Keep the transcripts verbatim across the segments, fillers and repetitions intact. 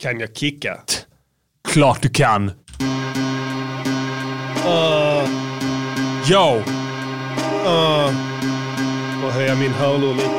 Kan jag kicka? Klart du kan. Uh, Yo! uh, och höja min hörlur lite.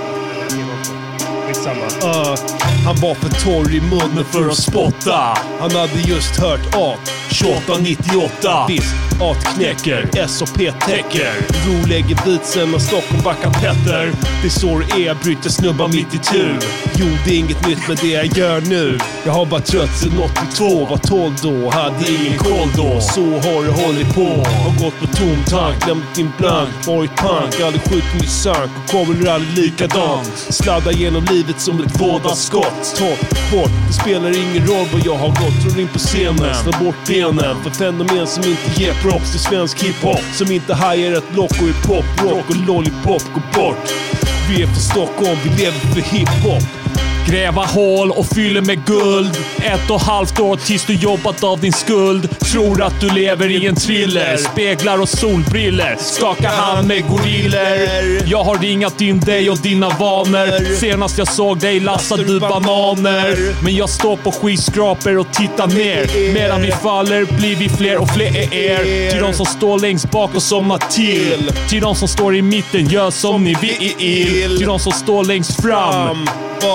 Skitsamma. Uh, han var för torr i munnen för att spotta. Han hade just hört A tjugoåtta nittioåtta. Visst, A knäcker, S och P täcker. Ro lägger beatsen och Stockholm backar Petter. Det är så det är, bryter snubbar mitt i tur. Jo, det är inget nytt med det jag gör nu. Jag har bara trött sen åttiotvå, var tolv då. Hade ingen koll då, så har det hållit på. Har gått på tom tank, lämnat din blank. Varit punk, aldrig skjutit min sank. Och kommer aldrig likadant. Sladdar genom livet som ett vådaskott. Ta bort, det spelar ingen roll vad jag har gått. Tror in på scenen, slå bort benen. För fenomen som inte ger props till svensk hiphop. Som inte hajar ett lock och är pop, rock och lollipop. Gå bort. Vi är för Stockholm, vi lever för hiphop. Gräva hål och fyller med guld. Ett och halvt år tills du jobbat av din skuld. Tror att du lever i en thriller. Speglar och solbriller. Skaka hand med goriller. Jag har ringat in dig och dina vanor. Senast jag såg dig lassade du bananer. Men jag står på skyskrapor och tittar ner. Medan vi faller blir vi fler och fler er. Till de som står längst bak och somnar till. Till de som står i mitten gör som ni vill. Till de som står längst fram.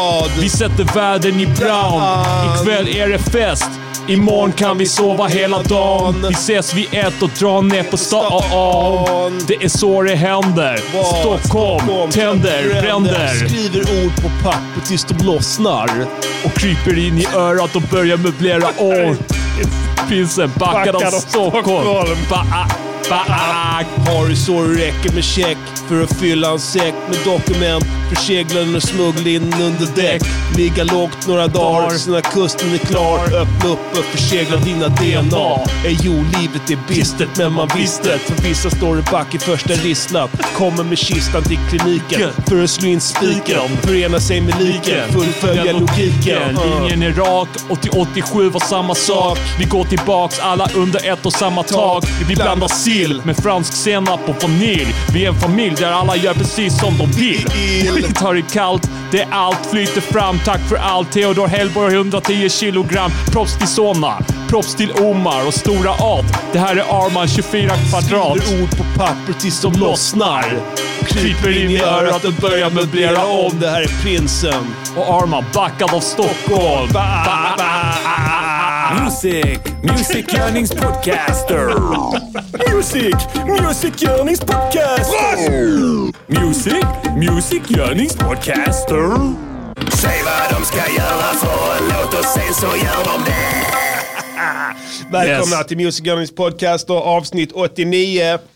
Vi sätter världen i brown. Ikväll är det fest. Imorgon kan vi sova hela dagen. Vi ses vid ett och drar ner på stan. Det är så det händer. Stockholm tänder, bränder. Skriver ord på papper tills de lossnar. Och kryper in i örat och börjar möblera år. Prinsen backad av Stockholm. Ba Back. Har du så det räcker med check för att fylla en säck med dokument för seglen och smuggla in under däck. Ligga lågt några dagar, sen när kusten är klar. Öppna upp och försegla dina D N A. Ey, jo, livet är bistert men man visste. För vissa står det back i första risslat. Kommer med kistan till kliniken för att slå in spiken. Förena sig med liken, fullfölja logiken. Linjen är rak och till åttiosju var samma sak. Vi går tillbaks alla under ett och samma tak. Vi blandar sill med fransk senap och vanilj. Vi är en familj där alla gör precis som de vill. Vi tar det kallt, det är allt flyter fram. Tack för allt, Theodor Hellborg, hundratio kilogram. Props till Sona, props till Omar och Stora Ad. Det här är Arman, tjugofyra kvadrat. Skriver ord på papper tills de lossnar. Kryper in i örat och börjar möblera om. Det här är Prinsen. Och Arman backad av Stockholm. Ba, ba, ba. Music, musikgörningspodcaster. Music, musikgörningspodcaster. Music, musikgörningspodcaster. Säg vad de ska göra för en låt och sen så gör de det. Välkomna Yes. till Musikgörningspodcaster avsnitt åttionio. Uh,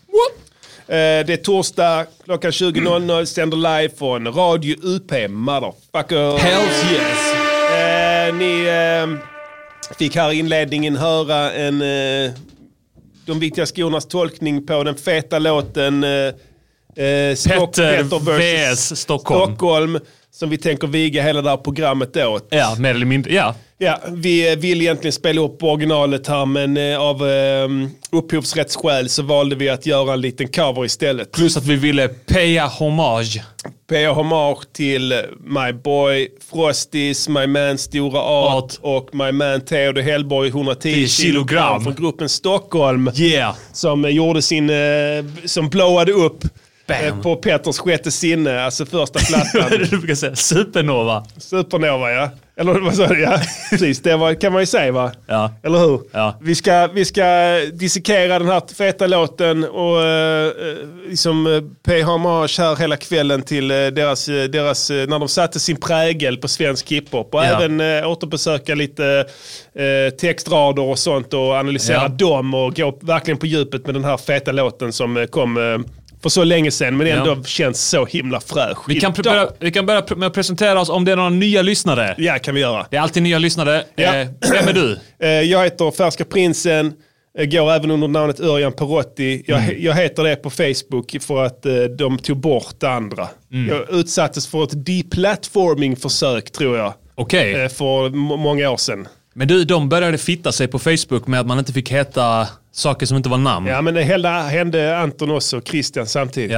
det är torsdag klockan tjugo noll noll. Sänder live från Radio U P, motherfucker. Hells yes. Uh, ni uh, fick här i inledningen höra en uh, de viktiga skornas tolkning på den feta låten uh, uh, Stock, Petter Petter V S versus Stockholm. Stockholm, som vi tänker viga hela det här programmet åt. Ja, mer eller mindre, ja. Ja, vi vill egentligen spela upp originalet här, men eh, av eh, upphovsrättsskäl så valde vi att göra en liten cover istället. Plus att vi ville paya homage. Paya homage till my boy Frostis, my man Stora Art Art. och my man Theodor Hellborg, hundratio tio kilogram kilogram från gruppen Stockholm. Yeah. Som eh, gjorde sin, eh, som blowade upp eh, Bam. på Petters sjätte sinne, alltså första plattan. Vad är det du brukar säga? Supernova. Supernova, ja. Eller vad sa du? Ja, precis. Det var, kan man ju säga, va? Ja. Eller hur? Ja. Vi ska, vi ska dissekera den här feta låten och eh, liksom eh, pay homage här hela kvällen till eh, deras, eh, deras eh, när de satte sin prägel på svensk hiphop. Och Ja. även eh, återbesöka lite eh, textrader och sånt och analysera Ja. dem och gå verkligen på djupet med den här feta låten som eh, kom eh, för så länge sedan, men ändå Ja. känns så himla fräsch. Vi kan, Idag- börja, vi kan börja med att presentera oss om det är några nya lyssnare. Ja, kan vi göra. Det är alltid nya lyssnare. Ja. Eh, vem är du? Eh, Jag heter Färska Prinsen, jag går även under namnet Örjan Perotti. Jag, Mm. jag heter det på Facebook för att eh, de tog bort det andra. Mm. Jag utsattes för ett deplatforming-försök, tror jag, Okej. eh, för m- många år sedan. Men du, de började fitta sig på Facebook med att man inte fick heta saker som inte var namn. Ja, men det hände, hände Anton också och Christian samtidigt. Ja.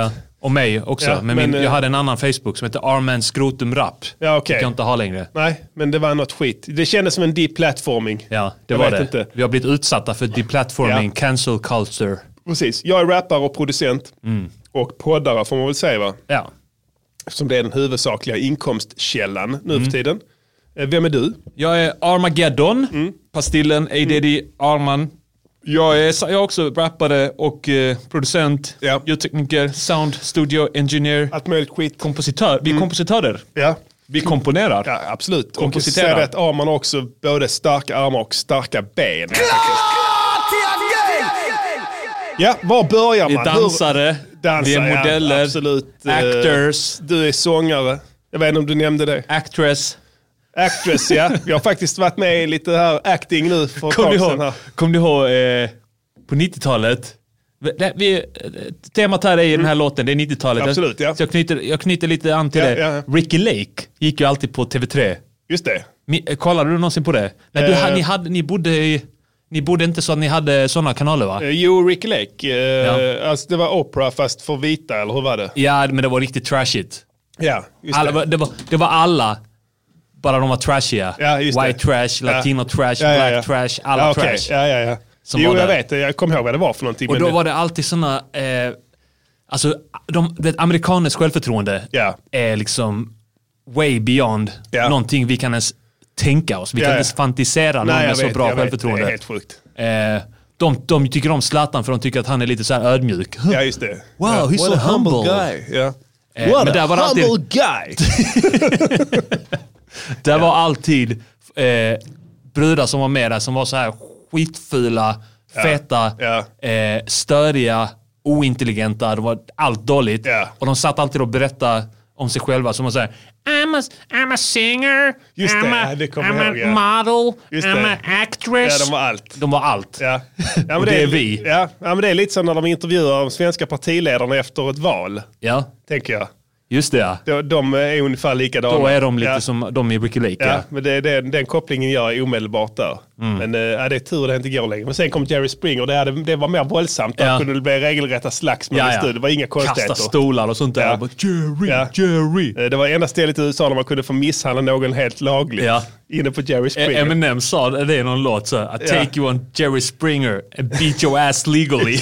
Och mig också. Ja, men men, min, eh, jag hade en annan Facebook som heter Arman Skrotum Rap. Ja, okej. Fick jag inte ha längre. Nej, men det var något skit. Det kändes som en deplatforming. Ja, det Jag var vet det. inte. Vi har blivit utsatta för deplatforming, Ja. cancel culture. Precis. Jag är rappare och producent. Mm. Och poddare får man väl säga, va? Ja. Eftersom det är den huvudsakliga inkomstkällan nu Mm. för tiden. Eh, Vem är du? Jag är Armageddon, Mm. Pastillen, A D D, Arman. Jag är, jag är också rappare och eh, producent, Ja. ljudtekniker, sound, studio, engineer, Allt möjligt skit. kompositör. Vi är kompositörer. Ja. Vi komponerar. Ja, absolut. Och Kompositera. så är det att Arman har också både starka armar och starka ben. Ja, var börjar Vi man? är dansare, Hur- Dansare, vi är modeller, ja, absolut. Eh, actors, Du är sångare. Jag vet inte om du nämnde det. actress. Actress, ja. Jag har faktiskt varit med i lite här acting nu för ett Kom tag du sedan ihåg, här. kom du ihåg eh, på nittiotalet? Vi, vi, temat här är i den här låten, det är nittiotalet. Absolut, ja. Så jag knyter, jag knyter lite an till Ja, det. ja. Ricky Lake gick ju alltid på T V tre. Just det. Mi, kollade du någonsin på det? Nej, du, Eh. ha- ni, hade, ni, bodde i, ni bodde inte så att ni hade sådana kanaler, va? Eh, Jo, Ricky Lake. Eh, Ja. Alltså det var opera fast för vita, eller hur var det? Ja, men det var riktigt trashigt. Ja, just Alla, det. det, var, det var alla, bara de var trashiga. Ja, just det. White trash, latino Ja. trash, Ja, ja, black ja. trash, alla Ja, okej. trash. Ja, ja, ja. Som Jo, var jag där. vet. Jag kommer ihåg vad det var för någonting. Och men då det- var det alltid såna, eh, alltså de, vet, amerikaners självförtroende Ja. är liksom way beyond Ja. någonting vi kan ens tänka oss. Vi Ja, kan ja. inte ens fantisera någon Nej, med jag så vet, bra jag vet. självförtroende. Det är helt sjukt. Eh, de, de tycker om Zlatan för de tycker att han är lite så här ödmjuk. Ja, just det. Wow, ja. he's so humble. guy. Ja. Eh, What men a där var det alltid- humble guy. Det var alltid eh, brudar som var med där som var så här skitfula, feta, Ja. Eh, störiga, ointelligenta. De var allt dåligt. Ja. Och de satt alltid och berättade om sig själva som var så här: I'm a, I'm a singer, Just det, I'm, ja, a, det kommer I'm jag a ihåg, ja. model, Just I'm det. a actress. Ja, de var allt. De var allt. Ja. Ja, Och det är vi. Ja, ja, men det är lite så när de intervjuar de svenska partiledarna efter ett val, Ja, tänker jag. just det. Ja. De, de är ungefär likadana. Då är de lite ja. som de i Ricky Lake. Ja, Ja. men det, det, den kopplingen gör jag omedelbart där. Mm. Men äh, ja, det är tur det inte går längre. Men sen kom Jerry Springer, det, hade, det var mer våldsamt. Där Ja. kunde det bli regelrätta slagsmål Ja, i ja. studion. Det var inga konstigheter. Kasta stolar och sånt där. Ja. Jag bara, Jerry, Ja. Jerry. Eh, Det var enda stället i U S A där man kunde få misshandla någon helt lagligt. Ja. Inne på Jerry Springer. Eminem sa det i någon låt så, I take Ja. you on Jerry Springer and beat your ass legally.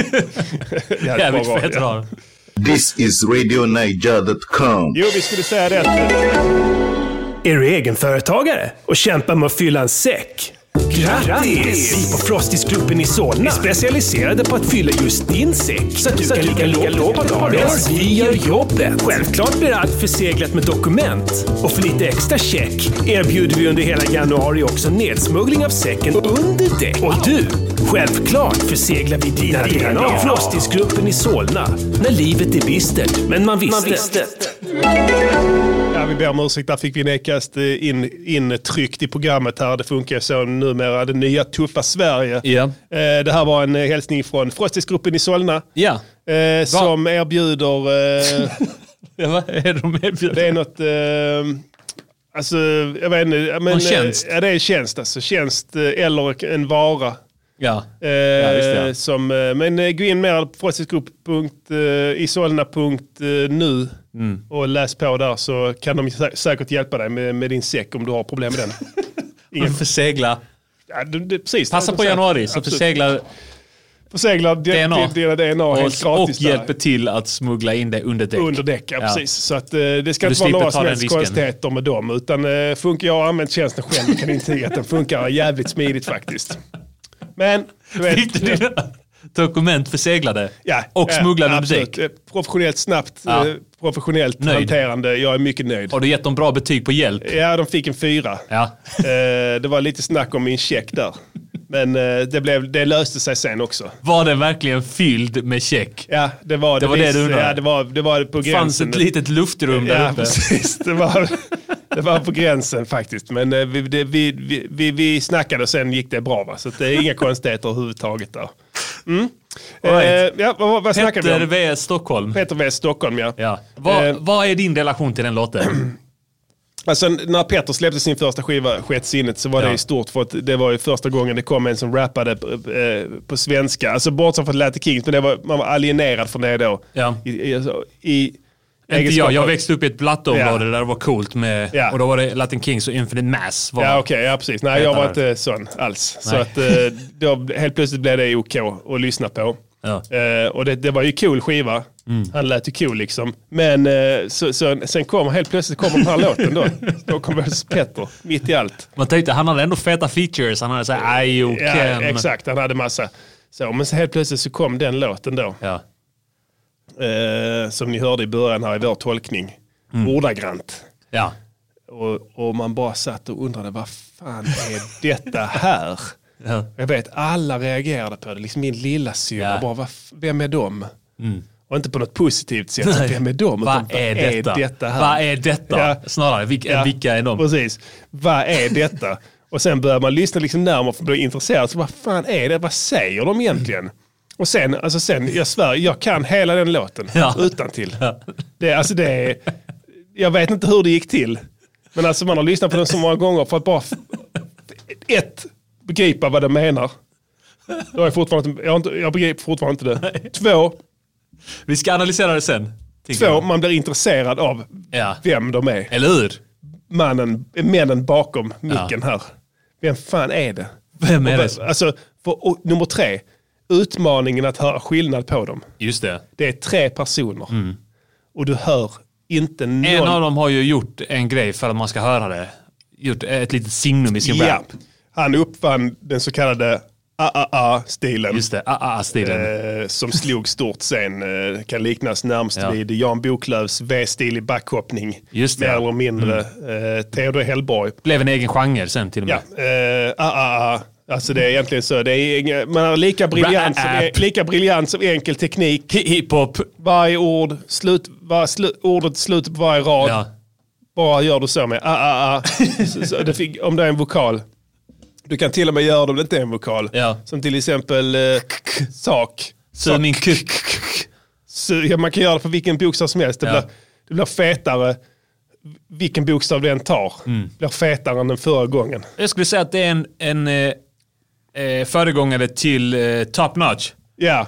Ja, Jävligt bra, fett ja. var. This is radio niger dot com. Jo, vi skulle säga det. att- Är du egenföretagare och kämpar med att fylla en säck? Grattis! Vi på Frostisgruppen i Solna är specialiserade på att fylla just din säck så att du kan ligga lågt på dagen medan vi gör jobbet. Självklart blir allt förseglat med dokument. Och för lite extra check erbjuder vi under hela januari också nedsmuggling av säcken under däck. Och du, självklart förseglar vi dina D N A. Frostisgruppen i Solna. När livet är bistert, men man visste. Ja, vi ber om ursäkt. Där fick vi nekast eh, in, intryckt i programmet här. Det funkar så numera. Det nya tuffa Sverige. Ja. Eh, Det här var en eh, hälsning från Frostisgruppen i Solna. Ja. Eh, som erbjuder... Eh, Ja, vad är de erbjuder? det är något... Eh, alltså, jag vet inte. Men, Någon tjänst? Eh, ja, det är tjänst. Alltså. Tjänst eh, eller en vara. Ja. Eh, Ja, just det, ja. som, eh, men eh, gå in mer på frostisgrupp punkt isolna punkt nu Mm. och läs på där så kan de sä- säkert hjälpa dig med, med din säck om du har problem med den. Ingen försegla. Ja, det, det, precis, Passa det, på det, januari så absolut. förseglar Förseglar D N A. dina D N A helt och, och gratis där. hjälper till att smuggla in det under däck. Under däck, ja, Ja. precis. Så att, eh, det ska Du inte vara slipper några ta som den helst risken. konstigheter med dem. Utan eh, funkar, jag har använt tjänsten själv och kan intyga att den funkar jävligt smidigt faktiskt. Men, du vet, Fick du dina dokument förseglade? ja, Och ja, smugglade under absolut. däck? Eh, Professionellt, snabbt, Ja. eh, professionellt Nöjd. hanterande. Jag är mycket nöjd. Har du gett dem bra betyg på hjälp? Ja, de fick en fyra. Ja. Eh, det var lite snack om min check där. Men eh, det, blev, det löste sig sen också. Var den verkligen fylld med check? Ja, det var Det var det du undrade? Ja, det var, det var på gränsen. Fanns ett litet luftrum där Ja, uppe? precis. Det var, det var på gränsen faktiskt. Men eh, vi, det, vi, vi, vi, vi snackade och sen gick det bra. Va? Så att det är inga konstigheter överhuvudtaget där. Mm. All right. Eh, ja, vad, vad snackar vi Petter om? V. Stockholm. Peter V. Stockholm, ja. Ja. Vad, Eh, vad är din relation till den låten? Alltså när Petter släppte sin första skiva, Skett sinnet, så var ja. det i stort för att det var ju första gången det kom en som rappade eh, på svenska. Alltså bortsett från Latin Kings, men det var, man var alienerad från det då. Ja. I, i, alltså, i Inte jag, jag växte upp i ett blatteområde ja. där det var coolt med, ja. och då var det Latin Kings och Infinite Mass. Var ja okej, okay, ja precis. Nej jag var inte sån alls. Nej. Så att eh, då helt plötsligt blev det OK att lyssna på. Ja. Eh, och det, det var ju cool skiva. Mm. Han lät ju cool liksom. Men eh, så, så, sen kommer helt plötsligt kommer den här låten då. Stockholm versus Petter, mitt i allt. Man tänkte, han hade ändå feta features. Han hade såhär, aj och ja, Ken. exakt, han hade massa. Så, men så helt plötsligt så kom den låten då. Ja. Eh, som ni hörde i början här i vår tolkning. Mm. Ordagrant. Ja. Och, och man bara satt och undrade, vad fan är detta här? Ja. Jag vet, alla reagerade på det. Liksom min lilla syra, ja. bara, vem är de? Mm. Och inte på något positivt sätt. Nej. Vem är de? Vad är, är detta? detta här? Vad är detta? Ja. Snarare, vilka, ja. vilka är de? Precis. Vad är detta? Och sen börjar man lyssna liksom närmare för att bli intresserad. Så vad fan är det? Vad säger de egentligen? Och sen, alltså sen, jag svär, jag kan hela den låten ja. utan till. Ja. Det, alltså det är, jag vet inte hur det gick till. Men alltså man har lyssnat på den så många gånger för att bara ett, begripa vad de menar. Jag, är fortfarande, jag, har inte, jag begriper fortfarande inte det. Nej. Två. Vi ska analysera det sen. Två, jag. Man blir intresserad av ja. vem de är. Eller hur? Mannen, männen bakom micken ja. här. Vem fan är det? Vem är och, det? Alltså, för, och, nummer tre. Utmaningen att höra skillnad på dem. Just det. Det är tre personer. Mm. Och du hör inte någon... En av dem har ju gjort en grej för att man ska höra det. Gjort ett litet signum i sin ja. rap. Han uppfann den så kallade A A A-stilen. Just det, A A A-stilen. Eh, som slog stort sen. Eh, kan liknas närmast ja. vid Jan Boklövs V-stil i backhoppning. Just det. Mer eller mindre. Mm. Eh, Theodor Hellborg. Blev en egen genre sen till och med. Ja, eh, A A A. Alltså det är egentligen så. Det är, man har lika briljant, som, lika briljant som enkel teknik. Hiphop. Varje ord, slut, var, slu, ordet slutet på varje rad. Ja. Bara gör du så med A A A. så, så det fick, om det är en vokal. Du kan till och med göra det om det inte är en vokal. Ja. Som till exempel eh, sak. Så min kuck. Så, ja, man kan göra det på vilken bokstav som helst. Det, ja. blir, det blir fetare. Vilken bokstav den tar. Mm. Blir fetare än den förra gången. Jag skulle säga att det är en, en eh, föregångare till eh, Top Notch. Ja.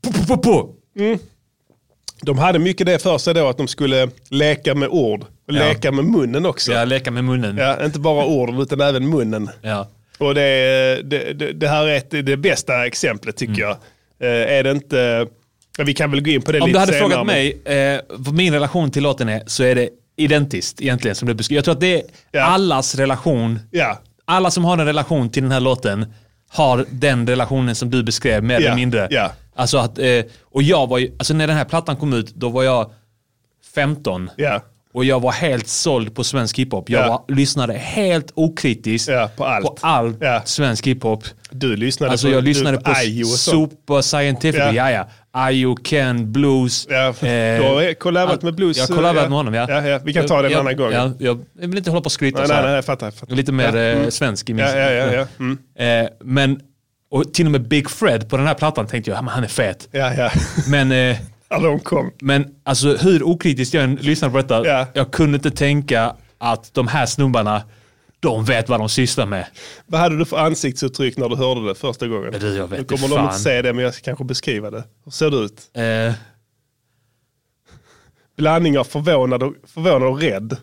Mm. De hade mycket det för sig då att de skulle leka med ord. Och ja. leka med munnen också. Ja, leka med munnen. Ja, inte bara ord utan även munnen. Ja. Och det, det, det, det här är ett, det bästa exemplet tycker mm. jag. Eh, är det inte... Vi kan väl gå in på det Om lite senare. Om du hade senare, frågat mig eh, vad min relation till låten är, så är det identiskt egentligen som du beskriver. Jag tror att det är ja. allas relation. Ja. Alla som har en relation till den här låten har den relationen som du beskrev mer eller ja. mindre. Ja. Alltså att, eh, och jag var ju, alltså när den här plattan kom ut, då var jag femton. Ja. Och jag var helt såld på svensk hiphop. Jag ja. var, lyssnade helt okritiskt ja, på allt, på all ja. svensk hiphop. Du lyssnade alltså på, jag lyssnade på Ayo Super Scientific. Ja, ja. ja. Ayo, Ken, Blues. Ja, du har kollaborat med Blues. Jag har kollaborat ja. med honom, ja. Ja, ja. Vi kan ta det en jag, annan gång. Ja, jag, jag vill inte hålla på och skryta. Nej, så nej, nej, jag fattar, jag fattar. Lite mer ja. mm. svensk i min ja, ja, ja, ja. Mm. Eh, men, och till och med Big Fred på den här plattan tänkte jag, han är fet. Ja, ja. Men... Eh, de kom. Men alltså hur okritiskt jag än lyssnar på detta, ja. jag kunde inte tänka att de här snubbarna, de vet vad de sysslar med. Vad hade du för ansiktsuttryck när du hörde det första gången? Det, jag vet nu kommer de inte säga det, men jag ska kanske beskriva det. Hur ser det ut? Eh. Blandning av förvånad och, förvånad och rädd.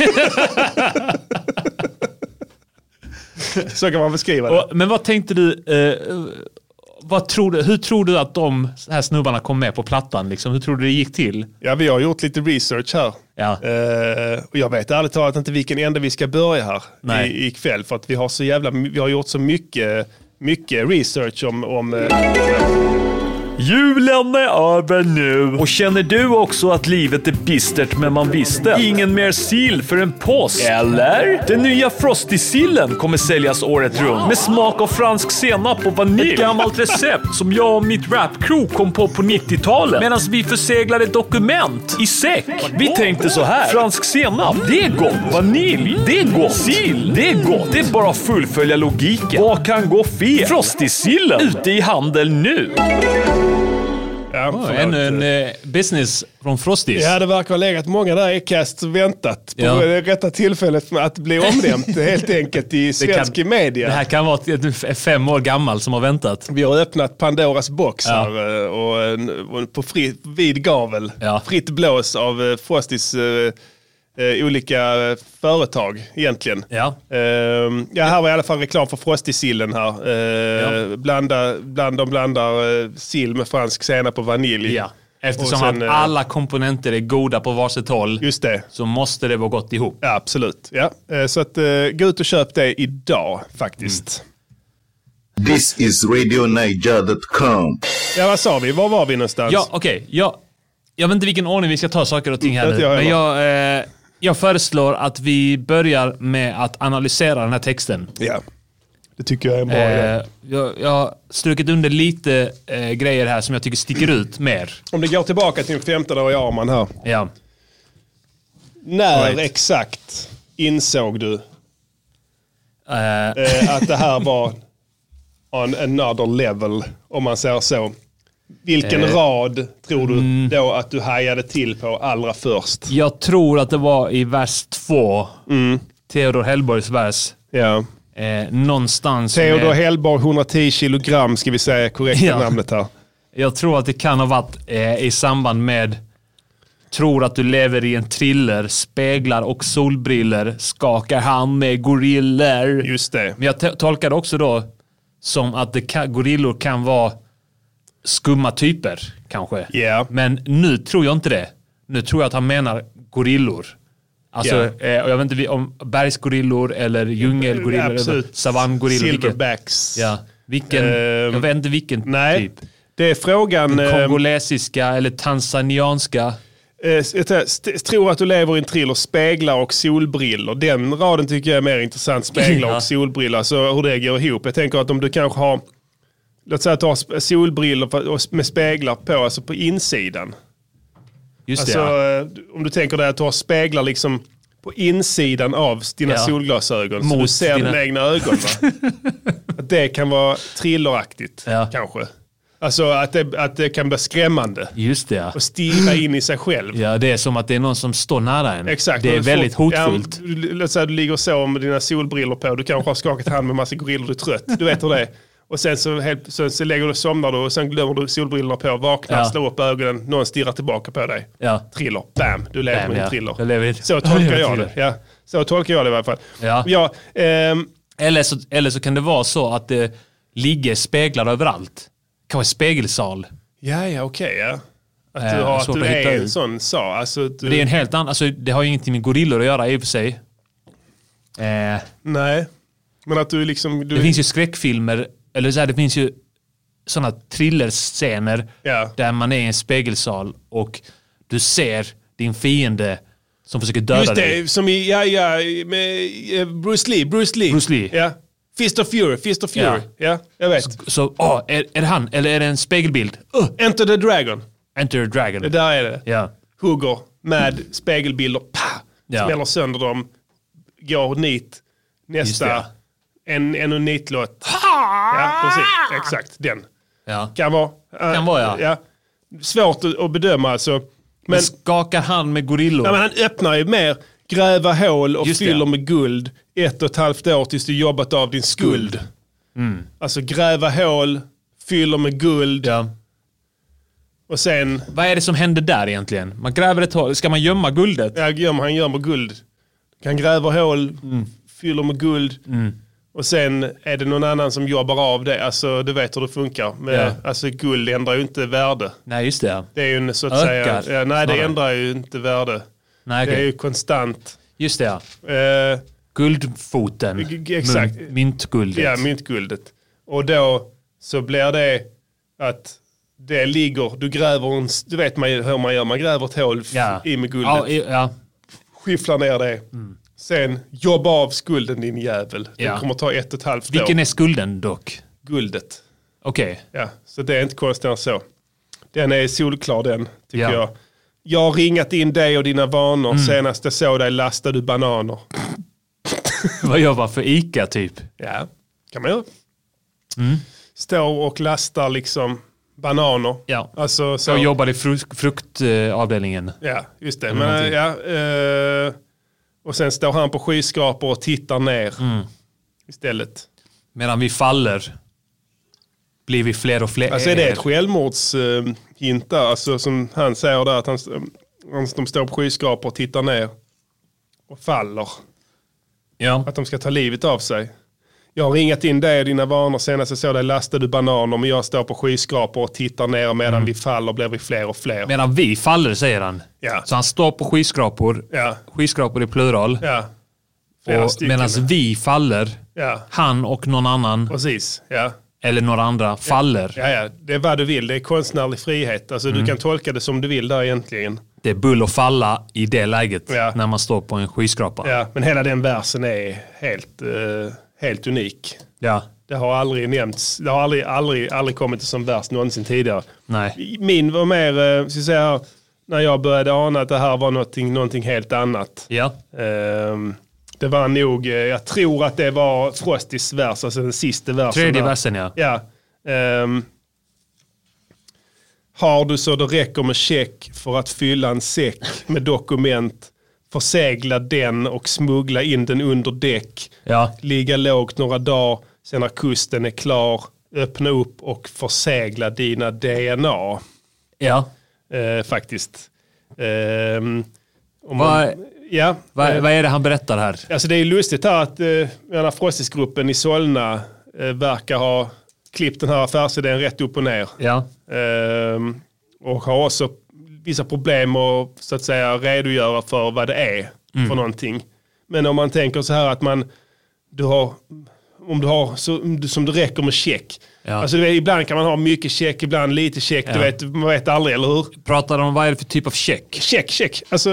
Så kan man beskriva det. Och, men vad tänkte du... Eh, Vad tror du, hur tror du att de här snubbarna kom med på plattan? Liksom? Hur tror du det gick till? Ja, vi har gjort lite research här. Ja. Uh, och jag vet ärligt talat inte vilken ände vi ska börja här i, ikväll. För att vi har så jävla, vi har gjort så mycket, mycket research om... om uh, Julen är över nu. Och känner du också att livet är bistert men man visste? Ingen mer sill för en påsk. Eller? Den nya Frosty-sillen kommer säljas året runt. Med smak av fransk senap och vanilj. Ett gammalt recept som jag och mitt rap-crew kom på på nittiotalet. Medan vi förseglade dokument i säck. Vi tänkte så här. Fransk senap, det är gott. Vanilj, det är gott. Sill, det är gott. Det är bara att fullfölja logiken. Vad kan gå fel? Frosty-sillen ute i handel nu. Ja, Oh, en, en eh, business från Frosties. Ja, det verkar ha legat många där i Acast och väntat på Ja. det rätta tillfället med att bli omnämnt helt enkelt i svensk kan, media. Det här kan vara ett, ett fem år gammal som har väntat. Vi har öppnat Pandoras box Ja. här och, och på fri, vid gavel, Ja. fritt blås av uh, Frosties uh, uh, olika uh, företag egentligen. Ja. Uh, ja, här var i alla fall reklam för Frosty-sillen här. Uh, Ja. blanda, bland, de blandar uh, sill med fransk senap och vanilj. Ja. Eftersom Och sen, att eh, alla komponenter är goda på varsitt håll Just det. så måste det vara gott ihop. Ja, absolut. Ja. Uh, så att, uh, gå ut och köp det idag faktiskt. Mm. This is radio niger dot com. Ja, vad sa vi? Var var vi någonstans? Ja, okej. Okay. Jag, jag vet inte vilken ordning vi ska ta saker och ting här Mm, nu. jag Men heller. jag, eh, jag föreslår att vi börjar med att analysera den här texten. Ja. Det tycker jag är en bra idé. Eh, jag, jag har strukit under lite eh, grejer här som jag tycker sticker ut mer. Om det går tillbaka till den femtonde och Arman här. Ja. När Right. exakt insåg du Eh, eh, att det här var on another level, om man säger så? Vilken Eh, rad tror du mm. då att du hajade till på allra först? jag tror att det var i vers två. Mm. Theodor Hellborgs vers. Ja. Eh, någonstans Theodor med, Hellborg, hundratio kilogram ska vi säga korrekta Ja. namnet här. Jag tror att det kan ha varit eh, i samband med tror att du lever i en thriller, speglar och solbriller, skakar hand med gorillor. Just det. Men jag t- tolkar det också då som att det kan, gorillor kan vara skumma typer, kanske. Ja. Men nu tror jag inte det. Nu tror jag att han menar gorillor. Alltså, Ja. eh, och jag vet inte vi- om bergsgorillor eller djungelgorillor eller Absolut. savanngorillor. vilket- Silverbacks. Ja, vilken, Ehm, jag vet inte vilken Nej, typ. det är frågan... eh, Kongolesiska eller tanzanianska. Eh, jag tror- st- tror att du lever i en thriller, speglar och solbrillor. Den raden tycker jag är mer intressant. Speglar Ja. och solbrillor, alltså hur det går ihop. Jag tänker att om du kanske har, låt säga att du har sp- solbrillor för- och med speglar på, alltså på insidan. Just Alltså det, ja. eh, om du tänker dig att du har speglar liksom på insidan av dina Ja. solglasögon. Så Mot du ser dina- dina egna ögon. Va? Att det kan vara thrilleraktigt Ja. kanske. Alltså att det, att det kan bli skrämmande. Just det, ja. Och stirra in i sig själv. Ja, det är som att det är någon som står nära en. Exakt. Det är Och du väldigt får- hotfullt. Ja, du- låt säga att du ligger och sover med dina solbrillor på. Du kanske har skakat hand med massa gorillor, du är trött. Du vet hur det är. Och sen så, helt, så, så lägger du och somnar du och sen glömmer du solbrillorna på. Vaknar, Ja. slår upp ögonen, någon stirrar tillbaka på dig. Ja. Thriller, bam, du lever Bam, med ja. en thriller. Jag lever i- Så jag tolkar lever i jag det. thriller. Ja. Så tolkar jag det i alla fall. Ja. Ja, ehm, Eller, så, eller så kan det vara så att det ligger speglar överallt. Det kan vara spegelsal. ja, ja okej. ja. Att Eh, du, har, att svårt du att hitta är en ut. sån sa. Alltså, att du, Men det är en helt annan, alltså det har ju ingenting med gorillor att göra i och för sig. Eh, Nej, men att du liksom... Du, det finns ju skräckfilmer, eller så här, det finns ju sådana thrillerscener Ja. där man är i en spegelsal och du ser din fiende som försöker döda Just dig. det, som i, ja, ja, med eh, Bruce Lee. Bruce Lee. Bruce Lee. Ja. Fist of Fury, Fist of Fury. Ja, jag vet. Så, åh, är, är det han? Eller är det en spegelbild? Uh, Enter the Dragon. Enter the Dragon. Det där är det. Ja. Hugger med spegelbilder. Pa! Ja. Smäller sönder dem. Går nit. Nästa. Just En, en unitlåt. Ja, precis. Exakt. Den. Ja. Kan vara. eh, Kan vara, ja. ja. Svårt att, att bedöma alltså. Men, Men skakar han med gorillor? ja, men han öppnar ju mer. Gräva hål och Just det, fyller ja. med guld. Ett och ett halvt år tills du jobbat av din skuld. Alltså gräva hål, fyller med guld. Ja. Och sen Vad är det som händer där egentligen? Man gräver ett hål. Ska man gömma guldet? ja, gör, han gör med guld. Han gräver hål, fyller med guld. Och sen är det någon annan som jobbar av det. Alltså du vet hur det funkar. Men, Ja. Alltså guld ändrar ju inte värde. Nej, just det. Det är ju en, så att Ökar säga. Ja, nej, det snarare. ändrar ju inte värde. Nej, Det okej. är ju konstant. Just det, ja. Eh, Guldfoten. G- g- exakt. Mynt- Myntguldet. ja, myntguldet. Och då så blir det att det ligger, du gräver en, du vet man, hur man gör, man gräver ett hål f- Ja. i med guldet. Ja, i- ja. Skifflar ner det. Sen jobba av skulden din jävel. Det Ja. kommer ta ett och ett halvt Vilken år. är skulden dock? Guldet. Okej. Ja, så det är inte konstigt än så. Den är solklar den, tycker Ja. jag. Jag har ringat in dig och dina vanor. Senast jag såg dig lastade du bananer. Vad jag var för Ica typ? Ja, kan man göra. Mm. Står och lastar liksom bananer. Ja. Alltså, så... Jag jobbade i frukt, fruktavdelningen. Ja, just det. Eller Men, ja, eh, och sen står han på skyskrapor och tittar ner Mm. istället. Medan vi faller blir vi fler och fler. Alltså är det ett självmordshint uh, alltså som han säger där att han, um, de står på skyskrapor och tittar ner och faller. Ja. Att de ska ta livet av sig. Jag har ringat in dig och dina vanor. Senast jag såg dig lastade du bananer, men jag står på skyskrapor och tittar ner medan Mm. vi faller blir vi fler och fler. Medan vi faller, säger han. Ja. Så han står på skyskrapor. Ja. Skyskrapor i plural. Ja. Flera Och stycken. medan vi faller, Ja. han och någon annan, Precis, ja. eller några andra, faller. Ja, ja. Det är vad du vill. Det är konstnärlig frihet. Alltså, Mm. Du kan tolka det som du vill där egentligen. Det är bull och falla i det läget Ja. när man står på en skyskrapa. Ja, men hela den versen är helt, eh, helt unik. Ja. Det har aldrig nämnts. Det har aldrig, aldrig, aldrig kommit som vers någonsin tidigare. Nej. Min var mer, eh, ska jag säga, när jag började ana att det här var någonting, någonting helt annat. Ja. Ehm, det var nog, eh, jag tror att det var Frostys vers, alltså den sista versen. Tredje där. versen, ja. Ja. Ehm, har du så det räcker med check för att fylla en säck med dokument, försegla den och smuggla in den under däck. Ja. Ligga lågt några dagar, sen när kusten är klar, öppna upp och försegla dina D N A. Ja. Eh, faktiskt. Ehm, om Vad- man, ja, Va, eh, vad är det han berättar här? alltså det är lustigt här att eh, den här Frostis-gruppen i Solna eh, verkar ha klippt den här affärsidén rätt upp och ner. Ja. Ehm, och har också vissa problem att så att säga redogöra för vad det är Mm. för någonting. Men om man tänker så här att man du har om du har så, som det räcker med check. Ja. Alltså du vet, ibland kan man ha mycket check, ibland lite check. Ja. Du vet, man vet aldrig, eller hur? Pratar de om vad är det för typ av check? Check, check. Alltså,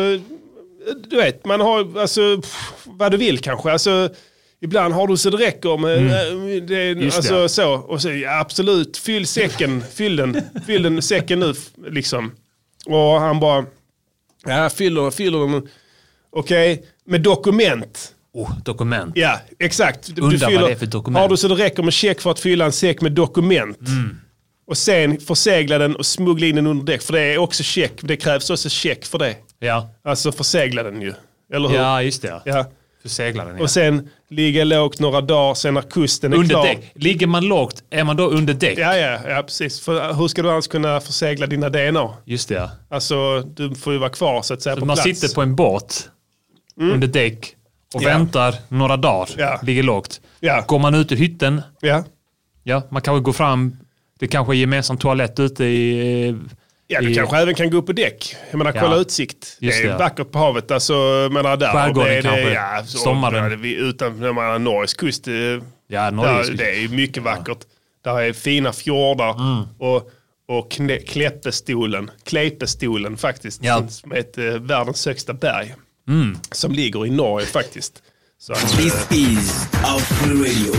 du vet, man har alltså, pff, vad du vill kanske. Alltså, ibland har du så det räcker med mm. det, Just alltså, det. så. Och så, ja, absolut, fyll säcken, fyll den, fyll den säcken nu, liksom. Och han bara, ja, fyller, fyller den. Okej, med dokument. Oh, dokument. Ja, exakt. Du Undrar vad det är för dokument. Har du så det räcker med check för att fylla en säck med dokument. Och sen försegla den och smuggla in den under däck. För det är också check. Det krävs också check för det. Ja. Alltså försegla den ju. Eller hur? Ja, just det. Ja. För seglaren, ja. Och sen ligga lågt några dagar sen när kusten är Under klar. däck. Ligger man lågt, är man då under däck? Ja, ja, ja, precis. För hur ska du annars kunna försegla dina D N A? Just det, ja. Alltså, du får ju vara kvar så att säga Så på man plats. sitter på en båt under däck och Ja. väntar några dagar, Ja. ligger lågt. Ja. Går man ut ur hytten, Ja. ja, man kanske går fram, det kanske är gemensam toalett ute i... eh, Ja, du i kanske även kan gå upp på däck. Jag menar, kolla Ja. utsikt. Just det är det. vackert på havet. Alltså, jag menar, där. Skärgården det, är- det, kanske. Ja, så, Sommaren. Ja, det, vi- utan, jag menar, Norges kust. eh, Ja, Norges där, kust. det är mycket vackert. Där är fina fjordar. Mm. Och, och knä, Kleppestolen. Kleipestolen faktiskt. Ja. Som är ett, eh, världens högsta berg. Mm. Som ligger i Norge faktiskt. Så att, This is Afro Radio,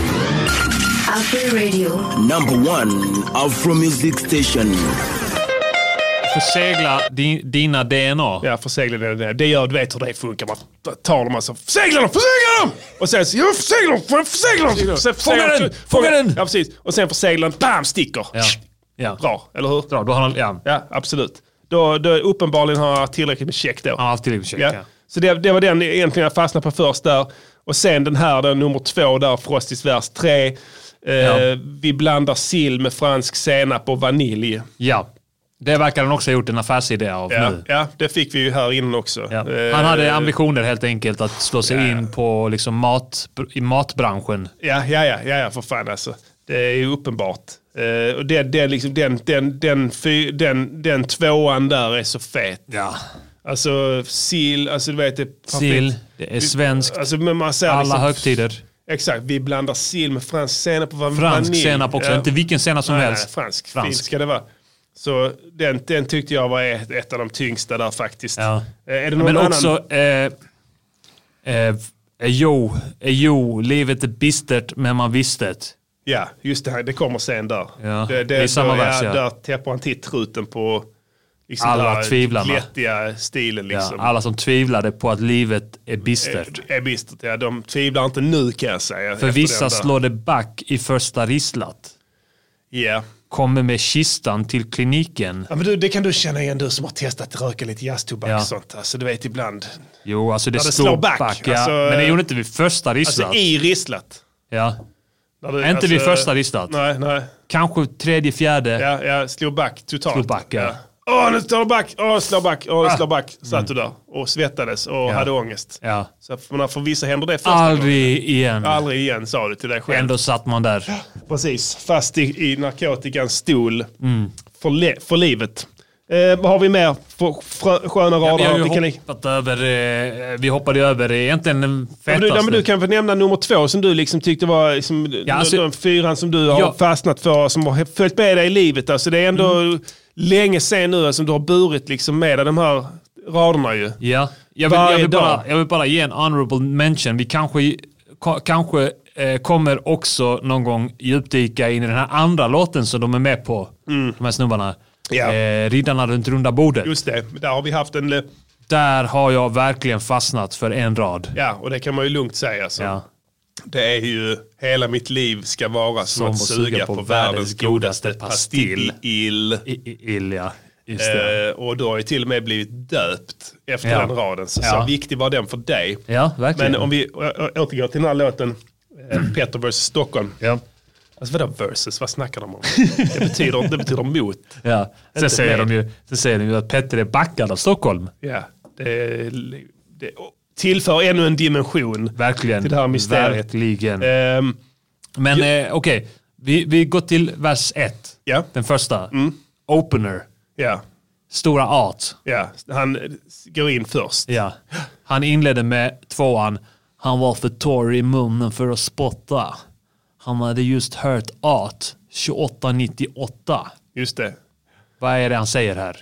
Afro Radio. number one Afro music station. Försegla di, dina D N A. ja, försegla det, det. Det gör, du vet hur det funkar. Man tar dem alltså, försegla dem, försegla dem! Och sen så, ja, försegla dem, får jag försegla dem! Sen Fånga försegla- den, fånga den! Ja, precis. Och sen försegla den, bam, sticker. Ja. Ja. Bra, eller hur? Bra, då har han, ja. Ja, absolut. Då, då uppenbarligen har jag tillräckligt med check då. Han har alltid check, Ja. ja. Så det, det var den egentligen jag fastnade på först där. Och sen den här, den, nummer två där, Frostis vers tre. Eh, Ja. Vi blandar sill med fransk senap och vanilj. Ja. Det verkar han också ha gjort en affärsidé av Ja, nu. ja, det fick vi ju här innan också. Ja. Eh, Han hade ambitioner helt enkelt att slå sig Ja. in på liksom mat, i matbranschen. Ja, ja, ja, ja, ja, för fan alltså. Det är ju uppenbart. Eh, och den, den, liksom, den, den, den, fy, den, den tvåan där är så fet. Ja. Alltså sill, alltså du vet det är perfekt. Sill, det är svenskt, Alltså, men man ser alla liksom, högtider. Exakt, vi blandar sill med fransk senap och van- Fransk vanilj. senap också, inte vilken senap som Nej, helst. Nej, fransk. Fransk. Fint ska det vara. Så den, den tyckte jag var ett, ett av de tyngsta där faktiskt. Ja. Eh, Är det någon Men annan? också, eh, eh, jo, eh, jo, livet är bistert men man visste det. Ja, just det här. Det kommer sen där. Ja, det, det är samma då, vers, ja. Där täpper han till truten på liksom Alla den här tvivlarna. glättiga stilen. Liksom. Ja, alla som tvivlade på att livet är bistert. är, är bistert, ja. De tvivlar inte nu kan jag säga. För efter vissa den där. slår det back i första risslat. Ja. kommer med kistan till kliniken. Ja, men du, det kan du känna igen, du som har testat röka lite jazztobak Ja. och sånt. Alltså, du vet ibland. Jo, alltså det, När det slår slår back, back. Ja. alltså, Men det gjorde inte vid första risslat. Alltså i risslat. Ja. När du, Inte alltså, vid första risslat. Nej, nej. Kanske tredje, fjärde. Ja, jag slog back totalt. Slog back, ja. Åh, nu slår back, åh, slår back, åh, slår back. Satt du där och svettades och hade ångest. Ja. Så för, för vissa händer det första Aldrig gången. igen. Aldrig igen, sa du till dig själv. Ändå satt man där. Precis, fast i, i narkotikans stol Mm. för, le, för livet. Eh, vad har vi mer för frö, sköna rader? Ja, vi, har ju vi, kan, hoppat över, eh, vi hoppade över egentligen den ja, fetaste. men du, ja, men du kan väl nämna nummer två som du liksom tyckte var liksom, Ja, alltså- den fyran som du har Ja. fastnat för, som har följt med dig i livet. Alltså, det är ändå Mm. länge sedan nu alltså, som du har burit liksom, med dig de här raderna ju. Ja, jag vill, Varje jag, vill bara, dag. jag vill bara ge en honorable mention. Vi kanske, ka, kanske eh, kommer också någon gång djupdyka in i den här andra låten som de är med på, de här snubbarna. Ja. Eh, Riddarna runt runda bordet. Just det, där har vi haft en... eh, Där har jag verkligen fastnat för en rad. Ja, och det kan man ju lugnt säga. Alltså. Ja. Det är ju, hela mitt liv ska vara som, att suga på, världens godaste pastill. Ill. I, i, ill, ja. Just det. Eh, och då har ju till och med blivit döpt efter Ja. den raden. Så, Ja. så viktig var den för dig. Ja, verkligen. Men om vi å- å- återgår till den här låten, eh, Petter versus Stockholm. Ja. Alltså vadå versus? Vad snackar de om? Det betyder, det betyder mot. Ja. Sen, Inte säger med. de ju, sen säger de ju att Petter är backad av Stockholm. Ja, det, det tillför ännu en dimension Verkligen. till det här mysteriet. Verkligen. Ehm, Men eh, okej, vi, vi går till vers ett. Ja. Den första. Opener. ja, Stora art. ja, han går in först. Ja. Han inledde med tvåan. Han var för torr i munnen för att spotta. Han hade just hört art tjugoåtta nittioåtta. Just det. Vad är det han säger här?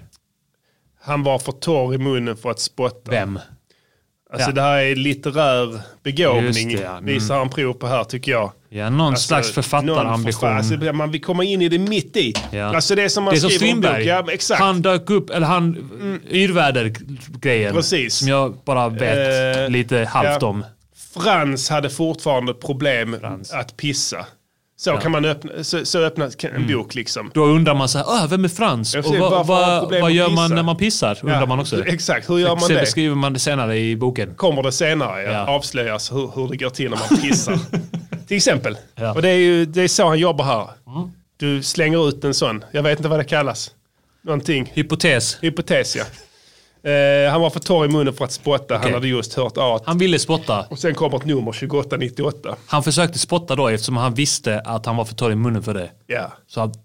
Han var för torr i munnen för att spotta. Vem? Alltså Ja. det här är litterär begåvning, Just det, ja. Mm. visar han prov på här tycker jag. Ja, någon Alltså, slags författarambition. någon förfa- alltså, man vill komma in i det mitt i. Ja. Alltså det är som man Det är som skriver en bok. Strindberg. Ja, exakt. Han dök upp, eller han, mm. yrväder-grejen. Precis. Som jag bara vet Eh, lite halvt ja. om. Frans hade fortfarande problem att pissa. Så kan man öppna, så, så öppnas en Mm. bok liksom. Då undrar man så här, "Åh, vem är Frans? Jag Och ser, vad, varför har han vad, problem vad att gör man pissa? när man pissar? Undrar Ja, man också. exakt, hur gör man Sen det? beskriver man det senare i boken. Kommer det senare, ja. Ja. Avslöjas hur, hur det går till när man pissar. Till exempel. Ja. Och det är ju det är så han jobbar här. Du slänger ut en sån, jag vet inte vad det kallas. Någonting. Hypotes. Hypotes, ja. Eh, han var för torr i munnen för att spotta. Han Okej. hade just hört art. Han ville spotta. Och sen kommer ett nummer, tjugoåtta nittioåtta. Han försökte spotta då eftersom han visste att han var för torr i munnen för det. Ja. Så han...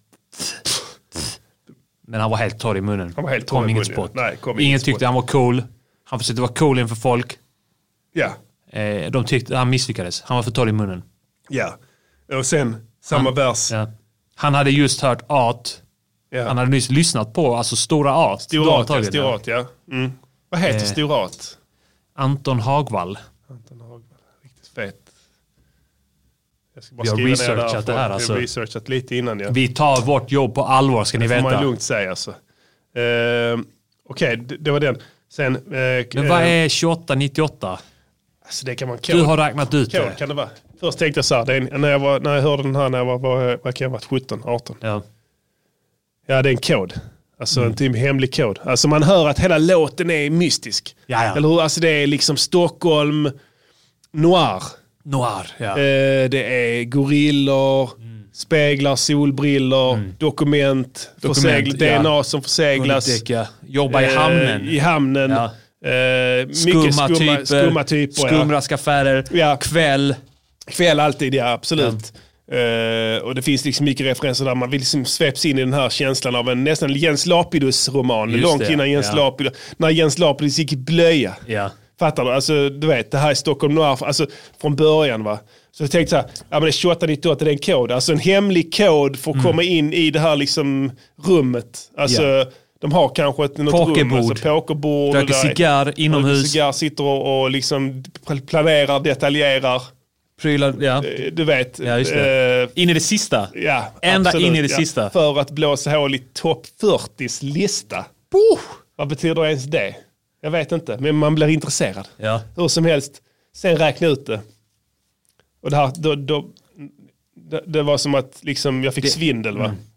Men han var helt torr i munnen. Han var helt Det kom torr i inget munnen, spott. ja. Nej, kom Ingen inget tyckte spott. han var cool. Han försökte vara cool inför folk. Ja. Eh, de tyckte han misslyckades. Han var för torr i munnen. Ja. Och sen, samma vers. Ja. Han hade just hört art. Ja. Han hade nyss lyssnat på alltså stora art. Stor Då art, ja. antagligen, Stor ja. art, ja. Mm. Vad heter Eh. stor art? Anton Hagvall. Anton Hagvall. Riktigt fet. Jag ska bara Vi har skriva ner researchat där, det här, för- alltså. Vi har researchat lite innan, ja. Vi tar vårt jobb på allvar, ska ni Det får man veta. lugnt säga, alltså. Uh, Okej, det, det var den. Sen... eh, Men vad eh, är tjugoåtta nittioåtta? Alltså det kan man... Du har räknat ut Kod det. kan det vara. Först tänkte jag så här, det är en, när, jag var, när jag hörde den här när jag var, var, vad kan jag ha varit, sjutton, arton. Ja. Ja, det är en kod. Alltså Mm. en typ hemlig kod. Alltså man hör att hela låten är mystisk. Ja, ja. Eller hur? Alltså det är liksom Stockholm noir. Noir, ja. Eh, det är gorillor, speglar, solbrillor, dokument, försegl- ja. D N A som förseglas. Olika. Jobba i Eh, hamnen. I hamnen. Ja. Eh, mycket Skumma, skumma, typer. skumma typer. ja. Skumraskaffärer. Ja. Kväll. Kväll alltid, ja absolut. Eh, och det finns liksom mycket referenser där man vill liksom sveps in i den här känslan av en nästan Jens Lapidus-roman. Just Långt det, innan Jens ja. Lapidus, när Jens Lapidus gick i blöja. Ja. Fattar du? Alltså, du vet, det här är Stockholm Noir, alltså från början va. Så jag tänkte så här, ja men det är tjugoåtta nittioåtta, det är en kod. Alltså en hemlig kod för att komma in i det här liksom rummet. Alltså, Ja. de har kanske ett något rum, Pokerbord. alltså pokerbord. Röker och där- cigarr inomhus. Röker cigarr, sitter och, och liksom planerar, detaljerar. Prylar, ja. Eh, Du vet. Ja, just det. eh, In i det sista. Ja, Ända absolut, in i det ja. sista. För att blåsa hål i topp fyrtios lista. Vad betyder ens det? Jag vet inte, men man blir intresserad. Ja. Hur som helst, sen räkna ut det. Och det här, då, då, det, det var som att liksom, jag fick Det- svindel va?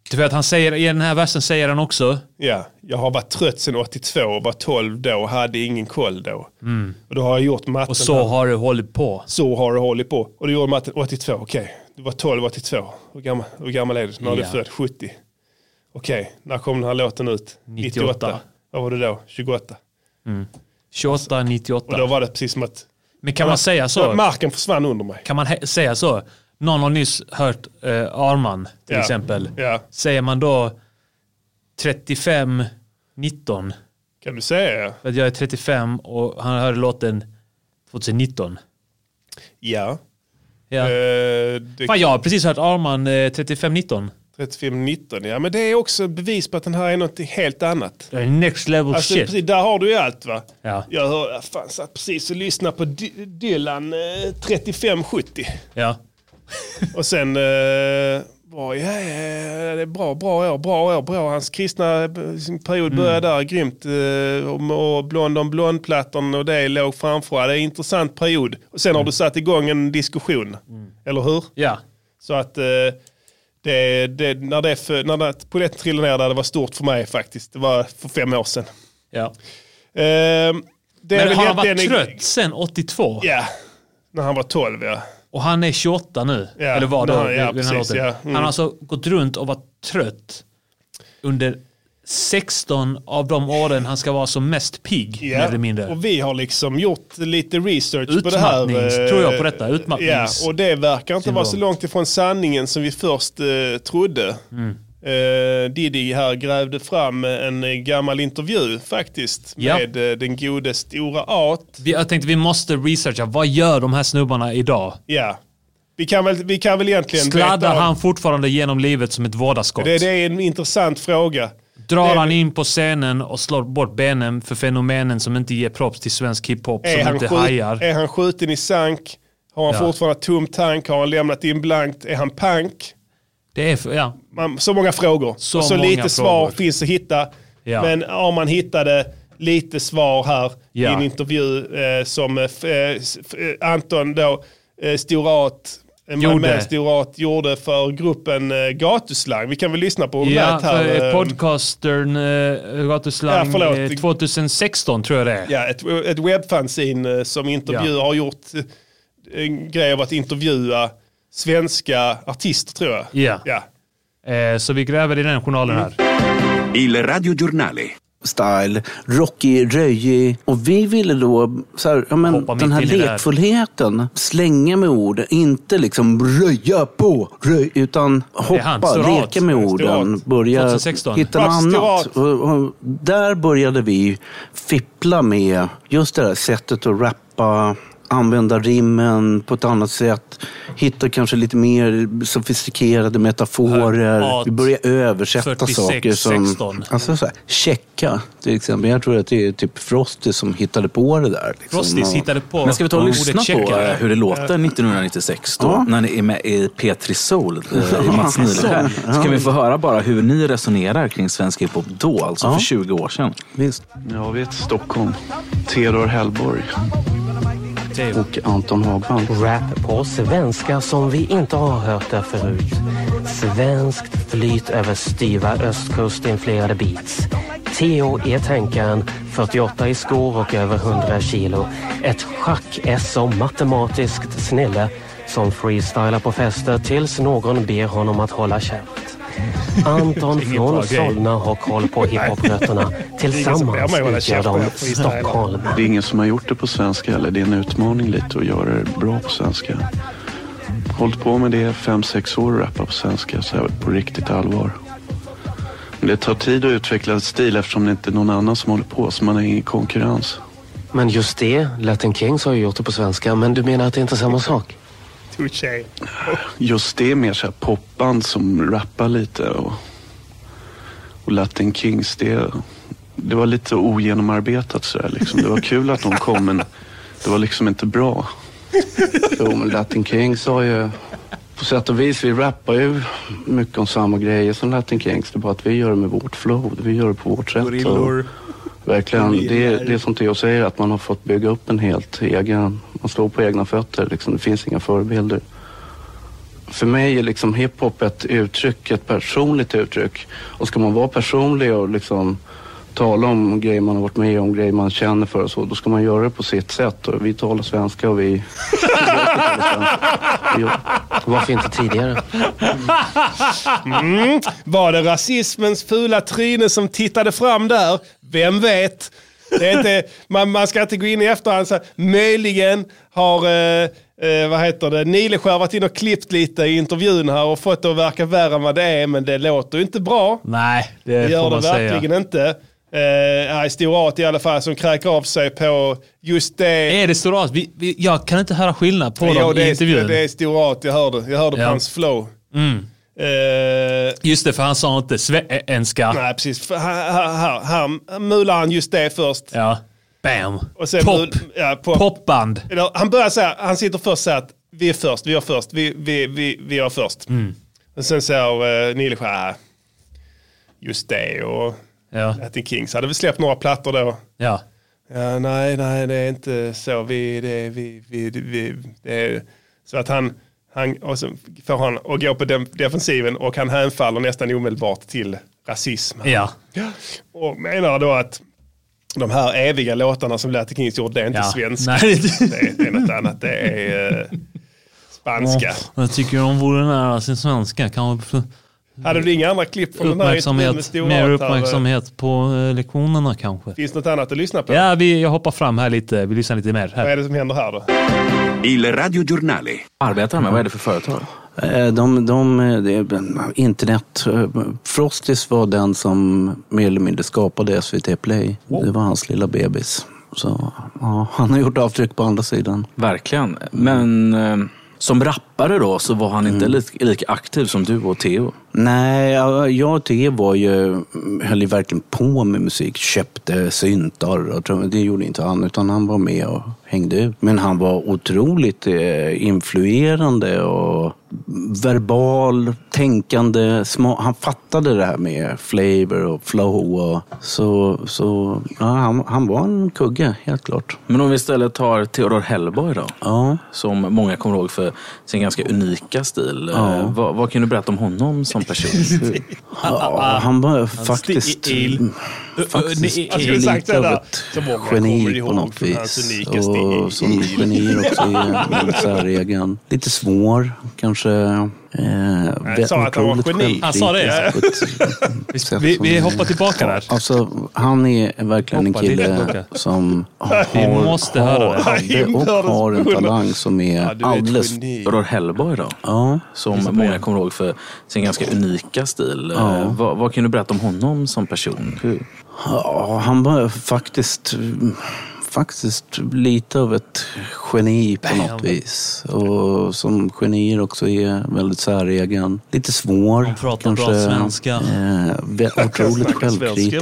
Du vet, han säger, i den här versen säger han också. Ja, jag har varit trött sedan åttiotvå och var tolv då och hade ingen koll då. Mm. Och då har jag gjort matten. Och så här. Har du hållit på. Så har du hållit på. Och du gjorde matten åttiotvå, okej. Okay. Du var tolv, åttiotvå. Hur gammal, hur gammal är du? När yeah. du är född? sjuttio. Okej, okay. När kom den här låten ut? nittioåtta. nittioåtta. Vad var det då? tjugoåtta. Mm. tjugoåtta, nittioåtta. Och då var det precis som att... Men kan man, man säga så? Marken försvann under mig. Kan man he- säga så? Någon har nyss hört eh, Arman till ja. exempel. Ja. Säger man då trettiofem nitton? Kan du säga? För att jag är trettiofem och han hörde låten tjugonitton. Ja. ja. Uh, det... Fan, jag har precis hört Arman eh, trettiofem nitton. trettiofem nitton, ja. Men det är också bevis på att den här är något helt annat. Det är next level alltså, shit. Precis, där har du ju allt, va? Ja. Jag hör, fan, satt precis och lyssnade på D- Dylan eh, trettiofem sjuttio. Ja. Och sen eh, var ja, ja, det är bra, bra år, bra år, bra. Hans kristna period började mm. där, grymt. Eh, och, och blond om blondplattan och det låg framför. Det är en intressant period. Och sen mm. har du satt igång en diskussion, mm. eller hur? Ja. Så att eh, det, det, när det, för, när det på det trillade ner där, det var stort för mig faktiskt. Det var för fem år sedan. Ja. Eh, det Men har han varit trött sen åttiotvå? Ja, när han var tolv, ja. Och han är tjugoåtta nu. Ja, eller vad då? Ja, ja, den precis, här låten. ja. Mm. Han har alltså gått runt och varit trött under sexton av de åren han ska vara som mest pigg. Ja, mer eller mindre. Och vi har liksom gjort lite research på det här. Utmattnings, tror jag på detta. Utmattnings. Ja, och det verkar inte vara så långt ifrån sanningen som vi först eh, trodde. Mm. Uh, Diddy här grävde fram en gammal intervju faktiskt ja. med uh, den gode stora Art. Vi, jag tänkte vi måste researcha, vad gör de här snubbarna idag? Ja, vi kan väl, vi kan väl egentligen Sladdar han fortfarande genom livet som ett vådaskott? Det, det är en intressant fråga. Drar det, han in på scenen och slår bort benen för fenomenen som inte ger props till svensk hiphop, som inte skjut, hajar? Är han skjuten i sank? Har han ja. fortfarande tom tank? Har han lämnat in blankt? Är han pank? Det är för, ja. Man, så många frågor. Så, och så många lite frågor. svar finns att hitta. Ja. Men om man hittade lite svar här ja. i en intervju eh, som eh, eh, Anton då, eh, Storat, gjorde. Storat gjorde för gruppen eh, Gatuslang. Vi kan väl lyssna på ja, det här. För, eh, podcastern eh, Gatuslang ja, eh, tjugohundrasexton tror jag det är. Ja, ett, ett webbfanzine eh, som intervju ja. har gjort eh, en grej av att intervjua svenska artister, tror jag. Ja. ja. Eh, så vi gräver i den journalen här. Il Radio Giornale. Style, rockig, röjig. Och vi ville då så här, ja, men, den här lekfullheten, slänga med ord, inte liksom röja på, röj, utan hoppa, leka med orden, börja tjugohundrasexton hitta något annat. Och, och där började vi fippla med just det här sättet att rappa, använda rimmen på ett annat sätt, hitta kanske lite mer sofistikerade metaforer. Ja, vi börjar översätta fyrtiosex, saker som sexton. Alltså så här, checka till exempel. Jag tror att det är typ Frosty som hittade på det där. Liksom. Frosty hittade på. Men ska vi ta och lyssna på hur det låter nittonhundranittiosex då, ja. när ni är med i P tre Soul i Mats Nile. Så kan vi få höra bara hur ni resonerar kring svensk hiphop då, alltså ja. för tjugo år sedan. Visst. Jag vet Stockholm. Theodor Hellborg. Och Anton Hagman. Rap på svenska som vi inte har hört där förut. Svenskt flyt över styva östkustinfluerade beats. Theo är tänkaren, fyrtioåtta i skor och över hundra kilo. Ett schack-S som matematiskt snille som freestylar på fester tills någon ber honom att hålla käft. Anton från Solna har koll på hiphop-rötterna. Tillsammans utgör de Stockholm. Det är ingen som har gjort det på svenska heller. Det är en utmaning lite att göra det bra på svenska. Hållit på med det fem, sex år och rappa på svenska så här på riktigt allvar. Men det tar tid att utveckla en stil eftersom det inte är någon annan som håller på, så man har ingen konkurrens. Men just det, Latin Kings har ju gjort det på svenska, men du menar att det inte är samma sak? Just det är mer så här popband som rappar lite och, och Latin Kings, det, det var lite ogenomarbetat så där, liksom. Det var kul att de kom, men det var liksom inte bra. Jo, men Latin Kings har ju på sätt och vis, vi rappar ju mycket om samma grejer som Latin Kings. Det är bara att vi gör det med vårt flow, vi gör det på vårt sätt. Och verkligen, det, det är som Theo säger, att man har fått bygga upp en helt egen, man står på egna fötter liksom, det finns inga förebilder. för mig är liksom hiphop ett uttryck, ett personligt uttryck. Och ska man vara personlig och liksom tala om grejer man har varit med om, grejer man känner för och så, då ska man göra det på sitt sätt. Och vi talar svenska och vi... Varför inte tidigare? Mm. Var det rasismens fula tryne som tittade fram där? Vem vet? Det är inte, man, man ska inte gå in i efterhand. Så möjligen har eh, eh, vad heter det, Nileskär varit in och klippt lite i intervjun här och fått det att verka värre än vad det är, men det låter ju inte bra. Nej, det, det gör får man det verkligen säga. inte. Eh, här är Storat i alla fall som kräker av sig på just det. Är det Storat? Vi, vi, jag kan inte höra skillnad på ja, dem det i är, intervjun. Det är Storat, jag hörde. Jag hörde ja. på hans flow. Mm. Uh, just det, för han sa inte svenska. Nej, precis. Han, han, han, han mular han just det först. Ja. Bam. Och sen Pop. mul, ja, pop. Popband. Han börjar säga, han sitter först och säger att vi är först, vi är först, vi, vi, vi, vi är först. Mm. Och sen säger uh, Nileskär just det och ja. Latin Kings hade vi släppt några plattor då. Ja. Ja, nej, nej, det är inte så. Vi, det, vi, vi, vi, det är, så att han, han, och så får han att gå på den defensiven och han hänfaller nästan omedelbart till rasism. Ja. Och menar då att de här eviga låtarna som Latin Kings gjorde, det är inte ja. svenska. Nej. Det, det är något annat. Det är uh, spanska. Oh, jag tycker de vore nära sin svenska. Kan man... Hade du inga andra klipp från den här intervjun med Storat? Mer uppmärksamhet på uh, lektionerna kanske. Finns något annat att lyssna på? Ja, vi, jag hoppar fram här lite. Vi lyssnar lite mer här. Vad är det som händer här då? Il Radio Giornale. Arbetar med, vad är det för företag? De, de, det, internet. Frostis var den som mer eller mindre skapade S V T Play. Oh. Det var hans lilla bebis. Så ja, han har gjort avtryck på andra sidan. Verkligen. Men eh, som rappare då så var han inte mm. lika, lika aktiv som du och Theo. Nej, jag och Theo var ju, höll ju verkligen på med musik. Köpte syntar och det gjorde inte han, utan han var med och hängde ut. Men han var otroligt eh, influerande och verbal, tänkande, små, han fattade det här med flavor och flow och så, så ja, han, han var en kugge, helt klart. Men om vi istället tar Theodor Hellborg då, ja. som många kommer ihåg för sin ganska unika stil. Ja. Eh, vad, vad kan du berätta om honom som person? Ja, han var faktiskt, faktiskt lite av ett geni på något vis. Och som genier också är väldigt säregen. Lite svår, kanske. Eh, jag sa att han var geni. Han sa det. vi, vi hoppar tillbaka där. Alltså, han är verkligen en kille som har, måste har, höra hade och har en talang som är ja, alldeles... Theodor Hellborg då? Ja. Som många kommer ihåg för sin ganska unika stil. Ja. Eh, vad, vad kan du berätta om honom som person? Hur? Ja, han var faktiskt... faktiskt lite av ett geni på Bam. något vis. Och som genier också är väldigt säregen. Lite svår. Han pratar kanske, bra svenska. Eh, otroligt självkritisk.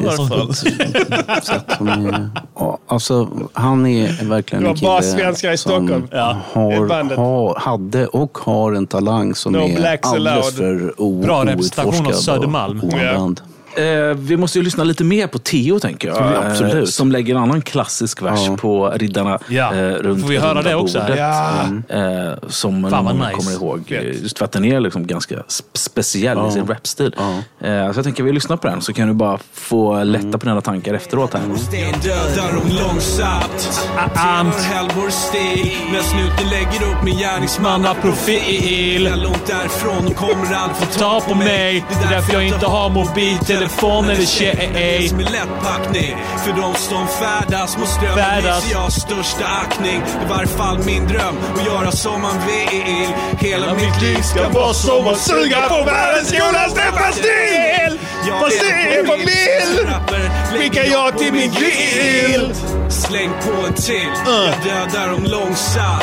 Ja, alltså, han är verkligen en kille bara svenskar i Stockholm. Ja. Har, har, hade och har en talang som no är alldeles för o- bra representation av Södermalm. Eh, vi måste ju lyssna lite mer på Theo, tänker jag. Ja, absolut. Eh, som lägger en annan klassisk vers ja. på riddarna ja. eh, runt Får vi höra det också? Ja. Eh, som man nice. kommer ihåg. Vet. Just för att den är liksom ganska speciell ja. i sin rapstil. Ja. Eh, så jag tänker att vi lyssnar på den så kan du bara få lätta mm. på dina tankar efteråt här. Dödar dem långsamt. Amt. Helvor stig. När snuten lägger upp min gärningsmannaprofil. Långt därifrån och kommer allt få ta på mig. Det är därför jag inte har mobiltelefon. Telefon eller tjej som är lättpackning. För de som färdas måste strömmen jag största aktning. I varje fall min dröm att göra som man vill. Hela mitt liv ska vara som att suga på världens godaste pastill. Fast det är familj. Skickar jag till min grill. Släng på en till. Jag dödar dem långsamt.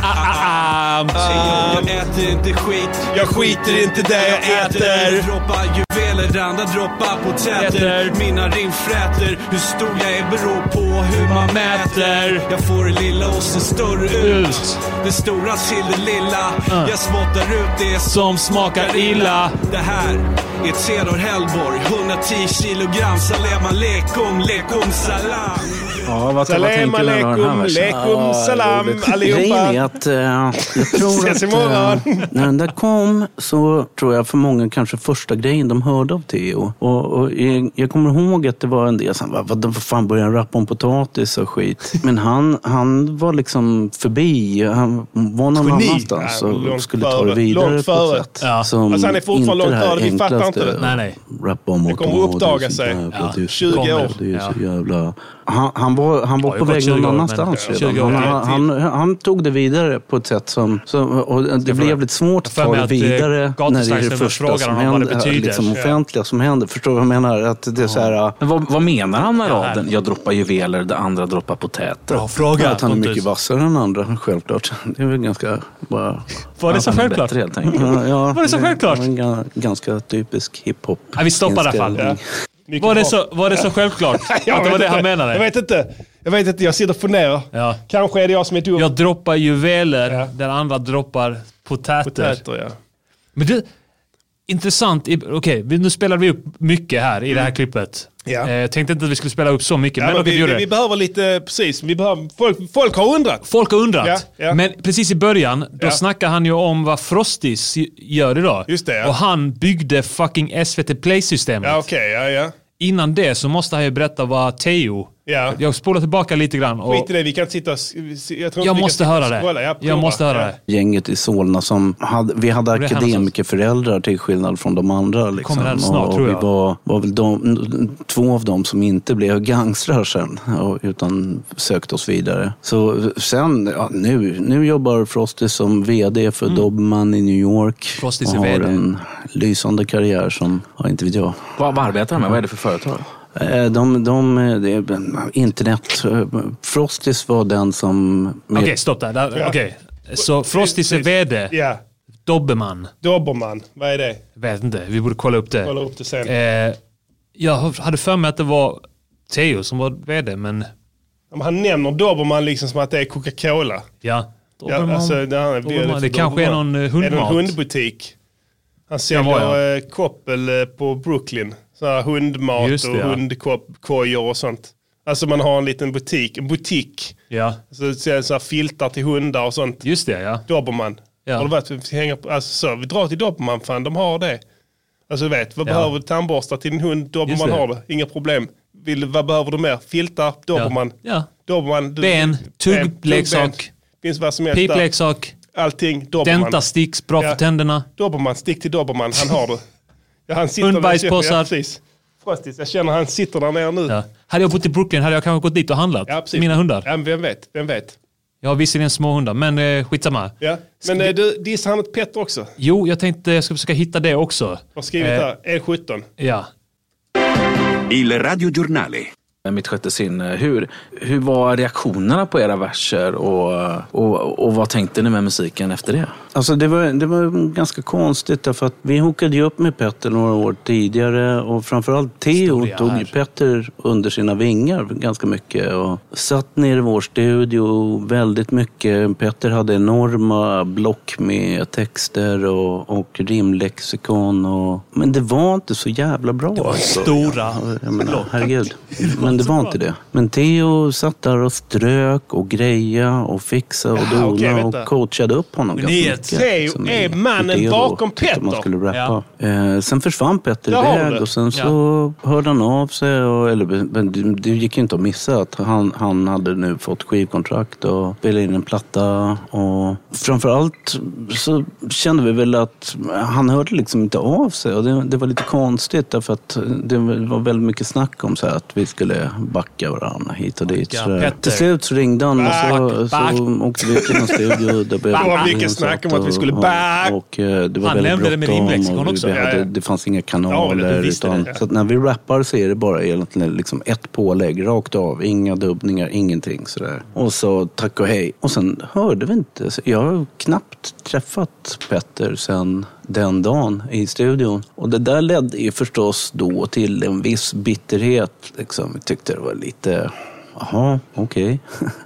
Jag äter inte skit. Jag skiter inte där jag äter. Droppar juveler, andra droppar på täter. Mina rimfräter. Hur stor jag är beror på hur man mäter. Jag får det lilla och sen större ut. Det stora till det lilla. Jag spottar ut det som smakar illa. Det här är Theodor Hellborg. hundratio kilogram Salema lekom, lekom salam. Ja, vad, Salam vad tänker du när du hör den här versen? alaikum, salam allihopa. Grejen är att uh, jag tror Ses att imorgon. uh, när den där kom så tror jag för många kanske första grejen de hörde av Theo. Och, och jag, jag kommer ihåg att det var en del som vad, vad, vad fan började rappa om potatis och skit. Men han, han var liksom förbi. Han var någon Geni. annanstans Ja, och skulle före. ta det vidare Långt på före. ett sätt. Ja. Som Alltså han är fortfarande inte långt det här före, vi fattar enklaste inte det. Nej, nej. Rappa om Det kommer potatis, uppdaga sig. jävla, Ja. det är så- tjugo år. Det är så Ja. jävla... Han, han var, han var Ja, på det var väg tjugo någon år, annanstans men- redan. tjugo år, Han, ja. han, han tog det vidare på ett sätt som... Så, och det blev lite svårt att för ta mig det att, eh, vidare när det är det gatustationen första frågar som honom vad det händer. betyder. Liksom Ja. offentliga som händer. Förstår du vad jag menar? Att det är så här... Men vad, vad menar han med raden? Jag droppar juveler, det andra droppar potäter. Bra fråga. Att han är Pontus. mycket vassare än andra, självklart. Det är väl ganska... Bara, Var det så Han är självklart? bättre, helt enkelt. ja, ja, Var det så självklart? Det är en ga- ganska typisk hiphop. Ja, vi stoppar i alla fall. inställning. Mycket Var det, bra. så, var det så självklart? Jag att det var vet det han inte. menade? Jag vet inte. Jag vet inte, jag sitter och funderar. Ja. Kanske är det jag som är dum. Jag droppar juveler, Ja. den andra droppar potäter. Potäter, ja. Men det, intressant. i- Okej, vi- nu spelar vi upp mycket här i det här klippet. Ja. Eh, Jag tänkte inte att vi skulle spela upp så mycket, Ja, men, men okej, vi vi, gjorde vi, det. vi behöver lite, precis, vi behöver, folk, folk har undrat. Folk har undrat. Ja, ja. Men precis i början, då Ja. snackar han ju om vad Frostis gör idag. Just det, ja. Och han byggde fucking S V T Play-systemet. Ja, okej, ja, ja. Innan det så måste han ju berätta vad Theo... Ja. Jag spolar tillbaka lite grann. Och Skit i det, vi kan sitta och... s- Jag, tror inte jag vi måste kan sitta höra och det. scrolla. Ja, Jag prova. måste höra Ja. det. Gänget i Solna som hade, vi hade Och det är han akademikerföräldrar till skillnad från de andra. Liksom. Kommer här snart, och, tror och jag. vi var, var väl de, två av dem som inte blev gangstrar sen och, utan sökte oss vidare. Så sen, ja, nu, nu jobbar Frosty som vd för Mm. Dobermann i New York. Frostys och är har vd. en lysande karriär som, ja, inte vet jag. Vad, vad arbetar han med? Vad är det för företag? Eh, De, de, det är internet. Frostis var den som... med- Okej, stopp där. där Ja. Okej. Så Frostis är vd. Ja, Dobermann. Dobermann, vad är det? Vet inte, vi borde kolla upp det. Kolla upp det sen. Eh, jag hade för mig att det var Theo som var vd, men Ja, men han nämner Dobermann liksom som att det är Coca-Cola. ja. Ja, Dobermann, alltså, det, han är Dobermann. vd Det för kanske är Dobermann. någon eh, Är det hundmat. någon hundbutik? Han Kan vara, säljer ja. eh, koppel eh, på Brooklyn. Så här hundmat Just det, och ja. hundkojor och sånt. Alltså man har en liten butik, en butik. Ja, Så, så, så här filtar till hundar och sånt. just det, ja. Dobermann. Ja. Har du varit, vi hänger på, alltså, så, vi drar till Dobermann, fan de har det. Alltså du vet, vad Ja. behöver du tandborstar till din hund? Dobermann det. har det, inga problem. Vill, vad behöver du mer? Filtar, Dobermann. Ja. Dobermann du, Ben, tuggleksak, tuggben. Finns vad som helst där. pipleksak, Allting, Dobermann. dentasticks, bra Ja. för tänderna. Dobermann, stick till Dobermann, han har det. Ja, han sitter Hundbajspåsar. Ja, precis. Frostis, jag känner han sitter där nere nu. Ja. Hade jag bott i Brooklyn hade jag kanske gått dit och handlat. Ja, precis. Mina hundar. Ja, men vem vet, vem vet. Jag har visserligen små hundar, men eh, skitsamma. Ja. Men eh, du, dissar han ett Petter också? Jo, jag tänkte jag ska försöka hitta det också. Har skrivit Eh, här, E sjutton. Ja. Il radiogiornale. Mitt sjätte sinne. Hur, hur var reaktionerna på era verser och, och, och vad tänkte ni med musiken efter det? Alltså det var, det var ganska konstigt därför att vi hookade ju upp med Petter några år tidigare och framförallt Theo Historia tog här. ju Petter under sina vingar ganska mycket och satt ner i vår studio väldigt mycket. Petter hade enorma block med texter och, och rimlexikon och, men det var inte så jävla bra. Det var stora jag menar, herregud. Men det var inte det. Men Theo satt där och strök och greja och fixa och Ja, dona okej, och vänta. coachade upp honom Men ganska ni är mycket. Theo Som är mannen Theo bakom tyckte Petter. man skulle rappa. Ja. Eh, sen försvann Petter Där har du iväg det. och sen så hörde han av sig. Och, eller, men det, det gick ju inte att missa att han, han hade nu fått skivkontrakt och spelade in en platta. Och framförallt så kände vi väl att han hörde liksom inte av sig. Och det, det var lite konstigt därför att det var väldigt mycket snack om så här att vi skulle backa varandra hit och dit. Ja, Så, Petter. till slut så ringde han och så, Back, så åkte vi till en studio. Där Det var mycket snack om att vi skulle och, back. och, eh, det var Han väldigt nämnde det med bråttom rimlexikon och också. vi Ja, hade, ja. det fanns inga Ja, kanaler. du visste utan, det, ja. Så att när vi rappar så är det bara egentligen liksom ett pålägg rakt av. Inga dubbningar, ingenting sådär. Och så tack och hej. Och sen hörde vi inte. Så jag har knappt träffat Petter sen den dagen i studion. Och det där ledde ju förstås då till en viss bitterhet. Liksom. Vi tyckte det var lite... Jaha, okej.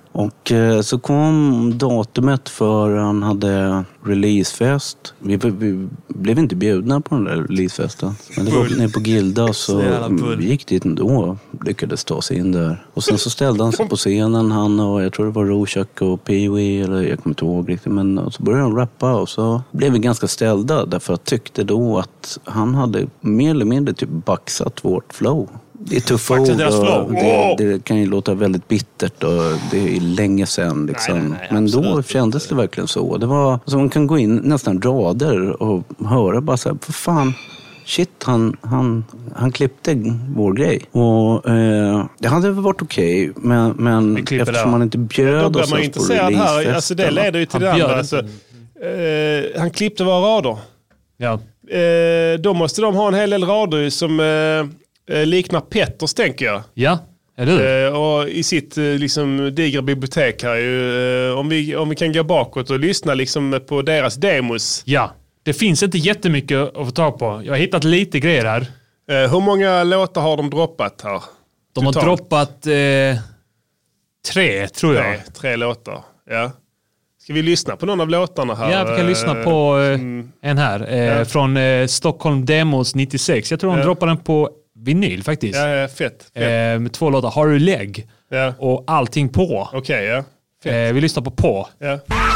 Och eh, så kom datumet för han hade releasefest. Vi, vi blev inte bjudna på den där releasefesten. Men det var nere på Gilda så vi gick dit ändå. Lyckades ta sig in där. Och sen så ställde han sig på scenen, han och jag tror det var Rorschach och Pee-wee, eller jag kommer inte ihåg riktigt. Men så började han rappa och så blev vi ganska ställda därför att jag tyckte då att han hade mer eller mindre typ baxat vårt flow. Det är tuffa ord och det, det kan ju låta väldigt bittert och det är länge sedan liksom. Nej, nej, nej, men då kändes det verkligen så. Det var, alltså man kan gå in nästan rader och höra bara så här, för fan, shit, han, han, han klippte vår grej. Och eh, det hade varit okej, okay, men, men eftersom man inte bjöd oss på releasefesten. Här, alltså det leder ju till det andra. Alltså, eh, han klippte våra rader. Ja. Eh, då måste de ha en hel del rader som... Eh, liknar Petters, tänker jag. Ja, eller eh, och i sitt liksom digra bibliotek här ju, eh, om, vi, om vi kan gå bakåt och lyssna liksom på deras demos. Ja, det finns inte jättemycket att få tag på. Jag har hittat lite grejer här. Eh, hur många låtar har de droppat här? De totalt? har droppat eh, tre, tror jag. Tre, tre låtar, ja. Ska vi lyssna på någon av låtarna här? Ja, vi kan lyssna på eh, mm. en här. Eh, ja. Från eh, Stockholm Demos nittiosex. Jag tror de ja. droppar den på vinyl faktiskt. Ja, ja, fett. fett. Eh, med två låtar. Har du lägg? Ja. Och allting på. Okej, okay, ja. Fett. Eh, vi lyssnar på på. Ja.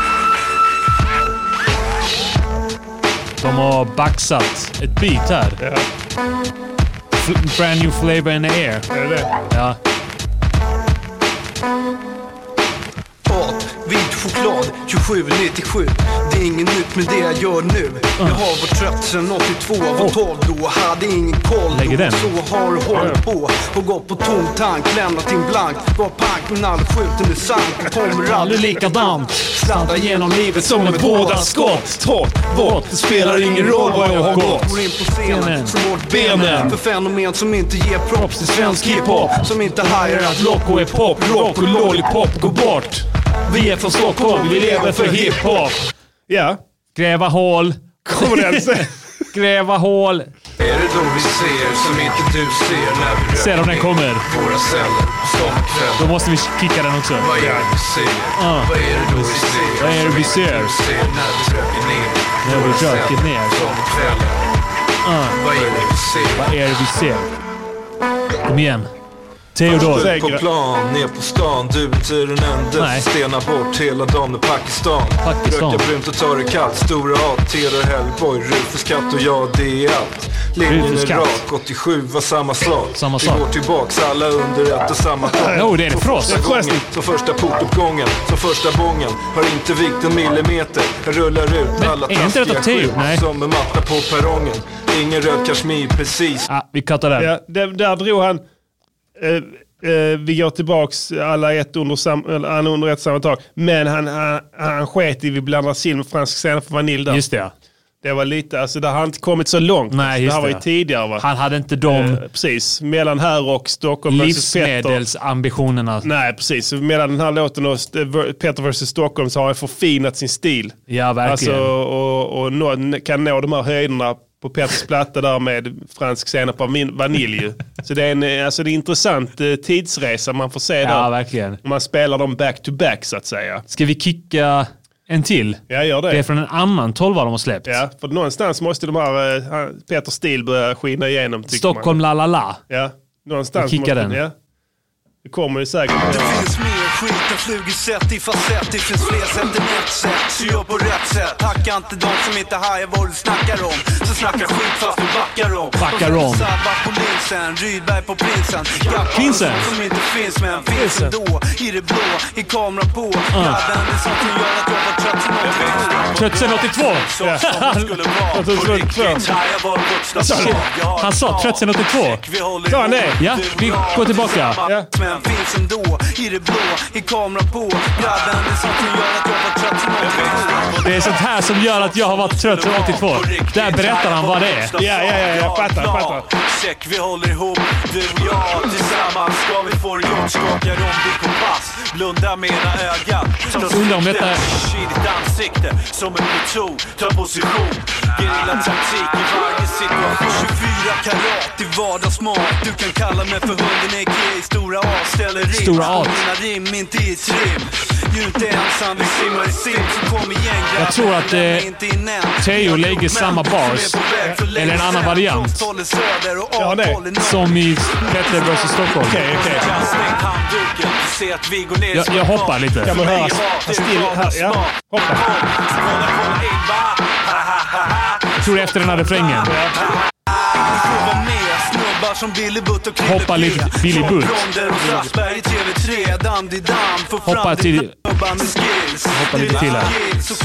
De har baxat ett beat här. Ja. F- brand new flavor in the air. Är det det? Ja. Vit choklad tjugosju nittiosju. Det är inget nytt med det jag gör nu. Jag har varit trött sen åttiotvå, var tolv då. Hade ingen koll då. Så har du hållit på och gått på tom tank. Lämnat in blank, var pank men aldrig skjuten i sank. Och kommer aldrig likadant. Sladdar genom livet som en vårdaskott. Torrt, bort, det spelar ingen roll vad jag har gått. Går in på scenen, slår bort benen. För fenomen som inte ger props till svensk hiphop. Som inte hajar att Loco är pop, rock och lollipop går bort. Vi är från Stockholm, vi lever för hiphop. Ja. Gräva hål. Kommer den se? Gräva hål. Är det då vi ser som inte du ser när vi ser om den kommer. Våra celler som kväll. Då måste vi kicka den också. Vad är det vi ser? Uh. Vad är det då vi ser? Vad är det vi ser? När vi röker ner. När vi röker ner. Som kväll. Uh. Vad är det vi ser? Vad är det vi ser? Kom igen. Theodor. På plan, ner på stan, du är den enda. Stena bort hela dagen i Pakistan. Pakistan. Röka brunt och ta det kallt. Stora A, Theodor Hellboy, Rufus katt och jag, det är allt. Linjen är rak, åttiosju var samma slag. Samma sak. Vi går tillbaks alla under ett och samma tak. Jo, det är det för oss. Som första portuppgången, som första bången. Har inte vikt en millimeter. Jag rullar ut men alla taskiga skit som en matta på perrongen. Ingen röd kashmir, precis. Ah, vi kattar den. Ja, där, där drog han... Uh, uh, vi går tillbaks alla ett under, sam, eller, under ett samma tak. Men han, han, han sket i vi blandar sin med fransk scena för vanilj där. Just det. Det var lite, alltså det har inte kommit så långt. Nej, just det här var det. ju tidigare, va? Han hade inte de... Uh, precis, mellan här och Stockholm versus Petter. Livsmedelsambitionerna. Nej, precis. Mellan den här låten och Petter versus Stockholm så har han förfinat sin stil. Ja, verkligen. Alltså, och, och nå, kan nå de här höjderna på Petters platta där med fransk scena på vanilj. Så det är en alltså det är en intressant eh, tidsresa man får se där. Ja, verkligen. Man spelar dem back to back så att säga. Ska vi kicka en till? Ja, gör det. Det är från en annan tolva de har släppt. Ja, för någonstans måste de här eh, Petters stil börja skina igenom. Stockholm la la la. Ja, någonstans vi kickar måste den. Ja. Det kommer ju säkert. Det finns mer skit än flugesätt i facett. Det finns fler sätt än ett sätt. Så gör på rätt sätt. Hacka inte de som inte hajar vad du snackar om. Så snackar skit fast du backar om. Backar om. Sabbat på linsen, Rydberg på prinsen. Prinsen? Som inte finns men finns ändå. I det blå, i kamera på. Gadden, det är sånt som gör att jag var trött som åttiotvå. Trött sen åttiotvå? Han sa trött sen åttiotvå. Sa han det? Ja, vi går tillbaka. Ja. Men finns ändå i det blå, i kamera på. Grabben, det är sånt som gör att jag var trött som åttiotvå. Det är sånt här som gör att jag har varit trött som åttiotvå. Där berättar han vad det är. Ja, ja, ja, jag fattar, fattar. Check, vi håller ihop, du och jag tillsammans. Ska vi få det gjort, skakar om din kompass. Blunda med ena ögat. Undrar om detta... I ditt ansikte, som en metod, ta position. Gerilla taktik i varje situation. tjugofyra hundra karat i vardagsmat. Du kan kalla mig för hunden A K A Stora A. Ställer rim, Stora A. mina rim inte i ett rim. Du är inte ensam, vi simmar i sim. Så kom igen grabbar. Jag tror att eh, Teo lägger samma bars. Eller en annan variant. Ja, det. Som i Petter versus Stockholm. Okej, okej. Jag, jag hoppar lite. Kan man höra still här? Ja, hoppa. Jag tror efter den här refrängen. Hoppa lite Billy Butt. Hoppa till... Hoppa lite till här.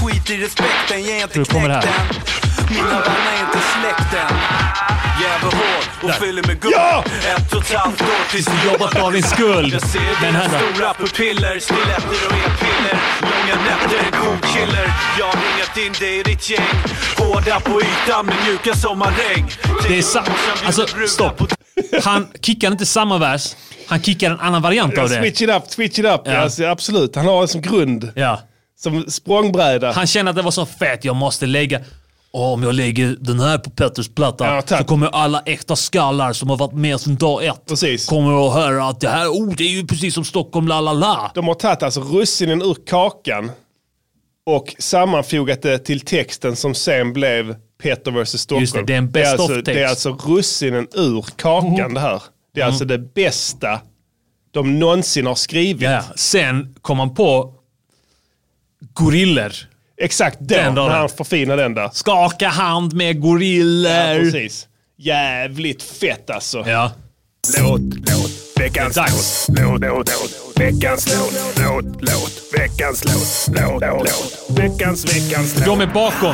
Hur kommer det här? Mina vänner är inte släkten. Jävla hård och fyller med guld. Ja! Ett och ett halvt år tills du jobbat av din skuld. Jag ser Men här dina stora pupiller, stiletter och e-piller. Långa nätter, kokkiller. Jag har ringat in dig i ditt gäng. Hårda på ytan men mjuka som en regn. Det är sant. Alltså, stopp. Han kickar inte samma vers. Han kickar en annan variant av det. Switch it up, switch it up. Ja. Alltså, absolut. Han har det som grund. Ja. Som språngbräda. Han känner att det var så fett. Jag måste lägga... Och om jag lägger den här på Petters platta ja, så kommer alla äkta skallar som har varit med sedan dag ett precis. Kommer att höra att det här oh, det är ju precis som Stockholm la la la. De har tagit alltså russinen ur kakan och sammanfogat det till texten som sen blev Petter versus Stockholm. Just det, det är en best det är alltså, of text. Det är alltså russinen ur kakan mm. det här. Det är mm. alltså det bästa de någonsin har skrivit. Ja, sen kom man på goriller. Exakt, den, den när han förfinar den där. Skaka hand med goriller. Ja, precis. Jävligt fett alltså. Ja. Låt, låt, veckans låt. Låt, låt, låt, veckans låt. Låt, låt, veckans låt. Låt, låt, veckans, veckans låt. De är bakom.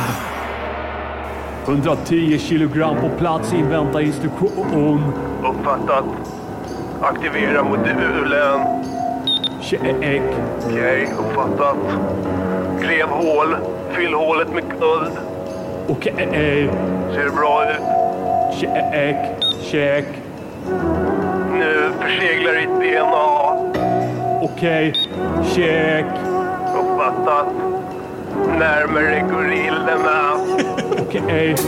hundratio kilogram på plats, invänta instruktion. Uppfattat. Aktivera modulen. Check. Okej, okay, uppfattat. Gräv hål. Fyll hålet med guld. Okej. Okay. Ser det bra ut? Check. Check. Nu förseglar ditt D N A. Okej. Okay. Check. Uppfattat. Närmare gorillerna. Okej. Okay.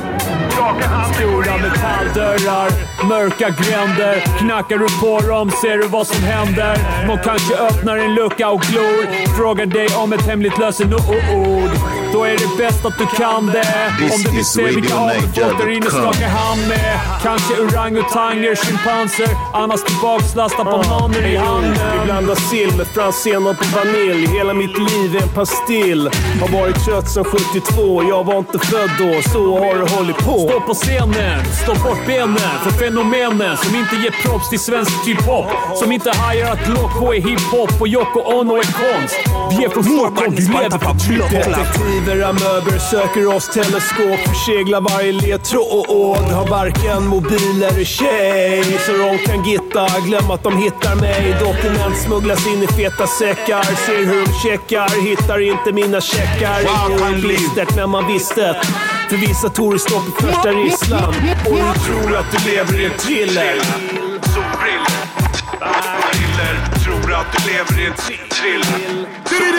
Stora metalldörrar, mörka gränder. Knackar du på dem ser du vad som händer. Någon kanske öppnar en lucka och glor. Frågar dig om ett hemligt lösenord. Då är det bäst att du kan det. Om du vill se vilka avfått där inne skaka hand med. Kanske orangutanger, schimpanser. Annars tillbaks lasta bananer i handen. Vi blandar sill med fransen och på vanilj. Hela mitt liv är en pastill. Har varit trött som sjuttiotvå. Jag var inte född då, så har det hållit på. Stå på scenen, stå bort benen för fenomenen som inte ger props till svensk hiphop. Som inte hajar att Loco är hiphop och Yoko Ono är konst. Vi är från Stockholm, vi lever på detektiver, amöber söker oss teleskop. Förseglar varje ledtråd. Har varken mobil eller tjej, så de kan gitta. Glöm att de hittar mig. Dokument smugglas in i feta säckar. Ser hur de checkar, hittar inte mina checkar. Ingen blistert men man visste. För vissa tourstopp i första Ryssland. Och du tror att du lever i en thriller. Solbriller. Thriller. Tror att du lever i en thriller.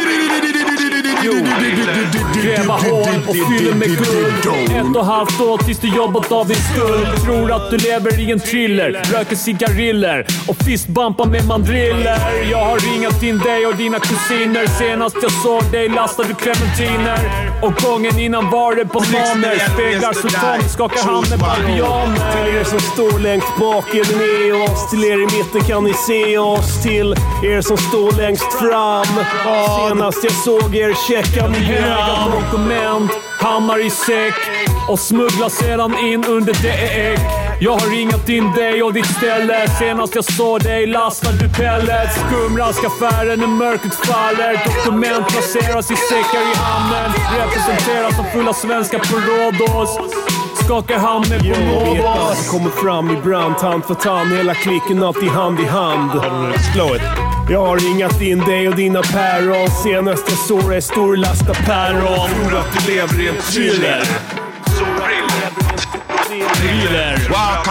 Gräva hål och fyller med guld. Ett och halvt år tills du jobbat av din skuld. Tror att du lever i en thriller. Röker cigariller och fistbumpar med mandriller. Jag har ringat in dig och dina kusiner. Senast jag såg dig lastade du clementiner. Och gången innan var det bananer. Speglar sultan, skakar hand med babianer. Till er som står längst bak är det med oss. Till er i mitten kan ni se oss. Till er som står längst fram. Senast jag såg er checka min höga dokument. Hammar i säck och smugglar sedan in under däck. Jag har ringat in dig och ditt ställe. Senast jag såg dig lastar du pellets. Skumraskaffären när mörkret faller. Dokument placeras i säckar i hamnen. Representeras som fulla svenska på Rhodos. Skakar hand med bonobos. Kommer fram i brand, hand för tand. Hela klicken alltid hand i hand. Slå ett. Jag har ringat in dig och dina päron. Senast jag såg dig storlasta päron. Tror att du lever i en thriller. Thriller. Wow,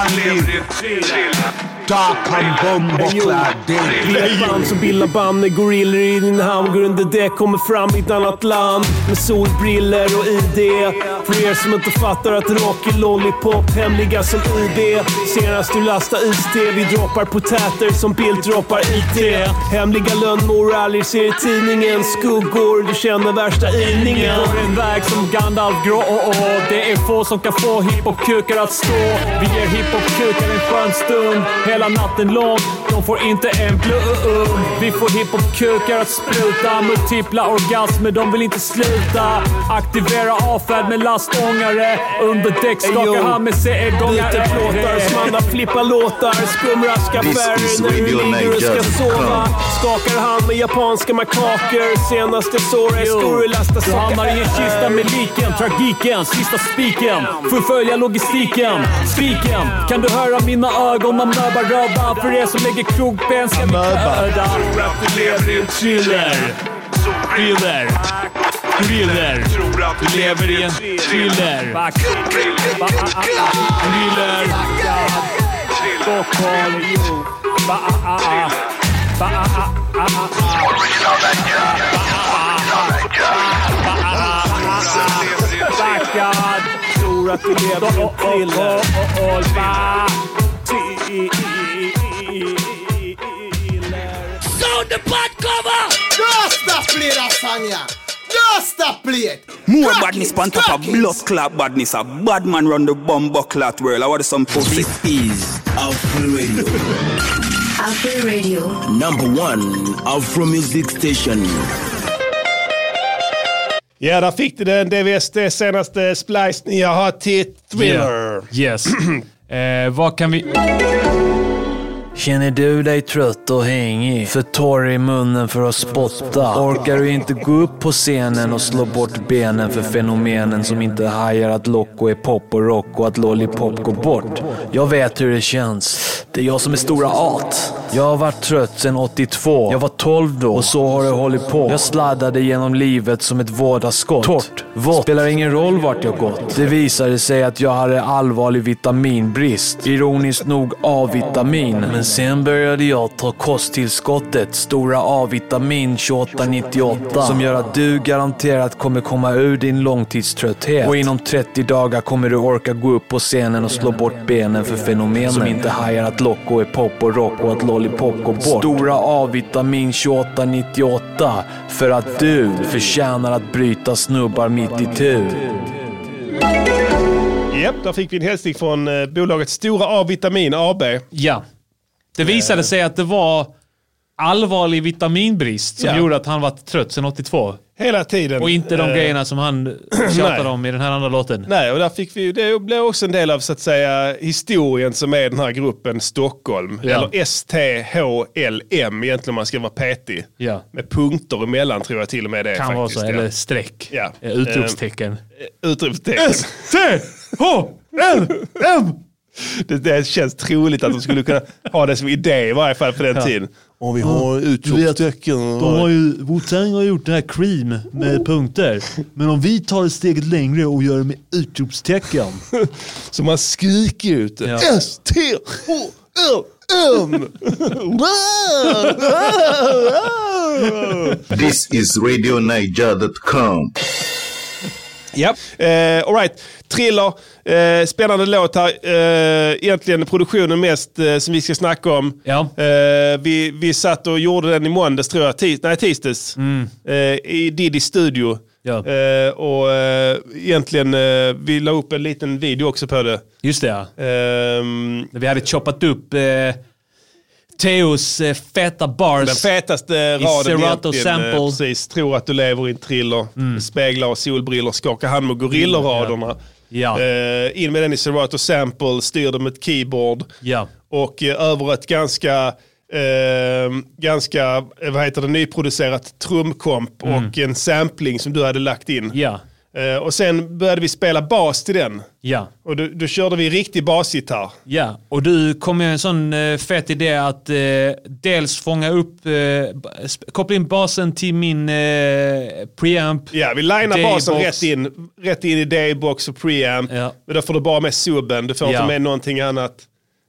Vi är ett band som bildar band med gorillor i din hamn. Går under det, kommer fram i ett annat land med solbriller och I D. För er som inte fattar att rock är lollipop, hemliga som I B. Senast du lastar iste, vi droppar potäter som Bild droppar I T. Hemliga lönnmor, aldrig ser i tidningen. Skuggor, du känner värsta ilningen. Går en väg som Gandalf grå, oh, oh. Det är få som kan få hiphop-kukar att stå. Vi ger hiphop-kukar en skön stund hela natten lång. De får inte en blum. Vi får hiphop-kukar att spruta. Multipla orgasmer, de vill inte sluta. Aktivera avfärd med lastångare. Under däck skakar han med C-gångare. Byter plåtar, smanna flippa låtar. Skumraska färger när du ligger och ska sova. Skakar han med japanska makaker. Senaste såret, stor lasta saker. Du hamnar i en kista med liken. Tragiken, sista spiken. Förfölja logistiken. Skriken, kan du höra mina ögon? Man möbar röda. För er som lägger krokben ska vi köda. Tror att du lever i en thriller. Thriller. Thriller. Tror att du lever i en thriller. Thriller. Stockholm. Backad. Tror att du lever i en thriller. Sound the bad cover! Don't stop play that song, yeah. Don't stop play it. More badness on top of blood clot badness. A bad man run the bomb clot world. I want some pussy. This is Afro Radio. Afro Radio. Number one Afro Music Station. Ja, där fick du den D V S D senaste splice ni har till Thriller. Yeah. Yes. eh, vad kan vi... Känner du dig trött och hängig? För torr i munnen för att spotta? Orkar du inte gå upp på scenen och slå bort benen för fenomenen som inte hajar att Loco är pop och rock och att Lollipop går bort? Jag vet hur det känns. Det är jag som är stora at. Jag har varit trött sedan åttiotvå. Jag var tolv då och så har det hållit på. Jag sladdade genom livet som ett vådaskott. Torrt, vått. Spelar ingen roll vart jag gått. Det visade sig att jag hade allvarlig vitaminbrist. Ironiskt nog A-vitamin. Men sen började jag ta kosttillskottet Stora A-vitamin tjugoåtta nittioåtta som gör att du garanterat kommer komma ur din långtidströtthet. Och inom trettio dagar kommer du orka gå upp på scenen och slå bort benen för fenomenen som inte hajar att Loco är pop och rock och att Lollipop går bort. Stora A-vitamin tjugoåtta nittioåtta för att du förtjänar att bryta snubbar mitt i tur. Japp, där fick vi en hälsning från eh, bolaget Stora A-vitamin A B. Ja. Det visade sig att det var allvarlig vitaminbrist som ja. gjorde att han var trött sedan åttiotvå. Hela tiden. Och inte de uh, grejerna som han tjatade om i den här andra låten. Nej, och där fick vi, det blev också en del av så att säga historien som är den här gruppen Stockholm. Ja. Eller S T H L M egentligen om man ska vara petig. Ja. Med punkter emellan tror jag till och med det. Kan faktiskt, vara så, ja. eller streck. Ja. Utropstecken. Uh, utropstecken. S T H L M Det, det känns troligt att de skulle kunna ha det som idé i varje fall på den ja. tiden. Om vi har utropstecken. De har ju, Wu-Tang har gjort det här Cream med punkter. Men om vi tar ett steget längre och gör det med utropstecken. Så man skriker ut det. Ja. S T H L M This is radio niger dot com. Ja, eh, all right. Thriller, eh, spännande låt här. Eh, egentligen produktionen mest eh, som vi ska snacka om. Ja. Eh, vi, vi satt och gjorde den i måndags tror jag. Tis, nej, tisdags. Mm. Eh, I Diddy studio. Ja. Eh, och eh, egentligen, eh, vi la upp en liten video också på det. Just det, ja. Eh, vi hade choppat upp... Eh... Theos eh, feta bars. Den fetaste raden Serato sample. Eh, precis, tror att du lever i en thriller. Mm. Speglar och solbriller, skakar hand med gorilleraderna. Ja. Eh, in med den i Serato sample, styr dem ett keyboard. Ja. Och eh, över ett ganska eh, ganska, vad heter det, nyproducerat trumkomp mm. och en sampling som du hade lagt in. Ja. Uh, och sen började vi spela bas till den. Ja. Och då, då körde vi riktig basgitarr. Ja, och du kom med en sån uh, fett idé att uh, dels fånga upp, uh, koppla in basen till min uh, preamp. Ja, vi linar basen rätt in, rätt in i D-box och preamp. Ja. Men då får du bara med subben, du får ja. inte med någonting annat.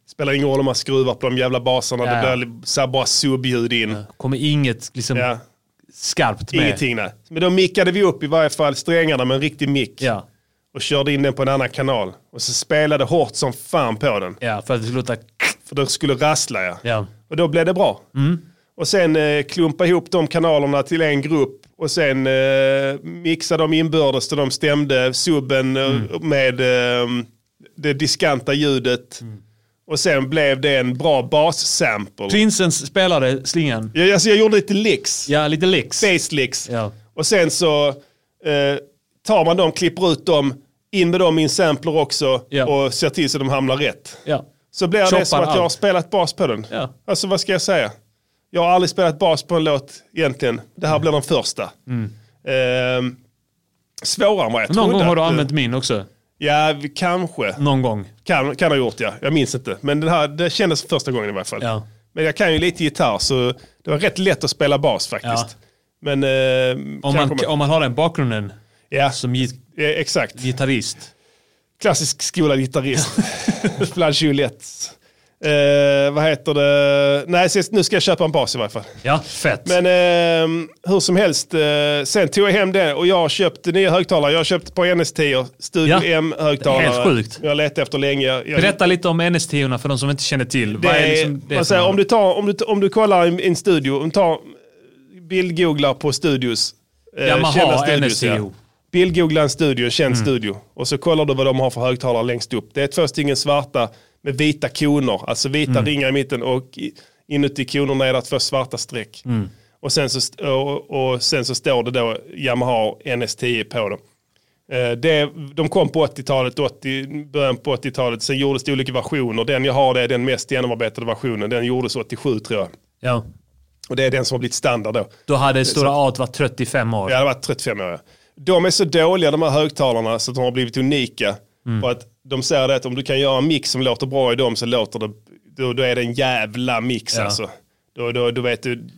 Spelar ingen roll om man skruvar på de jävla basarna. Ja. Det blir så här bara subljud in. Ja. Kommer inget liksom ja. skarpt med. Ingenting, nej. Men då mickade vi upp i varje fall strängarna med en riktig mick. Ja. Och körde in den på en annan kanal. Och så spelade hårt som fan på den. Ja, för att det skulle låta... För det skulle rassla, ja. ja. Och då blev det bra. Mm. Och sen eh, klumpa ihop de kanalerna till en grupp. Och sen eh, mixa dem inbördes där de stämde subben mm. med eh, det diskanta ljudet. Mm. Och sen blev det en bra bass-sample. Prinsen spelade slingan. Ja, alltså jag gjorde lite licks. Ja, lite licks. Bass licks. Ja. Och sen så eh, tar man dem, klipper ut dem, in med dem i en sampler också ja. och ser till så de hamnar rätt. Ja. Så blir Choppar det som att allt. jag har spelat bas på den. Ja. Alltså vad ska jag säga? Jag har aldrig spelat bas på en låt egentligen. Det här mm. blir den första. Mm. Eh, svårare än vad jag Någon trodde. gång har du använt min också. Ja, kanske. Någon gång. Kan, kan ha gjort, ja. Jag minns inte. Men det, här, det kändes första gången i varje fall. Ja. Men jag kan ju lite gitarr så det var rätt lätt att spela bas faktiskt. Ja. Men, eh, om, man, man... om man har den bakgrunden ja. som git- ja, exakt. gitarrist. Klassisk skolad gitarrist. Bland tjugoett. Eh, vad heter det? Nej, nu ska jag köpa en bas i varje fall. Ja, fett. Men eh, hur som helst, eh, sen tog jag hem det och jag har köpt nya högtalare. Jag har köpt på N S tio, Studio ja. M-högtalare. Helt sjukt. Jag har letat efter länge. Jag... Berätta lite om N S tio för de som inte känner till. Det Vad är är, liksom det alltså, om, du tar, om, du, om du kollar i en studio, om du tar bildgooglar på studios. Eh, Yamaha N S tio. Ja. Bildgoogla en studio, känd Mm. studio. Och så kollar du vad de har för högtalare längst upp. Det är två stycken svarta med vita koner. Alltså vita mm. ringar i mitten och inuti konerna är det två svarta streck. Mm. Och, sen så, och, och sen så står det då Yamaha N S tio på dem. Eh, det, de kom på åttiotalet, åttio, början på åttiotalet. Sen gjordes det olika versioner. Den jag har det är den mest genomarbetade versionen. Den gjordes åttiosju tror jag. Ja. Och det är den som har blivit standard då. Då hade Stora A varit trettiofem år. Ja, det var trettiofem år. Ja. De är så dåliga de här högtalarna så att de har blivit unika. Mm. För att de säger det att om du kan göra en mix som låter bra i dem så låter det, då, då är det en jävla mix ja. alltså. Då, då, då vet du,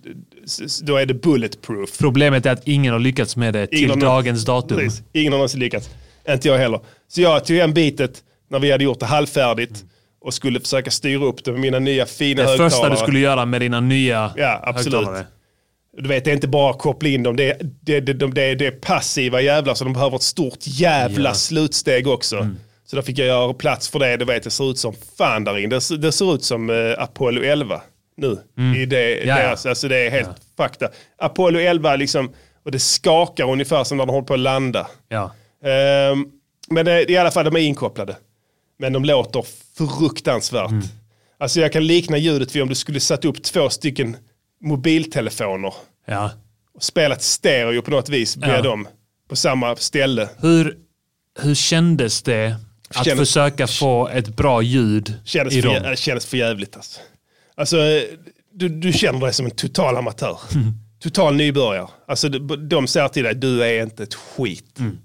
då är det bulletproof. Problemet är att ingen har lyckats med det till ingen dagens någon, datum. Precis, ingen har någonsin lyckats. Inte jag heller. Så jag tog en bitet när vi hade gjort det halvfärdigt mm. och skulle försöka styra upp det med mina nya fina det högtalare. Det första du skulle göra med dina nya ja, absolut. högtalare. Du vet, det är inte bara att koppla in dem. Det är, det, det, det, det, det är passiva jävlar så de behöver ett stort jävla ja. slutsteg också. Mm. Så då fick jag göra plats för det. Du vet, det ser ut som fan där in. Det, det ser ut som uh, Apollo elva nu. Mm. I det, ja, deras, ja. Alltså det är helt ja. fakta. Apollo elva liksom, och det skakar ungefär som när de håller på att landa. Ja. Um, men det, i alla fall, de är inkopplade. Men de låter fruktansvärt. Mm. Alltså jag kan likna ljudet vid om du skulle satt upp två stycken mobiltelefoner ja. och spelat stereo på något vis med ja. dem på samma ställe. Hur, hur kändes det att kändes, försöka få ett bra ljud kändes i för, dem? Det kändes för jävligt alltså. Alltså du, du känner dig som en total amatör. Mm. Total nybörjare. Alltså de, de säger till dig, du är inte ett skit. Mm.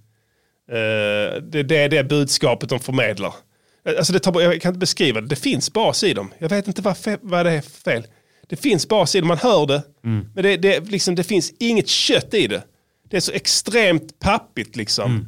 Uh, det, det är det budskapet de förmedlar. Alltså det tar, jag kan inte beskriva det. Det finns bas i dem. Jag vet inte vad, fe, vad det är för fel. Det finns bas i det, man hör det. Mm. Men det, det, liksom, det finns inget kött i det. Det är så extremt pappigt liksom. Mm.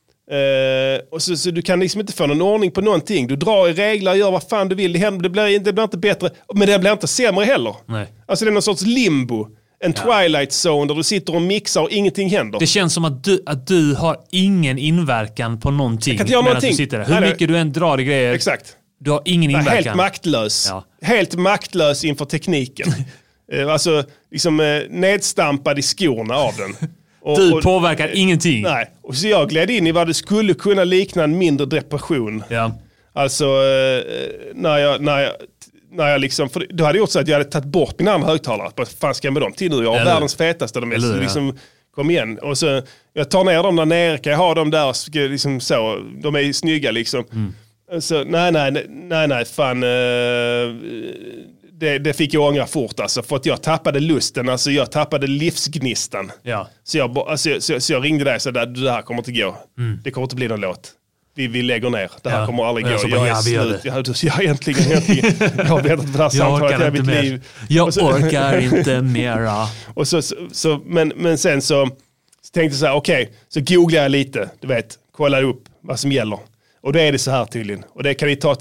Uh, och så, så du kan liksom inte få någon ordning på någonting. Du drar i regler, gör vad fan du vill. Det, händer, det, blir, det blir inte bättre, men det blir inte sämre heller. Nej. Alltså det är någon sorts limbo. En ja. Twilight Zone där du sitter och mixar och ingenting händer. Det känns som att du, att du har ingen inverkan på någonting. Jag kan inte göra någonting. Du sitter där. Hur nej, mycket du än drar i grejer. Exakt. Du har ingen inverkan. Helt maktlös. Ja. Helt maktlös inför tekniken. Alltså liksom nedstampad i skorna av den. Och, du påverkar och, ingenting. Nej. Och så jag gled in i vad det skulle kunna likna en mindre depression. Ja. Alltså när jag, när jag när jag liksom, för då hade jag gjort så att jag hade tagit bort mina andra högtalare. Vad fan ska jag med dem till nu? Jag har Eller. världens fetaste. De är Eller, så liksom, ja. kom igen. Och så, jag tar ner dem där nere. Kan jag ha dem där? Liksom så, de är snygga liksom. Mm. Så, nej, nej, nej, nej, fan. Det, det fick jag ångra fort alltså. För att jag tappade lusten. Alltså jag tappade livsgnistan. Ja. Så, jag, alltså, så, så jag ringde dig och sa att det här kommer inte gå. Mm. Det kommer inte bli någon låt. Vi, vi lägger ner. Det här ja. kommer aldrig gå. Jag, jag är ja, slut. Jag, jag, äntligen, äntligen. Jag har vetat på det här samtalet hela mitt liv. Jag så, orkar inte mera. Och så, så, så, men, men sen så, så tänkte jag så här, okej. Okay, så googlade jag lite. Du vet, kollade upp vad som gäller. Och då är det så här tydligen. Och det kan vi ta till,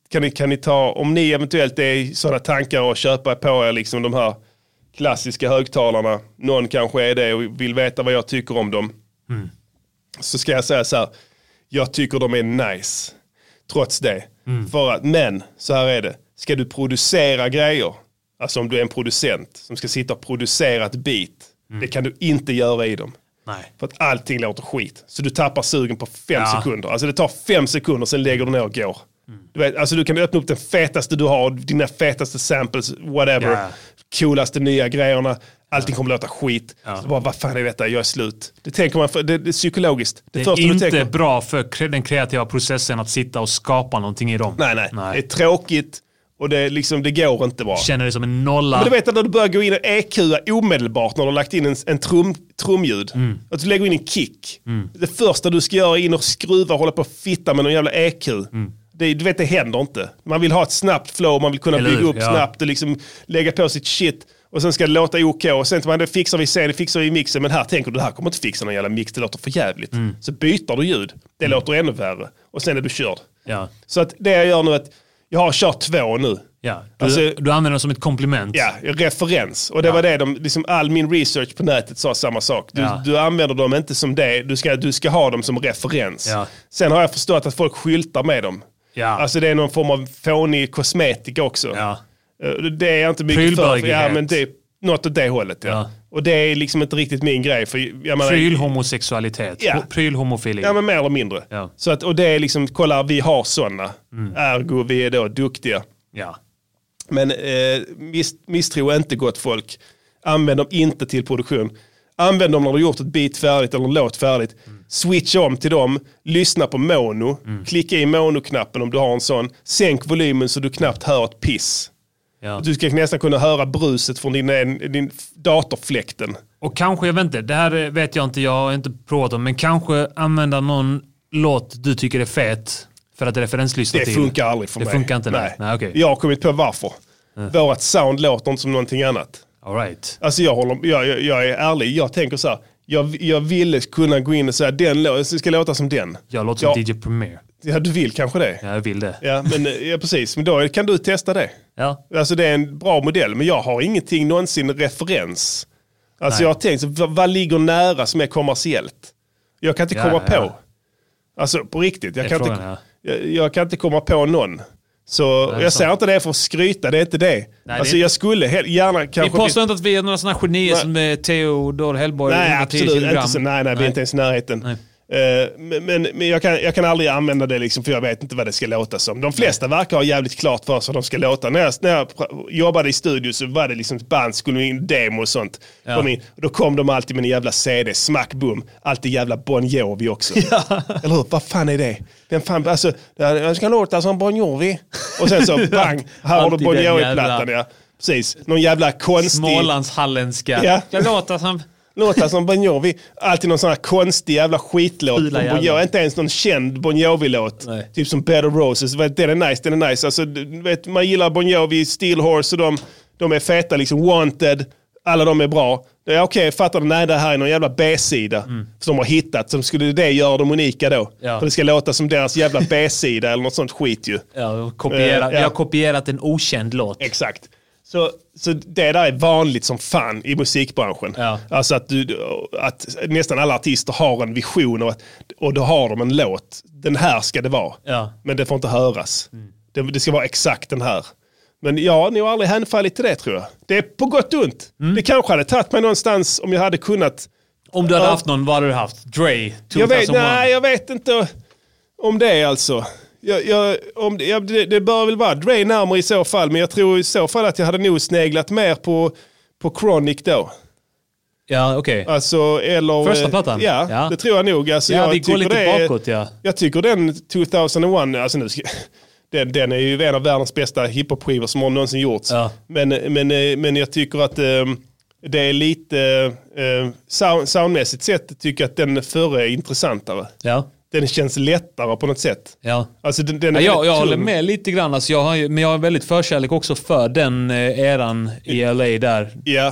kan ni, kan ni ta, om ni eventuellt är sådana tankar och köpa på er liksom de här klassiska högtalarna, någon kanske är det och vill veta vad jag tycker om dem, mm. så ska jag säga så här, jag tycker de är nice trots det. Mm. För att, men så här är det, ska du producera grejer, alltså om du är en producent som ska sitta och producera ett beat, mm. det kan du inte göra i dem. Nej. För att allting låter skit. Så du tappar sugen på fem ja. sekunder. Alltså det tar fem sekunder, sen lägger du ner och går. Mm. Du vet, alltså du kan öppna upp den fetaste du har, dina fetaste samples, whatever. Ja. Coolaste nya grejerna. Allting kommer låta skit. Ja. Så bara, vad fan är detta? Jag är slut. Det tänker man, för, det, det är psykologiskt. Det, det är inte tänker, bra för den kreativa processen att sitta och skapa någonting i dem. Nej, nej. nej. Det är tråkigt. Och det, liksom, det går inte bra. Känner det som en nolla. Men du vet att när du börjar gå in och E Q omedelbart när du har lagt in en, en trum, trumljud. Mm. Att du lägger in en kick. Mm. Det första du ska göra är in och skruva och hålla på och fitta med någon jävla E Q. Mm. Det, du vet, det händer inte. Man vill ha ett snabbt flow, man vill kunna Eller, bygga upp ja. snabbt och liksom lägga på sitt shit. Och sen ska det låta OK. Och sen man, det fixar vi sen, det fixar vi i mixen. Men här tänker du, det här kommer inte fixa någon jävla mix. Det låter för jävligt. Mm. Så byter du ljud. Det mm. låter ännu värre. Och sen är du körd. Ja. Så att det jag gör nu är att jag har kört två nu. Ja, du, alltså, du använder det som ett komplement. Ja, referens. Och det ja. var det de, liksom all min research på nätet sa samma sak. Du, ja. du använder dem inte som det, du ska, du ska ha dem som referens. Ja. Sen har jag förstått att folk skyltar med dem. Ja. Alltså det är någon form av fånig kosmetika också. Ja. Det är jag inte mycket för. Ja, men det är något åt det hållet. Ja. Ja. Och det är liksom inte riktigt min grej. För, jag menar, prylhomosexualitet. Ja. Prylhomofili. Ja, men mer eller mindre. Ja. Så att, och det är liksom, kolla, vi har sådana. Mm. Ergo, vi är då duktiga. Ja. Men eh, miss, misstro inte gott folk. Använd dem inte till produktion. Använd dem när du gjort ett beat färdigt eller en låt färdigt. Mm. Switcha om till dem. Lyssna på mono. Mm. Klicka i mono-knappen om du har en sån. Sänk volymen så du knappt hör ett piss. Ja. Du ska nästan kunna höra bruset från din, din datorfläkten. Och kanske, jag vet inte, det här vet jag inte, jag har inte provat om, men kanske använda någon låt du tycker är fet för att referenslyssna till. Det funkar aldrig för det mig. Det funkar inte. Nej. Nej, okay. Jag har kommit på varför. Mm. Vårat sound låter inte som någonting annat. All right. Alltså jag, håller, jag, jag, jag är ärlig, jag tänker så här. Jag, jag ville kunna gå in och säga den låten ska låta som den. Jag låter som ja. D J Premier. Ja, du vill kanske det. Ja, jag vill det. Ja, men, ja, precis. Men då kan du testa det. Ja. Alltså det är en bra modell, men jag har ingenting någonsin referens. Alltså Nej. jag har tänkt, så, vad, vad ligger nära som är kommersiellt? Jag kan inte ja, komma ja. på. Alltså på riktigt, jag kan, frågan, inte, ja. jag, jag kan inte komma på någon. Så jag säger inte det för att skryta, det är inte det. Nej, alltså det är... jag skulle he- gärna kanske... Vi påstår inte att vi är några sådana genier nej. som är Theodor Hellborg. Nej, absolut inte. Så, nej, nej, nej, vi är inte ens i närheten. Nej. Uh, men men, men jag, kan, jag kan aldrig använda det liksom, för jag vet inte vad det ska låta som. De flesta nej. verkar ha jävligt klart för sig vad de ska låta. När jag, när jag jobbade i studio så var det liksom band, skulle in demo och sånt. Ja. Kom in, och då kom de alltid med en jävla C D, smack, boom. Alltid jävla Bon Jovi också. Ja. Eller hur? Vad fan är det? Vem fan, alltså, jag ska låta som Bon Jovi. Och sen så bang, här har du Bon Jovi-plattan. Ja. Precis, någon jävla konstig... Smålandshalländska. Ja. Jag låter som... Låtar som Bon Jovi. Alltid någon sån här konstig jävla skitlåt. Bon Jovi. Inte ens någon känd Bon Jovi-låt. Nej. Typ som Bed of Roses. Den är nice, den är nice. Alltså, vet, man gillar Bon Jovi, Steel Horse och de, de är feta. Liksom Wanted. Alla de är bra. Okej, okay, fattar du? Nej, det här är någon jävla B-sida mm. som de har hittat. Som skulle det göra dem unika då. Ja. För det ska låta som deras jävla B-sida eller något sånt skit ju. Ja, kopiera, uh, ja. Jag har kopierat en okänd låt. Exakt. Så, så det där är vanligt som fan i musikbranschen. Ja. Alltså att, du, att nästan alla artister har en vision och, att, och då har de en låt. Den här ska det vara. Ja. Men det får inte höras. Mm. Det, det ska vara exakt den här. Men ja, ni har aldrig hänfallit till det tror jag. Det är på gott och ont. Mm. Det kanske hade tagit mig någonstans om jag hade kunnat... Om du hade uh, haft någon, vad hade du haft? Dre? Jag vet, nej, jag vet inte om det är alltså... Jag, jag, om det, jag, det, det bör väl vara Dre närmare i så fall, men jag tror i så fall att jag hade nog sneglat mer på, på Chronic då. Ja, okej. Okay. Alltså, eller... Första plattan? Ja, ja, det tror jag nog. Alltså, ja, jag vi går lite det, bakåt, ja. Jag tycker den tjugohundraett, alltså nu ska, den, den är ju en av världens bästa hiphop-skivor som har någonsin gjorts. Ja. Men, men, men jag tycker att um, det är lite... Uh, sound, soundmässigt sett tycker jag att den före är intressantare. Ja. Den känns lättare på något sätt. Ja. Alltså den, den är ja, jag jag håller med lite grann. Alltså jag har, men jag har väldigt förkärlek också för den eran i L A där. Ja,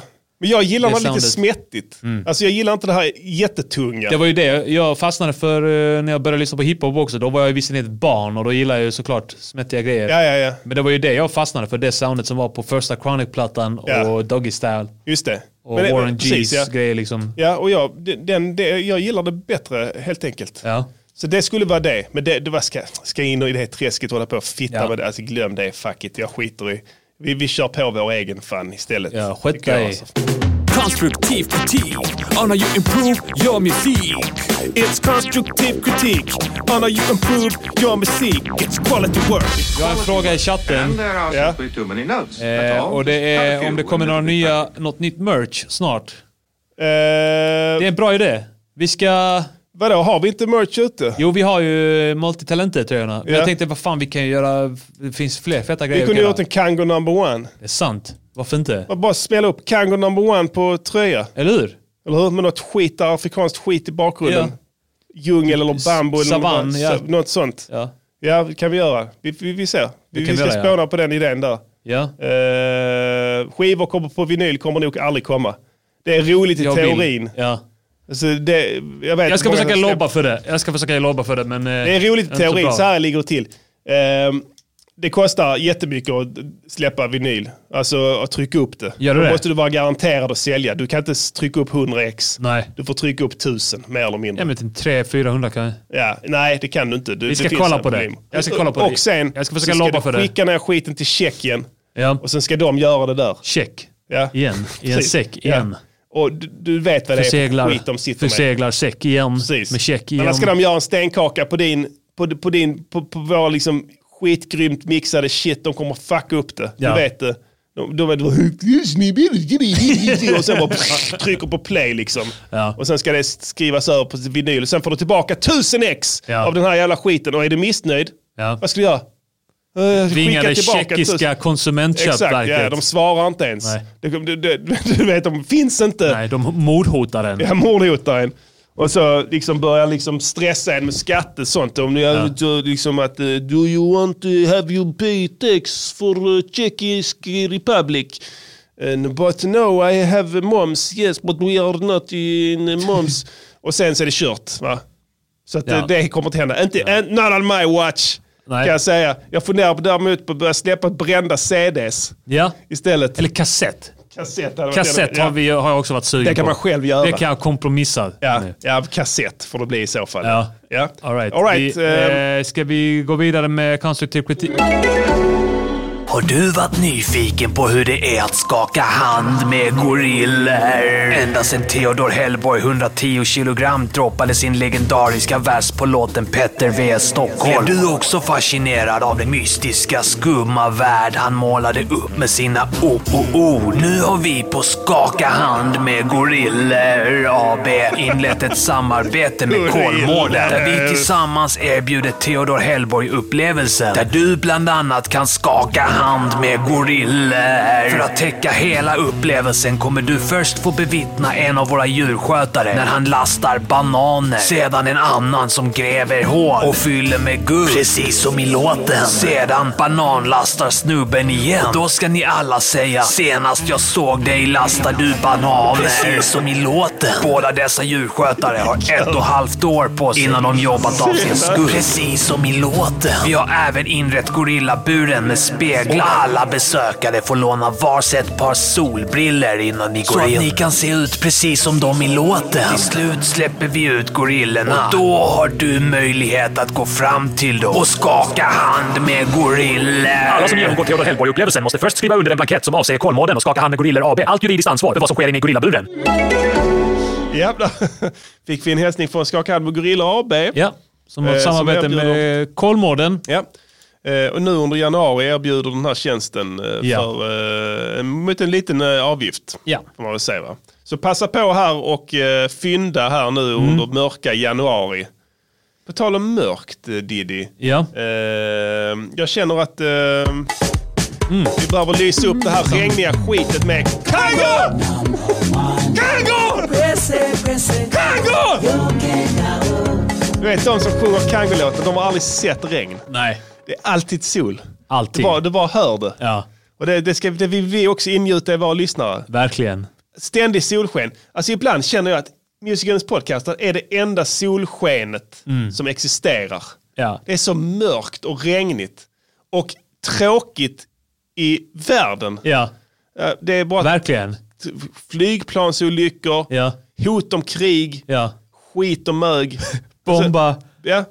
Men jag gillar det, det lite smättigt. Mm. Alltså jag gillar inte det här jättetunga. Det var ju det jag fastnade för uh, när jag började lyssna på hiphop också. Då var jag visserligen ett barn och då gillade jag ju såklart smättiga grejer. Ja, ja, ja. Men det var ju det jag fastnade för, det soundet som var på första Chronic-plattan ja. och Doggy Style. Just det. Och men, Warren G's ja. grejer liksom. Ja, och jag, den, det, jag gillar det bättre helt enkelt. Ja. Så det skulle vara det. Men det, det var ska, ska in i det här träsket och hålla på och fitta ja. med det. Alltså glöm det, fuck it, jag skiter i. Vi, vi kör på vår egen fan istället. Ja, skit dig. Alltså. Konstruktiv kritik on how you improve your musik. It's constructive critique on how you improve your music. It's quality work. Jag har en fråga i chatten. Ja. Eh, och det är om det kommer några nya, något nytt merch snart. Eh, det är en bra idé. Vi ska... Vadå, har vi inte merch ute? Jo, vi har ju multitalentet-tröjorna. Ja. Jag tänkte, vad fan, vi kan ju göra... Det finns fler feta grejer. Vi kunde gjort en Kango number one. Det är sant. Varför inte? Man bara spela upp Kango number one på tröja. Eller hur? Eller hur? Med något skit, afrikanskt skit i bakgrunden. Ja. Djungel eller bambu. Savann, eller ja. Något sånt. Ja. Ja, det kan vi göra. Vi, vi, vi ser. Vi, vi ska göra, spåna ja. på den idén där. Ja. Uh, skivor kommer på vinyl kommer nog aldrig komma. Det är roligt i jag teorin. Vill. Ja. Alltså det, jag, vet jag ska försöka lobba för det. Jag ska försöka lobba för det, men... Det är roligt i teorin, så, så här ligger det till. Uh, det kostar jättemycket att släppa vinyl. Alltså att trycka upp det. Gör du Då det? måste du vara garanterad att sälja. Du kan inte trycka upp hundra ex. Nej. Du får trycka upp tusen, mer eller mindre. Ja, men tre fyrahundra kan jag. Ja, nej, det kan du inte. Du, Vi ska det kolla på det. Jag ska kolla på och det. sen jag ska försöka lobba för det. skicka ner skiten till Tjeckien. Ja. Och sen ska de göra det där. Check. Ja. Igen. I en säck igen. Ja. Och du, du vet vad det förseglar, är för skit de sitter förseglar med. säck igen. Precis. Med check igen. Annars ska de göra en stenkaka på din, på, på din, på, på vår liksom skitgrymt mixade shit. De kommer fucka upp det. Ja. Du vet det. De, de vet och sen bara trycker på play liksom. Ja. Och sen ska det skrivas över på vinyl. Och sen får du tillbaka tusen ex ja. av den här jävla skiten. Och är du missnöjd, ja. vad ska du göra? Ringa det tjeckiska konsumentköpverket. Exakt, ja, de svarar inte ens. Du, du, du, du vet, de finns inte. Nej, de mordhotar en. Ja, mordhotar en. Och så liksom börjar liksom stressa en med skatter sånt. Om ni ja. liksom att uh, do you want to have you pay tax for uh, Czech Republic? And, but no, I have moms. Yes, but we are not in moms. Och sen så är det kört, va? Så att ja. det, det kommer att hända. Inte, ja. Not on my watch. Nej. Kan jag säga. Jag funderar på däremot på att börja släppa brända C Ds. Ja. Istället. Eller kassett. Kassett, kassett har, vi, har jag också varit sugen på. Det kan man själv göra. Det kan jag kompromissa. Ja, ja, kassett får det bli i så fall. Ja. Ja. All right. All right. Vi, eh, ska vi gå vidare med konstruktiv kritik? Har du varit nyfiken på hur det är att skaka hand med gorillor? Ända sedan Theodor Hellborg hundratio kilogram droppade sin legendariska vers på låten Petter V. Stockholm. Är du också fascinerad av den mystiska skumma värld han målade upp med sina ord? Nu har vi på Skaka hand med gorillor A B inlett ett samarbete med Kolmården, där vi tillsammans erbjuder Theodor Hellborg-upplevelsen, där du bland annat kan skaka hand med gorillor. För att täcka hela upplevelsen kommer du först få bevittna en av våra djurskötare när han lastar bananer. Sedan en annan som gräver hål och fyller med guld, precis som i låten. Sedan bananlastar snubben igen. Då ska ni alla säga: senast jag såg dig lastar du bananer, precis som i låten. Båda dessa djurskötare har ett och ett halvt år på sig innan de jobbat av sin skuld, precis som i låten. Vi har även inrett gorillaburen med speglar. Alla besökare får låna varsitt par solbriller innan ni går in, så att ni kan se ut precis som de i låten. Till slut släpper vi ut gorillorna, och då har du möjlighet att gå fram till dem och skaka hand med gorillor. Alla som genomgår Theodor Hellborg-upplevelsen måste först skriva under en blankett som avser Kolmården och skaka hand med gorillor A B. Allt juridiskt ansvar för vad som sker inne i gorillaburen. Ja, fick vi en hälsning från Skaka hand med gorillor A B. Ja, som har ett eh, samarbete med Kolmården. Ja. Eh, och nu under januari erbjuder den här tjänsten eh, ja. för eh, mot en liten eh, avgift. Ja. Får man väl säga, va? Så passa på här och eh, fynda här nu mm. under mörka januari. På tal om mörkt, eh, Diddy. Ja. Eh, jag känner att eh, mm. vi behöver lysa upp det här regniga skitet med Kango! Kango! Kango! Du vet, de som sjunger Kango-låten, de har aldrig sett regn. Nej. Det är alltid sol. Alltid. Du bara, du bara hör det. Ja. Och det, det, ska, det vill vi också ingjuta i våra lyssnare. Verkligen. ständig solsken. Alltså ibland känner jag att Music Guns podcast är det enda solskenet mm. som existerar. Ja. Det är så mörkt och regnigt och tråkigt i världen. Ja. Det är bara verkligen flygplansolyckor, ja. hot om krig, ja. skit och mög. Bomba. Så, ja.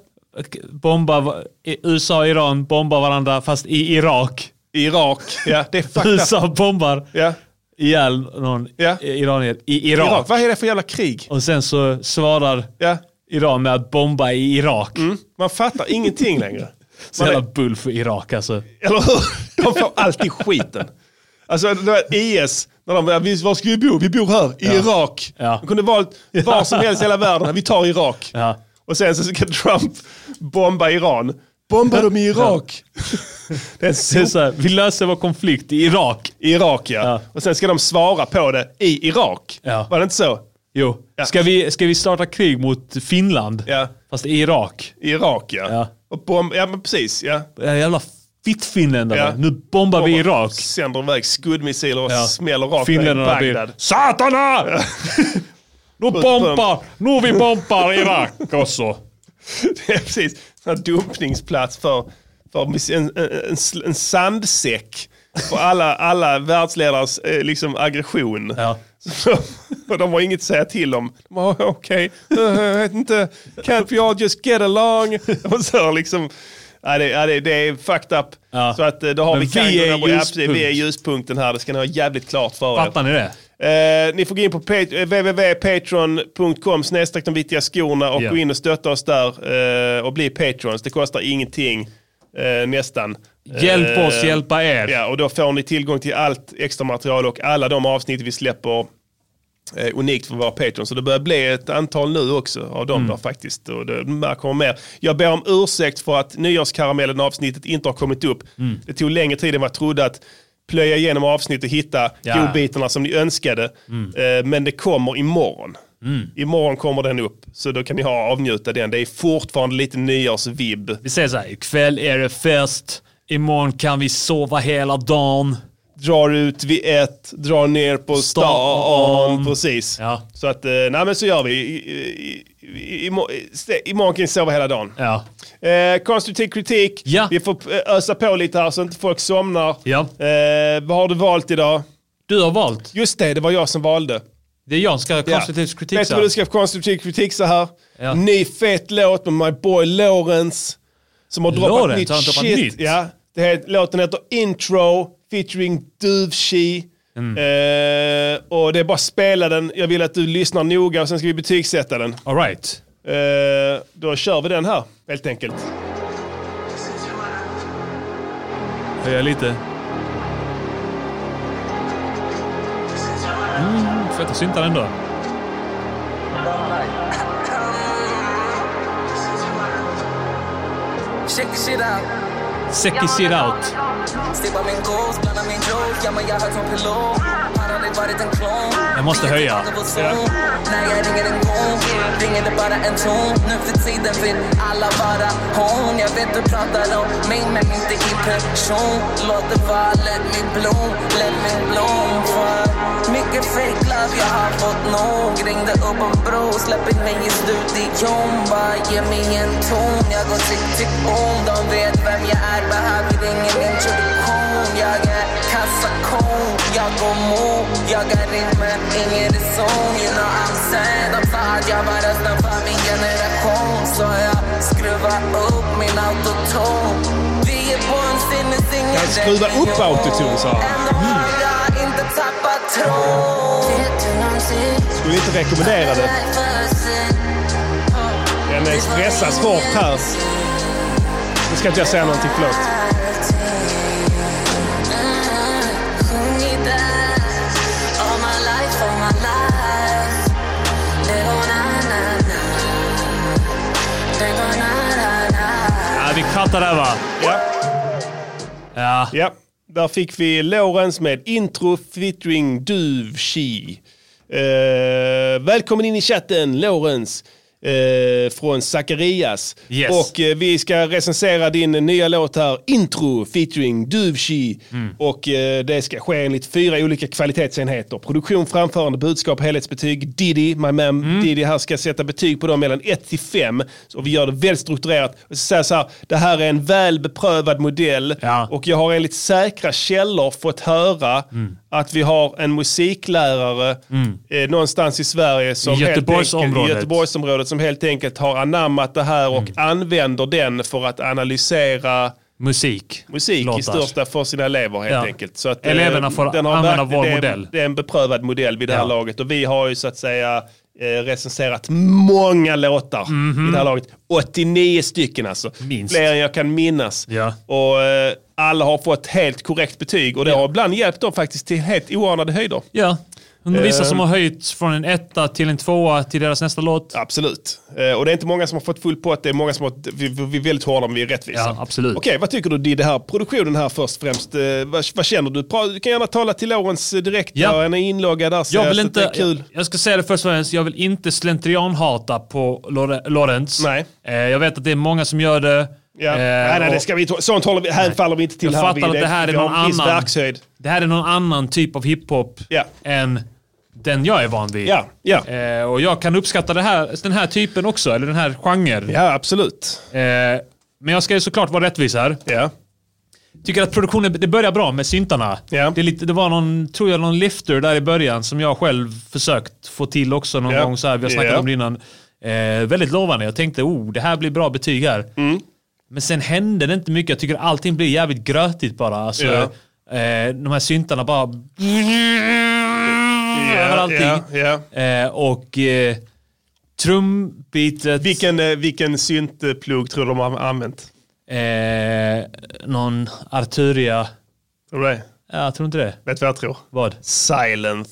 Bomba U S A och Iran bombar varandra fast i Irak. I Irak. Ja, det är fakta. U S A bombar. Ja. ihjäl någon ja. iranier i Irak. Irak. Vad är det för jävla krig? Och sen så svarar ja. Iran med att bomba i Irak. Mm. Man fattar ingenting längre. Så jävla bull för Irak alltså. Eller hur? De får alltid skiten. Alltså det var I S, när de var, var ska vi bo? Vi bor här i ja. Irak. Ja. De kunde valt var som helst i hela världen. Vi tar Irak. Ja. Och sen så ska Trump bomba Iran. Bombar de i Irak? Ja. Det är så, det är så här, vi löser vår konflikt i Irak. I Irak, ja. ja. Och sen ska de svara på det i Irak. Ja. Var det inte så? Jo. Ja. Ska, vi, ska vi starta krig mot Finland? Ja. Fast i Irak. I Irak, ja. Ja, och bomb, ja men precis, ja. ja jävla fittfinländare. Ja. Nu bombar Bomba, vi Irak. Sänder iväg skuddmissiler och ja. smäller rakt i Bagdad. Blir, Satana! Ja. nu bombar! Nu vi bombar Irak också. Det är precis en dumpningsplats för, för en, en, en sandsäck för alla, alla världsledares eh, liksom aggression. Ja. Så, och de har inget att säga till om. De har okej, okay, uh, jag vet inte, can't we all just get along? Och så liksom, ja, det, ja, det, det är fucked up. Ja. Så att då har Men vi vi är, ljuspunkt. vi är ljuspunkten här, det ska ni ha jävligt klart för er. Fattar ni det? Eh, ni får gå in på pat- w w w punkt patreon punkt com snedstreck de viktiga skorna och yeah. gå in och stötta oss där eh, och bli patrons. Det kostar ingenting eh, nästan. Hjälp eh, oss, hjälpa er. Ja, och då får ni tillgång till allt extra material och alla de avsnitt vi släpper eh, unikt för våra patrons. Så det börjar bli ett antal nu också av dem mm. där faktiskt. Och det kommer mer. Jag ber om ursäkt för att nyårskaramellen avsnittet inte har kommit upp. Mm. Det tog längre tid än vad jag trodde att plöja igenom avsnitt och hitta ja. godbitarna som ni önskade. Mm. Eh, men det kommer imorgon. Mm. Imorgon kommer den upp. Så då kan ni ha avnjuta den. Det är fortfarande lite nyårsvibb. Vi säger så här, ikväll är det fest. Imorgon kan vi sova hela dagen. Drar ut vid ett, drar ner på stan. stan. Precis. Ja. Så att, nej men så gör vi. I, i, i, imorgon, imorgon kan vi sova hela dagen. Ja. Eh, konstruktiv kritik. Ja. Vi får ösa på lite här så inte folk somnar. Ja. Eh, vad har du valt idag? Du har valt. Just det, det var jag som valde. Det är jag som ska ha konstruktiv ja. kritik. Vet du vad du ska ha konstruktiv kritik så här? Ja. Ny fet låt med my boy Lawrence. Som har droppat Lawrence, nytt har shit. Nytt. Ja. Det här, låten heter Intro featuring Duvshi. Mm. Eh, och det är bara spela den. Jag vill att du lyssnar noga och sen ska vi betygsätta den. All right. Eh, då kör vi den här, helt enkelt. Höja lite. Mm, feta syntar ändå. Check shit out. Check shit out. Jag måste höja. Ja. När jag ringer en gång, ringer det bara en ton. Nu för tiden vill alla vara hon. Jag vet du pratar om mig men inte i person. Låt det vara, let me bloom, let me bloom. För mycket fake love jag har fått nog. Ringde upp en bro, släpp in mig i studion. Bara ge mig en ton, jag går tick tick om. De vet vem jag är, behöver ingen introduktion. Jag är kassakon, jag går mot. Jag är rimmen, ingen reson. You know I'm sad, de sa att jag var rösten för min generation. Så jag skruvar upp min autoton. Vi är på en sinnesingen. Jag skruvar upp autoton, sa han. Mm. Jag inte tappat tron. Skulle inte rekommendera det. Den stressas hårt här. Nu ska inte jag säga någonting, förlåt. Ja, vi kattar där va? Ja. Ja. Ja, där fick vi Lawrence med Intro featuring Duvshi. Uh, välkommen in i chatten, Lawrence. eh, från Zacharias. Yes. Och eh, vi ska recensera din nya låt här, Intro, featuring Duvshi. Mm. Och eh, det ska ske enligt fyra olika kvalitetsenheter. Produktion, framförande, budskap, helhetsbetyg. Diddy, my man mm. Diddy här ska sätta betyg på dem mellan ett till fem. Så vi gör det väldigt strukturerat. Och så säger så här, det här är en väl beprövad modell. Ja. Och jag har enligt säkra källor fått höra mm. att vi har en musiklärare mm. eh, någonstans i Sverige som I Göteborgsområdet. i Göteborgsområdet som helt enkelt har anammat det här och mm. använder den för att analysera musik, musik i största för sina elever helt ja. enkelt. Så att, eleverna får den har använda vår det är, modell. Det är en beprövad modell vid det här ja. laget och vi har ju så att säga eh, recenserat många låtar mm-hmm. i det här laget. åttionio stycken alltså. Minst. Fler än jag kan minnas. Ja. Och eh, alla har fått helt korrekt betyg och det ja. har ibland hjälpt dem faktiskt till helt oanade höjder. Ja. Vissa som har höjts från en etta till en tvåa till deras nästa låt. Absolut. Eh, och det är inte många som har fått full pott. Det är många som har, vi, vi är väldigt hårda men vi är rättvisa. Ja, absolut. Okej, vad tycker du om det här produktionen här först främst? Eh, vad, vad känner du? Du kan gärna tala till Lorentz direkt. Ja. Han är inloggad där. Jag vill inte, det är kul. Jag, jag ska säga det först och främst. Jag vill inte slentrian-hata på Lorentz. Nej. Eh, jag vet att det är många som gör det. Ja. Eh, nej, nej, det ska vi, sånt håller vi, här nej. faller vi inte till. Jag här. fattar vi, att det här är någon annan. Det här är någon annan typ av hiphop ja. än den jag är van vid. Ja, ja. Eh, och jag kan uppskatta det här, den här typen också, eller den här genren. Ja, absolut. Eh, men jag ska ju såklart vara rättvis här. Ja. Tycker att produktionen, det börjar bra med syntarna. Ja. Det, är lite, det var någon, tror jag, någon lifter där i början som jag själv försökt få till också någon ja. gång så här. Vi har snackat ja. om det innan. Eh, väldigt lovande. Jag tänkte, oh, det här blir bra betyg här. Mm. Men sen hände det inte mycket. Jag tycker allting blir jävligt grötigt bara. Alltså, ja. eh, de här syntarna bara... över allting. Yeah, yeah. Eh, och eh, trumbitet... Vilken, eh, vilken syntplugg tror du de har använt? Eh, någon Arturia. Tror du det? Ja, jag tror inte det. Vet du vad jag tror? Vad? Silence.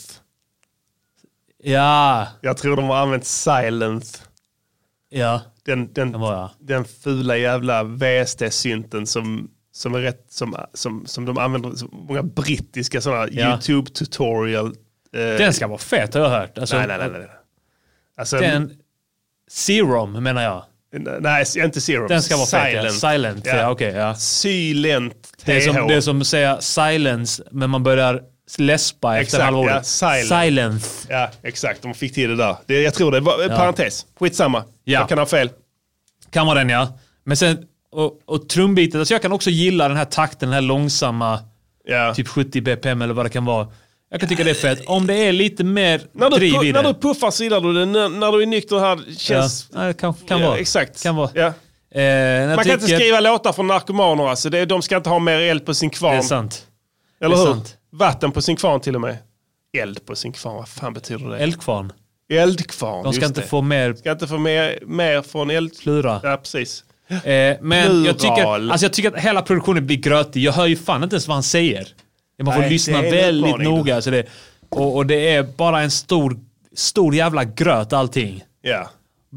Ja. Jag tror de har använt Silence. Ja. Den, den, den, var, ja. den fula jävla V S T-synten som... Som, är rätt, som, som, som de använder så många brittiska sådana ja. YouTube-tutorial. Eh, den ska vara fet har jag hört. Alltså, nej, nej, nej. nej. Alltså, den Serum menar jag. Nej, inte Serum. Den ska vara Silent. fet. Ja. Silent, ja, ja okej. Okay, ja. Silent. Det är, som, det är som att säga silence, men man börjar läspa efter exakt, halvåret. Ja, silent. Silence. Ja, exakt. De fick till det där. Det, jag tror det var en ja. parentes. Skitsamma. Ja. Jag kan ha fel. Kan vara den, ja. Men sen... Och, och trumbitet, alltså jag kan också gilla den här takten, den här långsamma yeah. typ sjuttio B P M eller vad det kan vara. Jag kan tycka det är fett. Om det är lite mer när du, driv i när det. du puffar så gillar du det, när, när du är nykter här känns... Ja, det kan, kan ja, vara. Exakt. Kan vara. Ja. Eh, Man kan tycker... inte skriva låtar från narkomaner alltså. Det, de ska inte ha mer eld på sin kvarn. Det är sant. Eller det är hur? Sant. Vatten på sin kvarn till och med. Eld på sin kvarn, vad fan betyder det? Eldkvarn. Eldkvarn, De ska inte det. få mer... Ska inte få mer, mer från eld... Flura. Ja, precis. Eh, men jag tycker, alltså jag tycker att hela produktionen blir grötig. Jag hör ju fan inte ens vad han säger. Man får Nej, lyssna väldigt noga. Alltså det, och, och det är bara en stor, stor jävla gröt allting. Ja.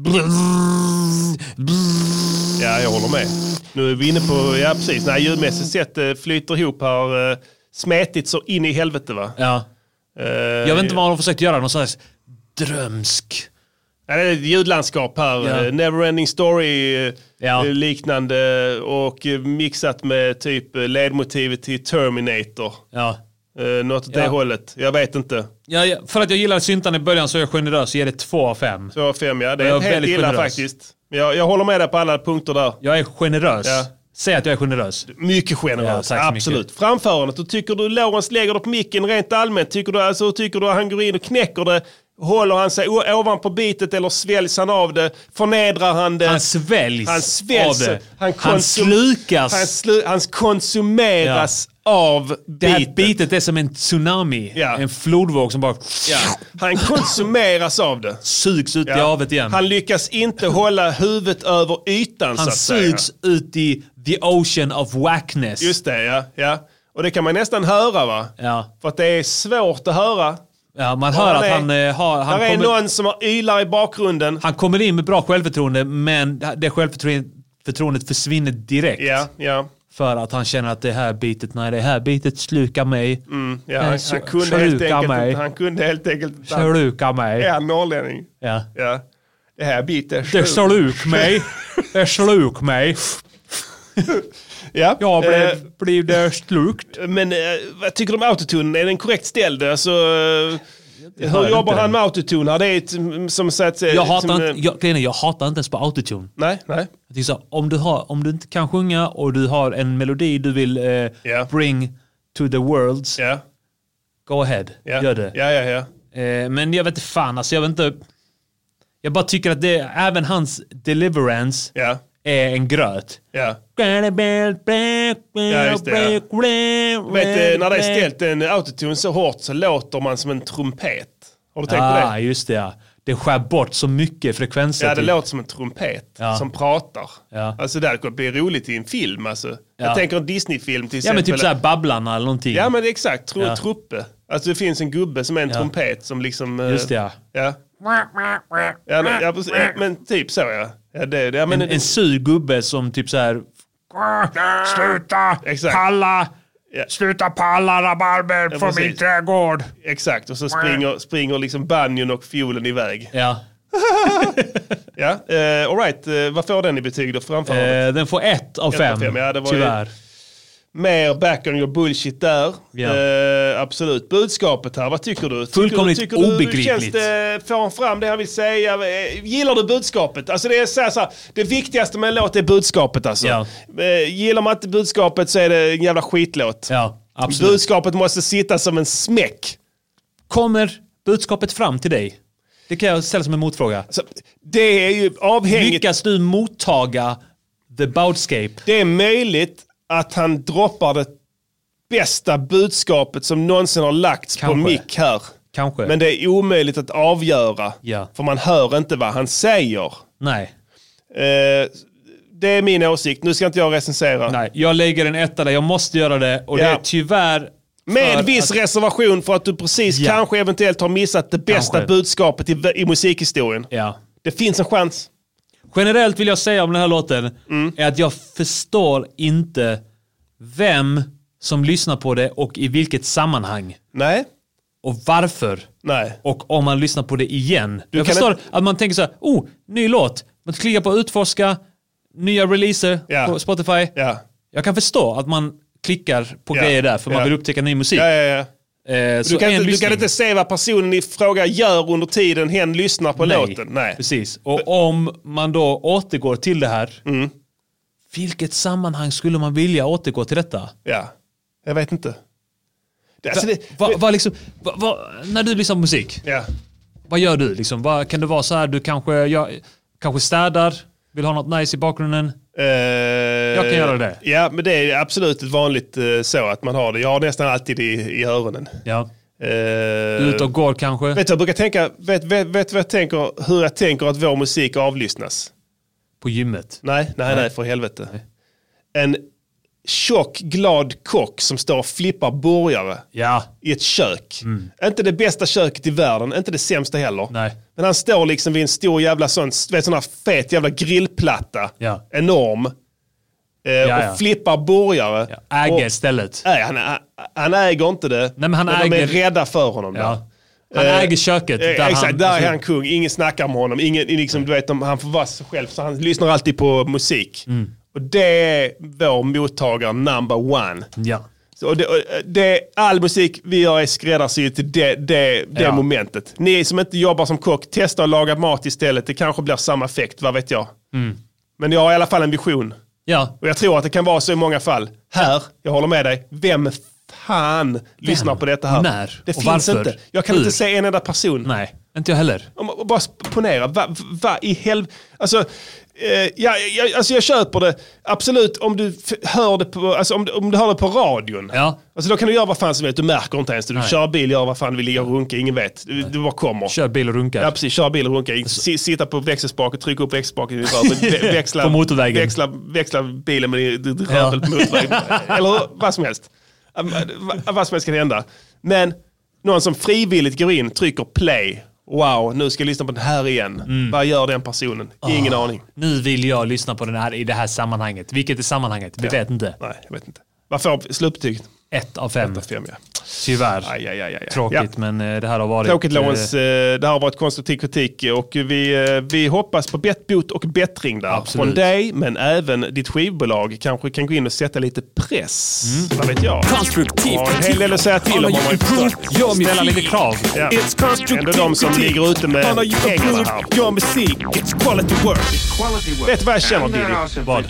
Ja, jag håller med. Nu är vi inne på, ja precis, när ljudmässigt sett flyter ihop här, smetigt så in i helvete va? Ja. Uh, jag vet inte vad de har försökt göra, någon slags drömsk. Ja, det är ett ljudlandskap här. Ja. Neverending Story ja. liknande och mixat med typ ledmotivet till Terminator. Ja. Uh, något åt ja. det hållet. Jag vet inte. Ja, ja, för att jag gillar syntan i början så är jag generös och ger det två av fem. två av fem, ja. Det är helt illa generös. Faktiskt. Jag, jag håller med dig på alla punkter där. Jag är generös. Ja. Säg att jag är generös. Mycket generös, ja, absolut. Mycket. Framförandet, och tycker du Lorentz lägger det på micken rent allmänt? Tycker du, alltså, tycker du att han går in och knäcker det? Håller han sig ovanpå bitet eller sväljs han av det? Förnedrar han det? Han sväljs, han sväljs av det. Han, konsum- han slukas. Han, slu- han konsumeras ja. av bitet. Det här bitet är som en tsunami. Ja. En flodvåg som bara... Ja. Han konsumeras av det. Sugs ut ja. i havet igen. Han lyckas inte hålla huvudet över ytan. Han så att sugs säga. ut i the ocean of wackness. Just det, ja. ja. Och det kan man nästan höra va? Ja. För att det är svårt att höra. Ja, man hör att han eh, har... Han där är kommer, någon som har ylar i bakgrunden. Han kommer in med bra självförtroende, men det självförtroendet försvinner direkt. Ja, ja. För att han känner att det här bitet, nej det här bitet slukar mig. Mm, ja, han, han, kunde helt enkelt, mig. han kunde helt enkelt... Slukar mig. Är han norrlänning? Ja. ja. det här biter Det sluk mig. Det sluk mig. Ja, jag blev, eh, blev det slukt. Men eh, vad tycker du om autotune? Är den korrekt ställd? Alltså, eh, hur jobbar han med autotune? Har det är ett, som sagt... Jag hatar, som, inte, jag, jag hatar inte ens på autotune. Nej, nej. Jag så, om, du har, om du inte kan sjunga och du har en melodi du vill eh, yeah. bring to the worlds, yeah. go ahead, yeah. gör det. Ja, ja, ja. Eh, men jag vet inte fan, alltså jag vet inte... Jag bara tycker att det, även hans deliverance yeah. är en gröt. Ja. Ja, just det. Ja. Vet, när det är ställt en autotune så hårt så låter man som en trumpet. Har du tänkt ah, på det? Just det, ja. Det skär bort så mycket frekvenser. Ja, det typ. låter som en trumpet ja. som pratar. Ja. Alltså det här blir roligt i en film. Alltså. Ja. Jag tänker en Disney-film till exempel. Ja, men typ såhär Babblarna eller någonting. Ja, men det är exakt. Tru- ja. Truppe. Alltså det finns en gubbe som är en ja. trumpet som liksom... Just det, ja. Ja. Ja, men, ja, men typ så, ja. ja, det, det, ja men, en, en sur gubbe som typ så här. Sluta exakt. palla! Ja. Sluta palla rabarber ja, för min trädgård! Exakt, och så springer, springer liksom banjon och fiolen iväg. Ja. ja, uh, all right. Uh, vad får den i betyg då framför? Uh, den får ett av fem, fem. Ja, det var tyvärr. Ju... Mer back on your bullshit där. Ja. Eh, absolut. Budskapet här, vad tycker du? Fullkomligt tycker du, tycker obegripligt. Du, känns det, får han fram det han vill säga? Gillar du budskapet? Alltså det är så här, så här, det viktigaste med en låt är budskapet alltså. Ja. Eh, gillar man inte budskapet så är det en jävla skitlåt. Ja, absolut. Budskapet måste sitta som en smäck. Kommer budskapet fram till dig? Det kan jag ställa som en motfråga. Alltså, det är ju avhängigt. Lyckas du mottaga the budskap? Det är möjligt att han droppar det bästa budskapet som någonsin har lagts Kanske. på mick här. Kanske. Men det är omöjligt att avgöra. Ja. För man hör inte vad han säger. Nej. Eh, det är min åsikt. Nu ska inte jag recensera. Nej, jag lägger en etta där. Jag måste göra det. Och ja. det är tyvärr... Med viss att... reservation för att du precis ja. kanske eventuellt har missat det bästa kanske. budskapet i, i musikhistorien. Ja. Det finns en chans. Generellt vill jag säga om den här låten mm. är att jag förstår inte vem som lyssnar på det och i vilket sammanhang. Nej. Och varför. Nej. Och om man lyssnar på det igen. Du jag förstår inte... att man tänker så här, oh, ny låt. Man klickar på utforska, nya releaser ja. på Spotify. Ja. Jag kan förstå att man klickar på ja. grejer där för ja. man vill upptäcka ny musik. Ja, ja, ja. Eh, du, kan inte, du kan inte se vad personen i fråga gör under tiden hen lyssnar på Nej, låten. Nej, precis. Och om man då återgår till det här, mm. vilket sammanhang skulle man vilja återgå till detta? Ja, jag vet inte. Det, alltså det, va, va, liksom, va, va, när du lyssnar på musik, ja. vad gör du? Liksom? Va, kan det vara så här, du kanske, jag, kanske städar, vill ha något nice i bakgrunden? Uh, jag kan göra det. Ja, men det är absolut ett vanligt uh, så att man har det. Jag har nästan alltid i, i öronen. Ja. Uh, du är ute och går kanske? Vet du, jag brukar tänka, vet, vet, vet vad jag tänker, hur jag tänker att vår musik avlyssnas? På gymmet? Nej, nej, nej, nej för helvete. Nej. En tjock, glad kock som står och flippar burgare ja. i ett kök. Mm. Inte det bästa köket i världen, inte det sämsta heller. Nej. Men han står liksom vid en stor jävla sån, vet, sån här fet jävla grillplatta. Ja. Enorm. Eh, ja, och ja. flippar burgare. Ja, äger och, stället. Nej, han, han äger inte det. Nej, men han men äger... de är rädda för honom. Ja. Han äh, äger köket. Där exakt, han, där alltså... är han kung. Ingen snackar med honom. Ingen, liksom, du vet, han får vara sig själv. Så han lyssnar alltid på musik. Mm. Och det är vår mottagare number one. Ja. Så, och det, och det, all musik vi gör är skräddarsydd till det, det, det ja. momentet. Ni som inte jobbar som kock, testa att laga mat istället. Det kanske blir samma effekt, vad vet jag. Mm. Men jag har i alla fall en vision. Ja. Och jag tror att det kan vara så i många fall. Här, jag håller med dig, vem fan Vem? lyssnar på detta här? När? Det och finns varför? inte. Jag kan Hur? inte se en enda person. Nej, inte jag heller. Om, bara ponera, vad va, i helvete... Alltså, eh, ja, jag, alltså jag köper det, absolut, om du f- hör det på, alltså om, om du hör det på radion. Ja. Alltså då kan du göra vad fan som helst, du märker inte ens det. Du Nej. kör bil, gör vad fan du vill, ligga och runka, ingen vet. Du, du bara kommer. Kör bil och runka. Ja, precis, kör bil och runka. S- sitta på växelspaken, trycka upp växelspaken i röven, växla, på motorvägen. Växla, växla bilen med röven ja. på motorvägen. Eller vad som helst. Vad som helst kan hända. Men någon som frivilligt går in, trycker play. Wow, nu ska jag lyssna på den här igen. Mm. Vad gör den personen? Ingen oh, aning. Nu vill jag lyssna på den här i det här sammanhanget. Vilket är sammanhanget? Vi ja. vet inte. Nej, jag vet inte. Vad får slutbetyget? Ett av fem. Ett av fem, ja. tyvärr. Aj, aj, aj, aj. Tråkigt, ja. men det här har varit... Tråkigt, Lawrence. Eh, det har varit konstruktiv kritik och vi, eh, vi hoppas på bettbot och bättring där. Absolut. Från dig, men även ditt skivbolag kanske kan gå in och sätta lite press. Mm. Vad vet jag? Konstruktiv ja, en hel del att säga till om man har ställa lite krav. Ja. Ändå de som ligger ute med pengarna här. Gör musik, it's quality work. Vet du vad jag känner, Diddy? Vad?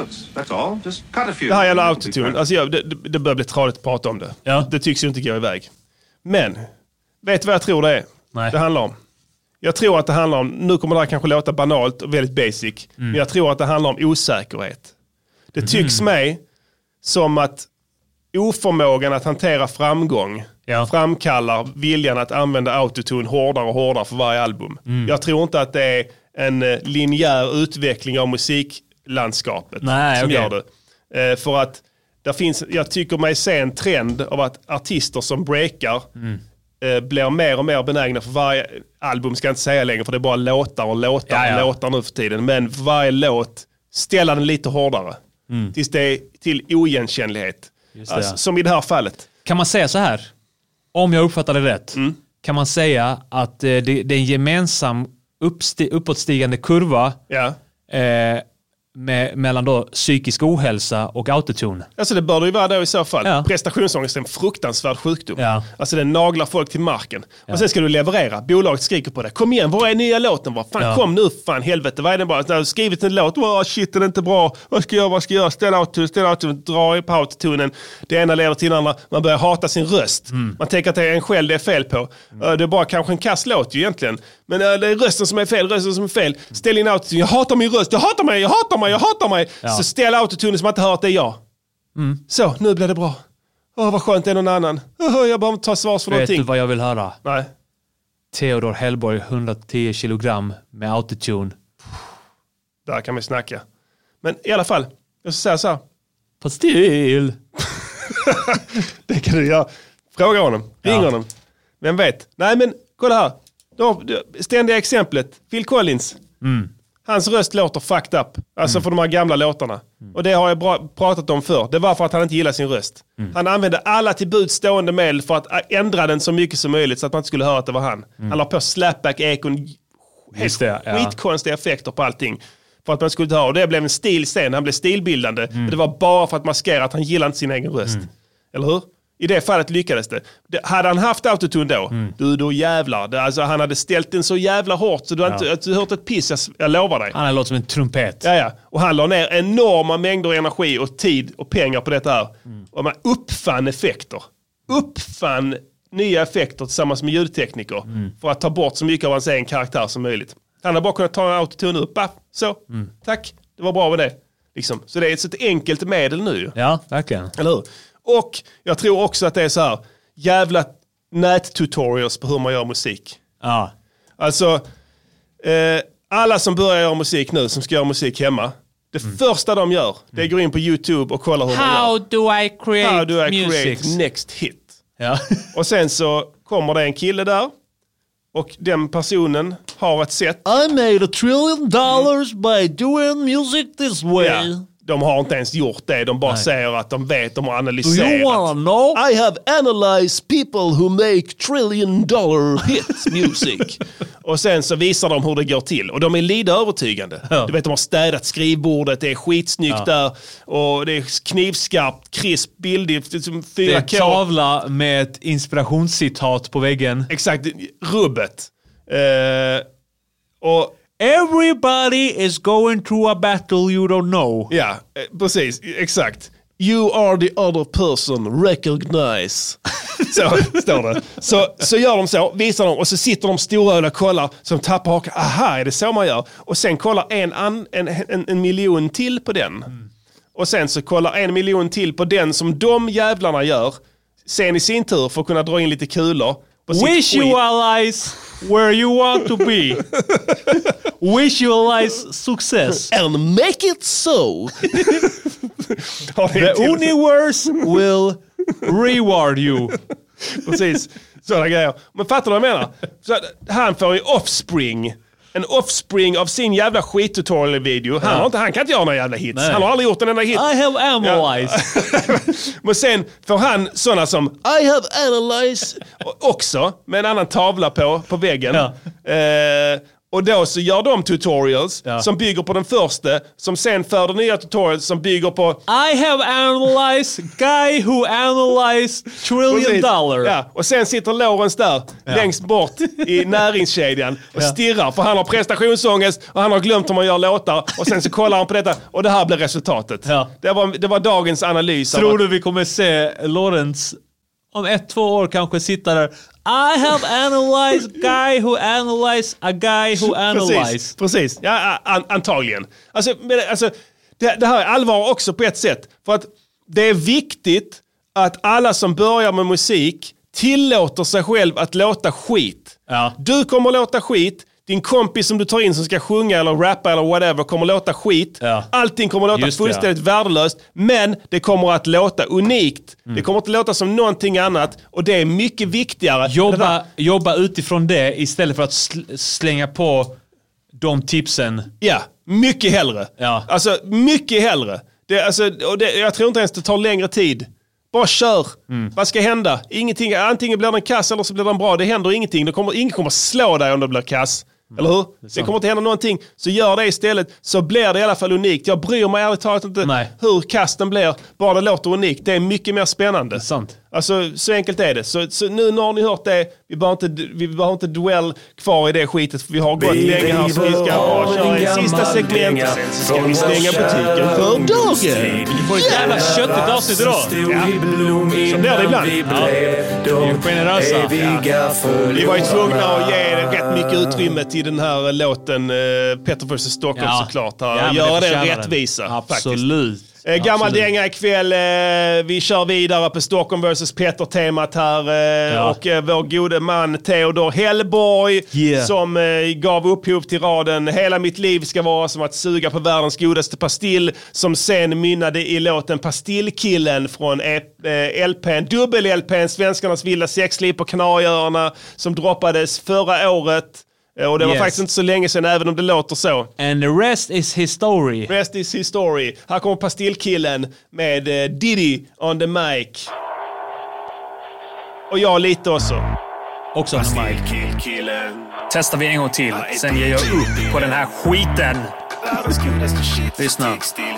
Det här jävla autotune. Alltså, jag, det, det börjar bli tradigt att prata om det. Ja. Det tycks ju inte gå iväg. Men, vet du vad jag tror det är? Nej. Det handlar om? Jag tror att det handlar om, nu kommer det här kanske låta banalt och väldigt basic, mm. men jag tror att det handlar om osäkerhet. Det tycks mm. mig som att oförmågan att hantera framgång ja. framkallar viljan att använda autotune hårdare och hårdare för varje album. Mm. Jag tror inte att det är en linjär utveckling av musiklandskapet Nej, som okay. gör det. Eh, för att där finns, jag tycker mig se en trend av att artister som breakar mm. eh, blir mer och mer benägna för varje album, ska jag inte säga längre för det är bara låtar och låtar ja, ja. och låtar nu för tiden. Men för varje låt ställa den lite hårdare. Mm. Tills det är till oigenkännlighet. Just det, alltså, ja. Som i det här fallet. Kan man säga så här? Om jag uppfattar det rätt. Mm. Kan man säga att eh, det, det är en gemensam uppsti- uppåtstigande kurva ja. eh, med, mellan då psykisk ohälsa och autotune. Alltså det bör det ju vara då i så fall. Ja. Prestationsångest är en fruktansvärd sjukdom. Ja. Alltså den naglar folk till marken. Ja. Och sen ska du leverera. Bolaget skriker på det. Kom igen, vad är nya låten? Vad fan, ja. kom nu fan, helvete. Vad är den bara? Du har skrivit en låt. Wow, shit, den är inte bra. Vad ska jag göra? Vad ska jag göra? Ställa autotune, ställa autotune, dra på autotunen. Det ena leder till det andra. Man börjar hata sin röst. Mm. Man tänker att det är en själv det är fel på. Mm. Det är bara kanske en kass låt ju egentligen. Men det är rösten som är fel, rösten som är fel. Ställ in autotune. Jag hatar min röst. Jag hatar mig, jag hatar mig, jag hatar mig. Ja. Så ställ autotune som man inte hör att det är jag. Mm. Så, nu blir det bra. Åh, vad skönt det är någon annan. Åh, jag bara ta svars för Vet någonting. Vet du vad jag vill höra? Nej. Theodor Hellborg, hundratio kilogram med autotune. Där kan vi snacka. Men i alla fall, jag ska säga så här. Pastill. Det kan du göra. Fråga honom. Ring ja. honom. Vem vet? Nej, men kolla här. Då, ständiga exemplet. Phil Collins. Mm. Hans röst låter fucked up. Alltså mm. för de här gamla låtarna. Mm. Och det har jag bra, pratat om förr. Det var för att han inte gillar sin röst. Mm. Han använde alla till bud stående medel för att ändra den så mycket som möjligt så att man inte skulle höra att det var han. Mm. Han la på slapback, ekon, helt det, ja. skitkonstiga effekter på allting. För att man skulle höra. Och det blev en stil sen. Han blev stilbildande. Mm. Men det var bara för att maskera att han gillade inte sin egen röst. Mm. Eller hur? I det fallet lyckades det. det hade han haft autotune då, mm. du då jävlar. Det, alltså, han hade ställt den så jävla hårt så du har ja. inte du hört ett piss, jag, jag lovar dig. Han hade låtit som en trumpet. Ja, ja. Och han la ner enorma mängder energi och tid och pengar på detta här. Mm. Och man uppfann effekter. Uppfann nya effekter tillsammans med ljudtekniker mm. för att ta bort så mycket av hans egen karaktär som möjligt. Han har bara kunnat ta en autotune upp. Bah, så, mm. tack. Det var bra med det. Liksom. Så det är ett så enkelt medel nu. Ja, verkligen. Eller hur? Och jag tror också att det är så här jävla nät-tutorials på hur man gör musik. Ja. Alltså, eh, alla som börjar göra musik nu, som ska göra musik hemma, det mm. första de gör, det är går in på YouTube och kollar hur How man gör. How do I create How do I music? create next hit? Ja. Och sen så kommer det en kille där och den personen har ett sätt. I made a trillion dollars mm. by doing music this way. Ja. De har inte ens gjort det. De bara Nej. säger att de vet, de har analyserat. Do you wanna know? I have analyzed people who make trillion dollar hit music. Och sen så visar de hur det går till. Och de är lite övertygande. Ja. Du vet, de har städat skrivbordet, det är skitsnyggt ja. där. Och det är knivskarpt, krisp, bildigt. fyra K. Det är en tavla med ett inspirationscitat på väggen. Exakt, rubbet. Uh, och everybody is going through a battle you don't know. Ja, precis. Exakt. You are the other person. Recognize. Så står det. Så, så gör de så, visar de och så sitter de stora och kollar så de tappar hakan. Aha, är det så man gör? Och sen kollar en, an, en, en, en miljon till på den. Mm. Och sen så kollar en miljon till på den som de jävlarna gör. Sen i sin tur för att kunna dra in lite kulor. Visualize where you want to be. Visualize success. And make it so. The universe will reward you. Precis, sådana grejer. Men fattar du vad jag menar? Så han får ju offspring. en offspring av sin jävla skit-tutorial-video. Han, Ja. har inte, han kan inte göra några jävla hits. Nej. Han har aldrig gjort en enda hit. I have analyzed. Ja. Men sen får han sådana som I have analyzed också, med en annan tavla på, på väggen. Ja. Eh, och då så gör de tutorials ja. som bygger på den första, som sen för nya tutorials som bygger på I have analyzed guy who analyzed trillion Precis. dollar. Ja. Och sen sitter Lawrence där ja. längst bort i näringskedjan och ja. stirrar, för han har prestationsångest och han har glömt hur man gör låtar, och sen så kollar han på detta och det här blir resultatet. Ja. Det, var, det var dagens analys. Tror du vi kommer se Lawrence om ett, två år kanske sitta där? I have analyzed guy who analyzed a guy who analyzed. Precis, precis. Ja, an, antagligen. Alltså, men, alltså det, det här är allvar också på ett sätt. För att det är viktigt att alla som börjar med musik tillåter sig själv att låta skit. Ja. Du kommer låta skit. Din kompis som du tar in som ska sjunga eller rappa eller whatever kommer låta skit. Ja. Allting kommer låta fullständigt ja. värdelöst. Men det kommer att låta unikt. Mm. Det kommer inte låta som någonting annat. Och det är mycket viktigare. Jobba, jobba utifrån det istället för att sl- slänga på de tipsen. Ja, mycket hellre. Ja. Alltså, mycket hellre. Det, alltså, och det, jag tror inte ens det tar längre tid. Bara kör. Mm. Vad ska hända? Ingenting. Antingen blir den kass eller så blir den bra. Det händer ingenting. Det kommer, ingen kommer slå dig om det blir kass. Mm. Eller hur? Det, det kommer inte hända någonting. Så gör det istället. Så blir det i alla fall unikt. Jag bryr mig ärligt talat inte Nej. hur kasten blir. Bara det låter unikt. Det är mycket mer spännande. Det är sant. Alltså, så enkelt är det. Så, så nu när ni hört det, vi behöver inte, vi behöver inte dwell kvar i det skitet. För vi har gått vi länge här, så vi ska bara köra i sista segmentet. Sen så ska vi stänga butiken för dagen. Vi får ett jävla köttigt avsnitt idag. Ja. Så blir det ibland. Ja. Vi är generösa. Ja. Vi var ju tvungna att ge rätt mycket utrymme till den här låten uh, Petter versus Stockholm ja. såklart. Ja, göra den rättvisa. Den. Absolut. Faktiskt. Eh, gammal Absolut. dänga ikväll. Eh, vi kör vidare på Stockholm versus Petter-temat här. Eh, ja. Och eh, vår gode man Theodor Hellborg yeah. som eh, gav upphov till raden Hela mitt liv ska vara som att suga på världens godaste pastill, som sen mynnade i låten Pastillkillen från eh, L P:n, dubbel-L P:n Svenskarnas vilda sexliv på Kanarieöarna, som droppades förra året. Och det var yes. faktiskt inte så länge sedan, även om det låter så. And the rest is history. Rest is history. Här kommer Pastillkillen med uh, Diddy on the mic. Och jag lite också. Också on the mic. Testar vi en gång till. Sen ger jag upp på den här skiten. Lyssna.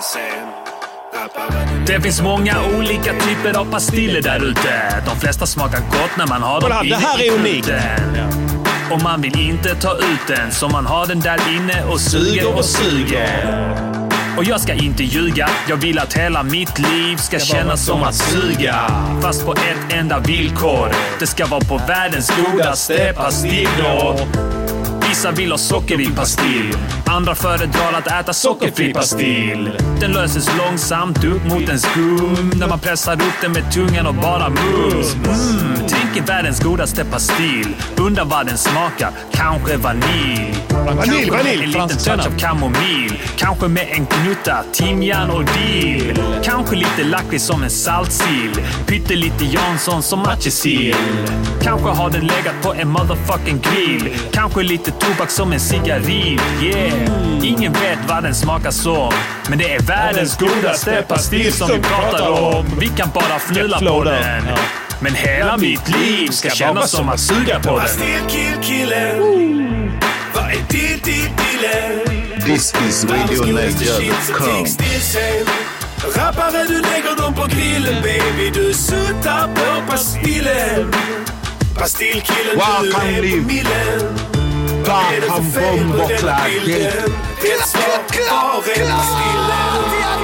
Det finns många olika typer av pastiller där ute. De flesta smakar gott när man har dem inne. Det här är unikt. Och man vill inte ta ut den, så man har den där inne och suger och suger. Och jag ska inte ljuga, jag vill att hela mitt liv ska kännas som att suga. Fast på ett enda villkor, det ska vara på världens godaste pastillor. Vissa vill ha sockerrik pastill, andra föredrar att äta sockerfri pastill. Den löses långsamt upp mot en skum, när man pressar upp den med tungan och bara mums. Mm, tänk i världens godaste pastill, undrar vad den smakar, kanske vanilj. Vanilj, vanilj. En liten touch av kamomill, kanske med en knutta timjan och dill. Kanske lite lakrits som en saltsill, pyttelite Jansson som matjessill. Kanske har den legat på en motherfucking grill, kanske lite tobak som en cigarill, yeah. Ingen vet vad den smakar som, men det är världens godaste pastill som vi pratar om. Vi kan bara fnula på den, men hela mitt liv ska kännas som att suga på den. Pastillkillen, vad är det, det, det? This is radio niger dot com. Rappare, du lägger dem på grillen, baby. Du suttar på pastillen. Pastillkillen, du är på millen. Vad är det för fel på denna bilden? Ett svar, var är pastillen?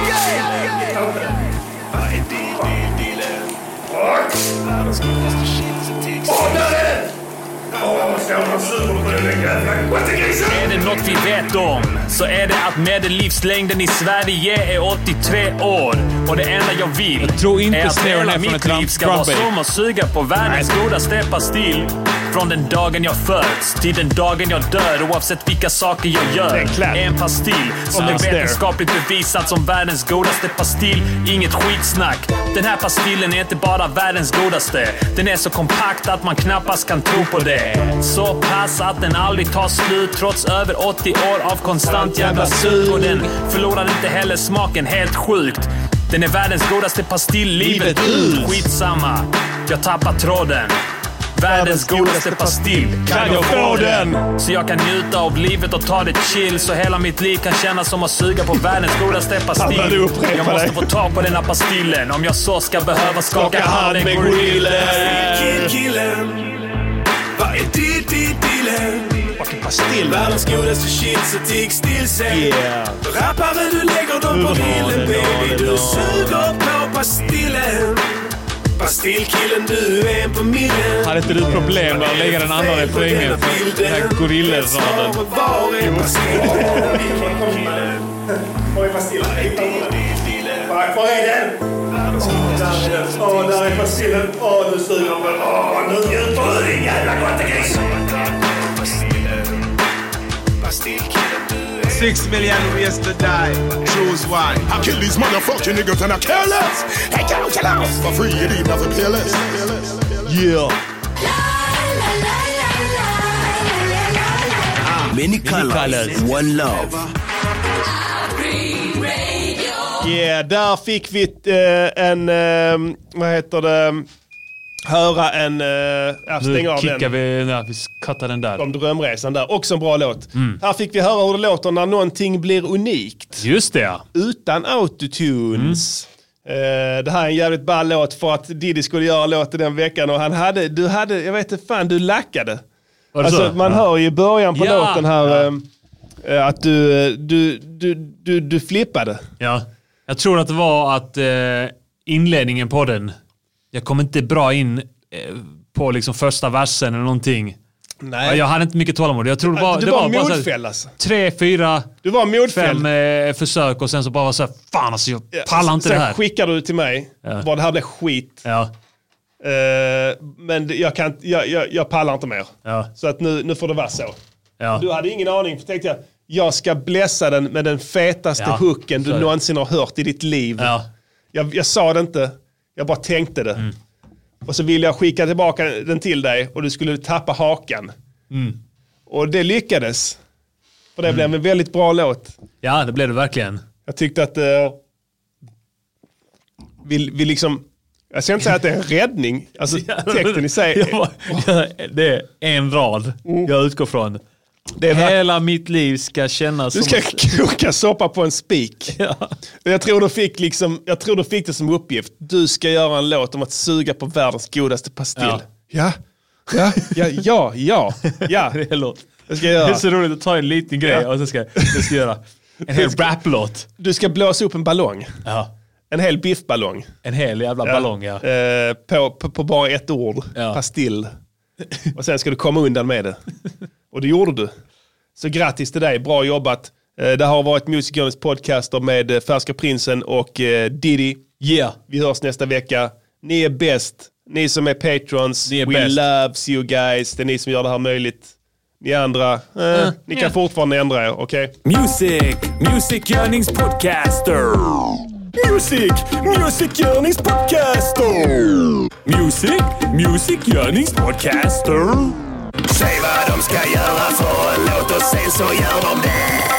Vad är det, det, dillen? Världens godaste shit som tigs. Ordnare! Är det något vi vet om, så är det att medellivslängden i Sverige är åttiotre år. Och det enda jag vill jag tror inte är att hela mitt liv ska vara som att suga på världens godaste pastill. Från den dagen jag föds till den dagen jag dör, oavsett vilka saker jag gör. Är en pastill som är vetenskapligt bevisat som världens godaste pastill. Inget skitsnack. Den här pastillen är inte bara världens godaste. Den är så kompakt att man knappast kan tro på det. Så så pass att den aldrig tar slut. Trots över åttio år av konstant jävla sug. Och den förlorar inte heller smaken, helt sjukt. Den är världens godaste pastill, livet ut. Skitsamma, jag tappar tråden. Världens godaste pastill, kan jag få den? Så jag kan njuta av livet och ta det chill. Så hela mitt liv kan kännas som att suga på världens godaste pastill. Jag måste få tag på den här pastillen om jag så ska behöva skaka hand med goriller. Killen, vad är ditt i dealen? Pastill. Världens godaste shit, så tigg still sen. Yeah. Rappare, du lägger dem på grillen, baby. Du suger på pastillen. Pastillkillen, du är en på midden. Hade inte du problem med att lägga den andra refrängen för den här gorilleraden? Var är pastillen? Var är pastillen? Var är den? Åh, där är pastillen. Åh, nu suger de. Åh, nu njuter du din jävla gottegris. Six million ways to die. Choose one. I kill these motherfucking niggas and I care less. Hey, can't kill us for free. It ain't nothing careless. Yeah. Many colors, one love. Yeah, där fick vi uh, en, uh, vad heter det, höra en, uh, jag stänger av den. Nu kickar vi, nej, vi cuttar den där. Om drömresan där, också en bra låt. Mm. Här fick vi höra hur det låter när någonting blir unikt. Just det. Utan autotunes. Mm. Uh, det här är en jävligt ball låt för att Diddy skulle göra låten den veckan och han hade, du hade, jag vet inte fan, du lackade. Alltså, man ja. hör ju i början på ja. låten här ja. uh, att du, du, du, du, du flippade. Ja. Jag tror att det var att eh, inledningen på den, jag kom inte bra in eh, på liksom första versen eller någonting. Nej. Jag hade inte mycket tålamod. Jag tror det var, du det var, var modfäll alltså. Tre, fyra, du var modfäll. fem eh, försök och sen så bara var så här, fan alltså jag ja, pallar inte sen det här. Sen skickade du till mig, ja. Bara det här blev skit. Ja. Uh, men jag, kan, jag, jag, jag pallar inte mer. Ja. Så att nu, nu får det vara så. Ja. Du hade ingen aning, för tänkte jag, jag ska blässa den med den fetaste ja. hooken du någonsin har hört i ditt liv. Ja. Jag, jag sa det inte, jag bara tänkte det. Mm. Och så ville jag skicka tillbaka den till dig och du skulle tappa hakan. Mm. Och det lyckades. För det mm. blev en väldigt bra låt. Ja, det blev det verkligen. Jag tyckte att uh, vi, vi liksom, jag ska inte säga att det är en räddning. Alltså texten i sig. Ja, ja, det är en rad mm. jag utgår från. Det är hela mitt liv ska kännas du som... Du ska koka soppa på en spik. Ja. Jag tror du fick liksom, jag tror du fick det som uppgift. Du ska göra en låt om att suga på världens godaste pastill. Ja. Ja. Ja, ja, ja, ja. ja. Det är låt. Jag ska göra. Det är så roligt att ta en liten grej ja. och så ska jag ska göra en hel rap-låt. Du ska blåsa upp en ballong. Ja. En hel biffballong. En hel jävla ja. ballong, ja. Eh, på, på, på bara ett ord. Ja. Pastill. Och sen ska du komma undan med det. Och det gjorde du. Så grattis till dig, bra jobbat. Eh, det har varit Music Journeys podcaster med eh, Färska Prinsen och eh, Diddy. Yeah. Vi hörs nästa vecka. Ni är bäst. Ni som är patrons. Ni är We bäst. loves you guys. Det är ni som gör det här möjligt. Ni andra, eh, uh, ni kan yeah. fortfarande ändra er, okej? Okay? Music, Music Journeys podcaster. Music, Music Journeys podcaster. Music, Music Journeys podcaster. Säg vad de ska göra för en låt och sen så gör de det.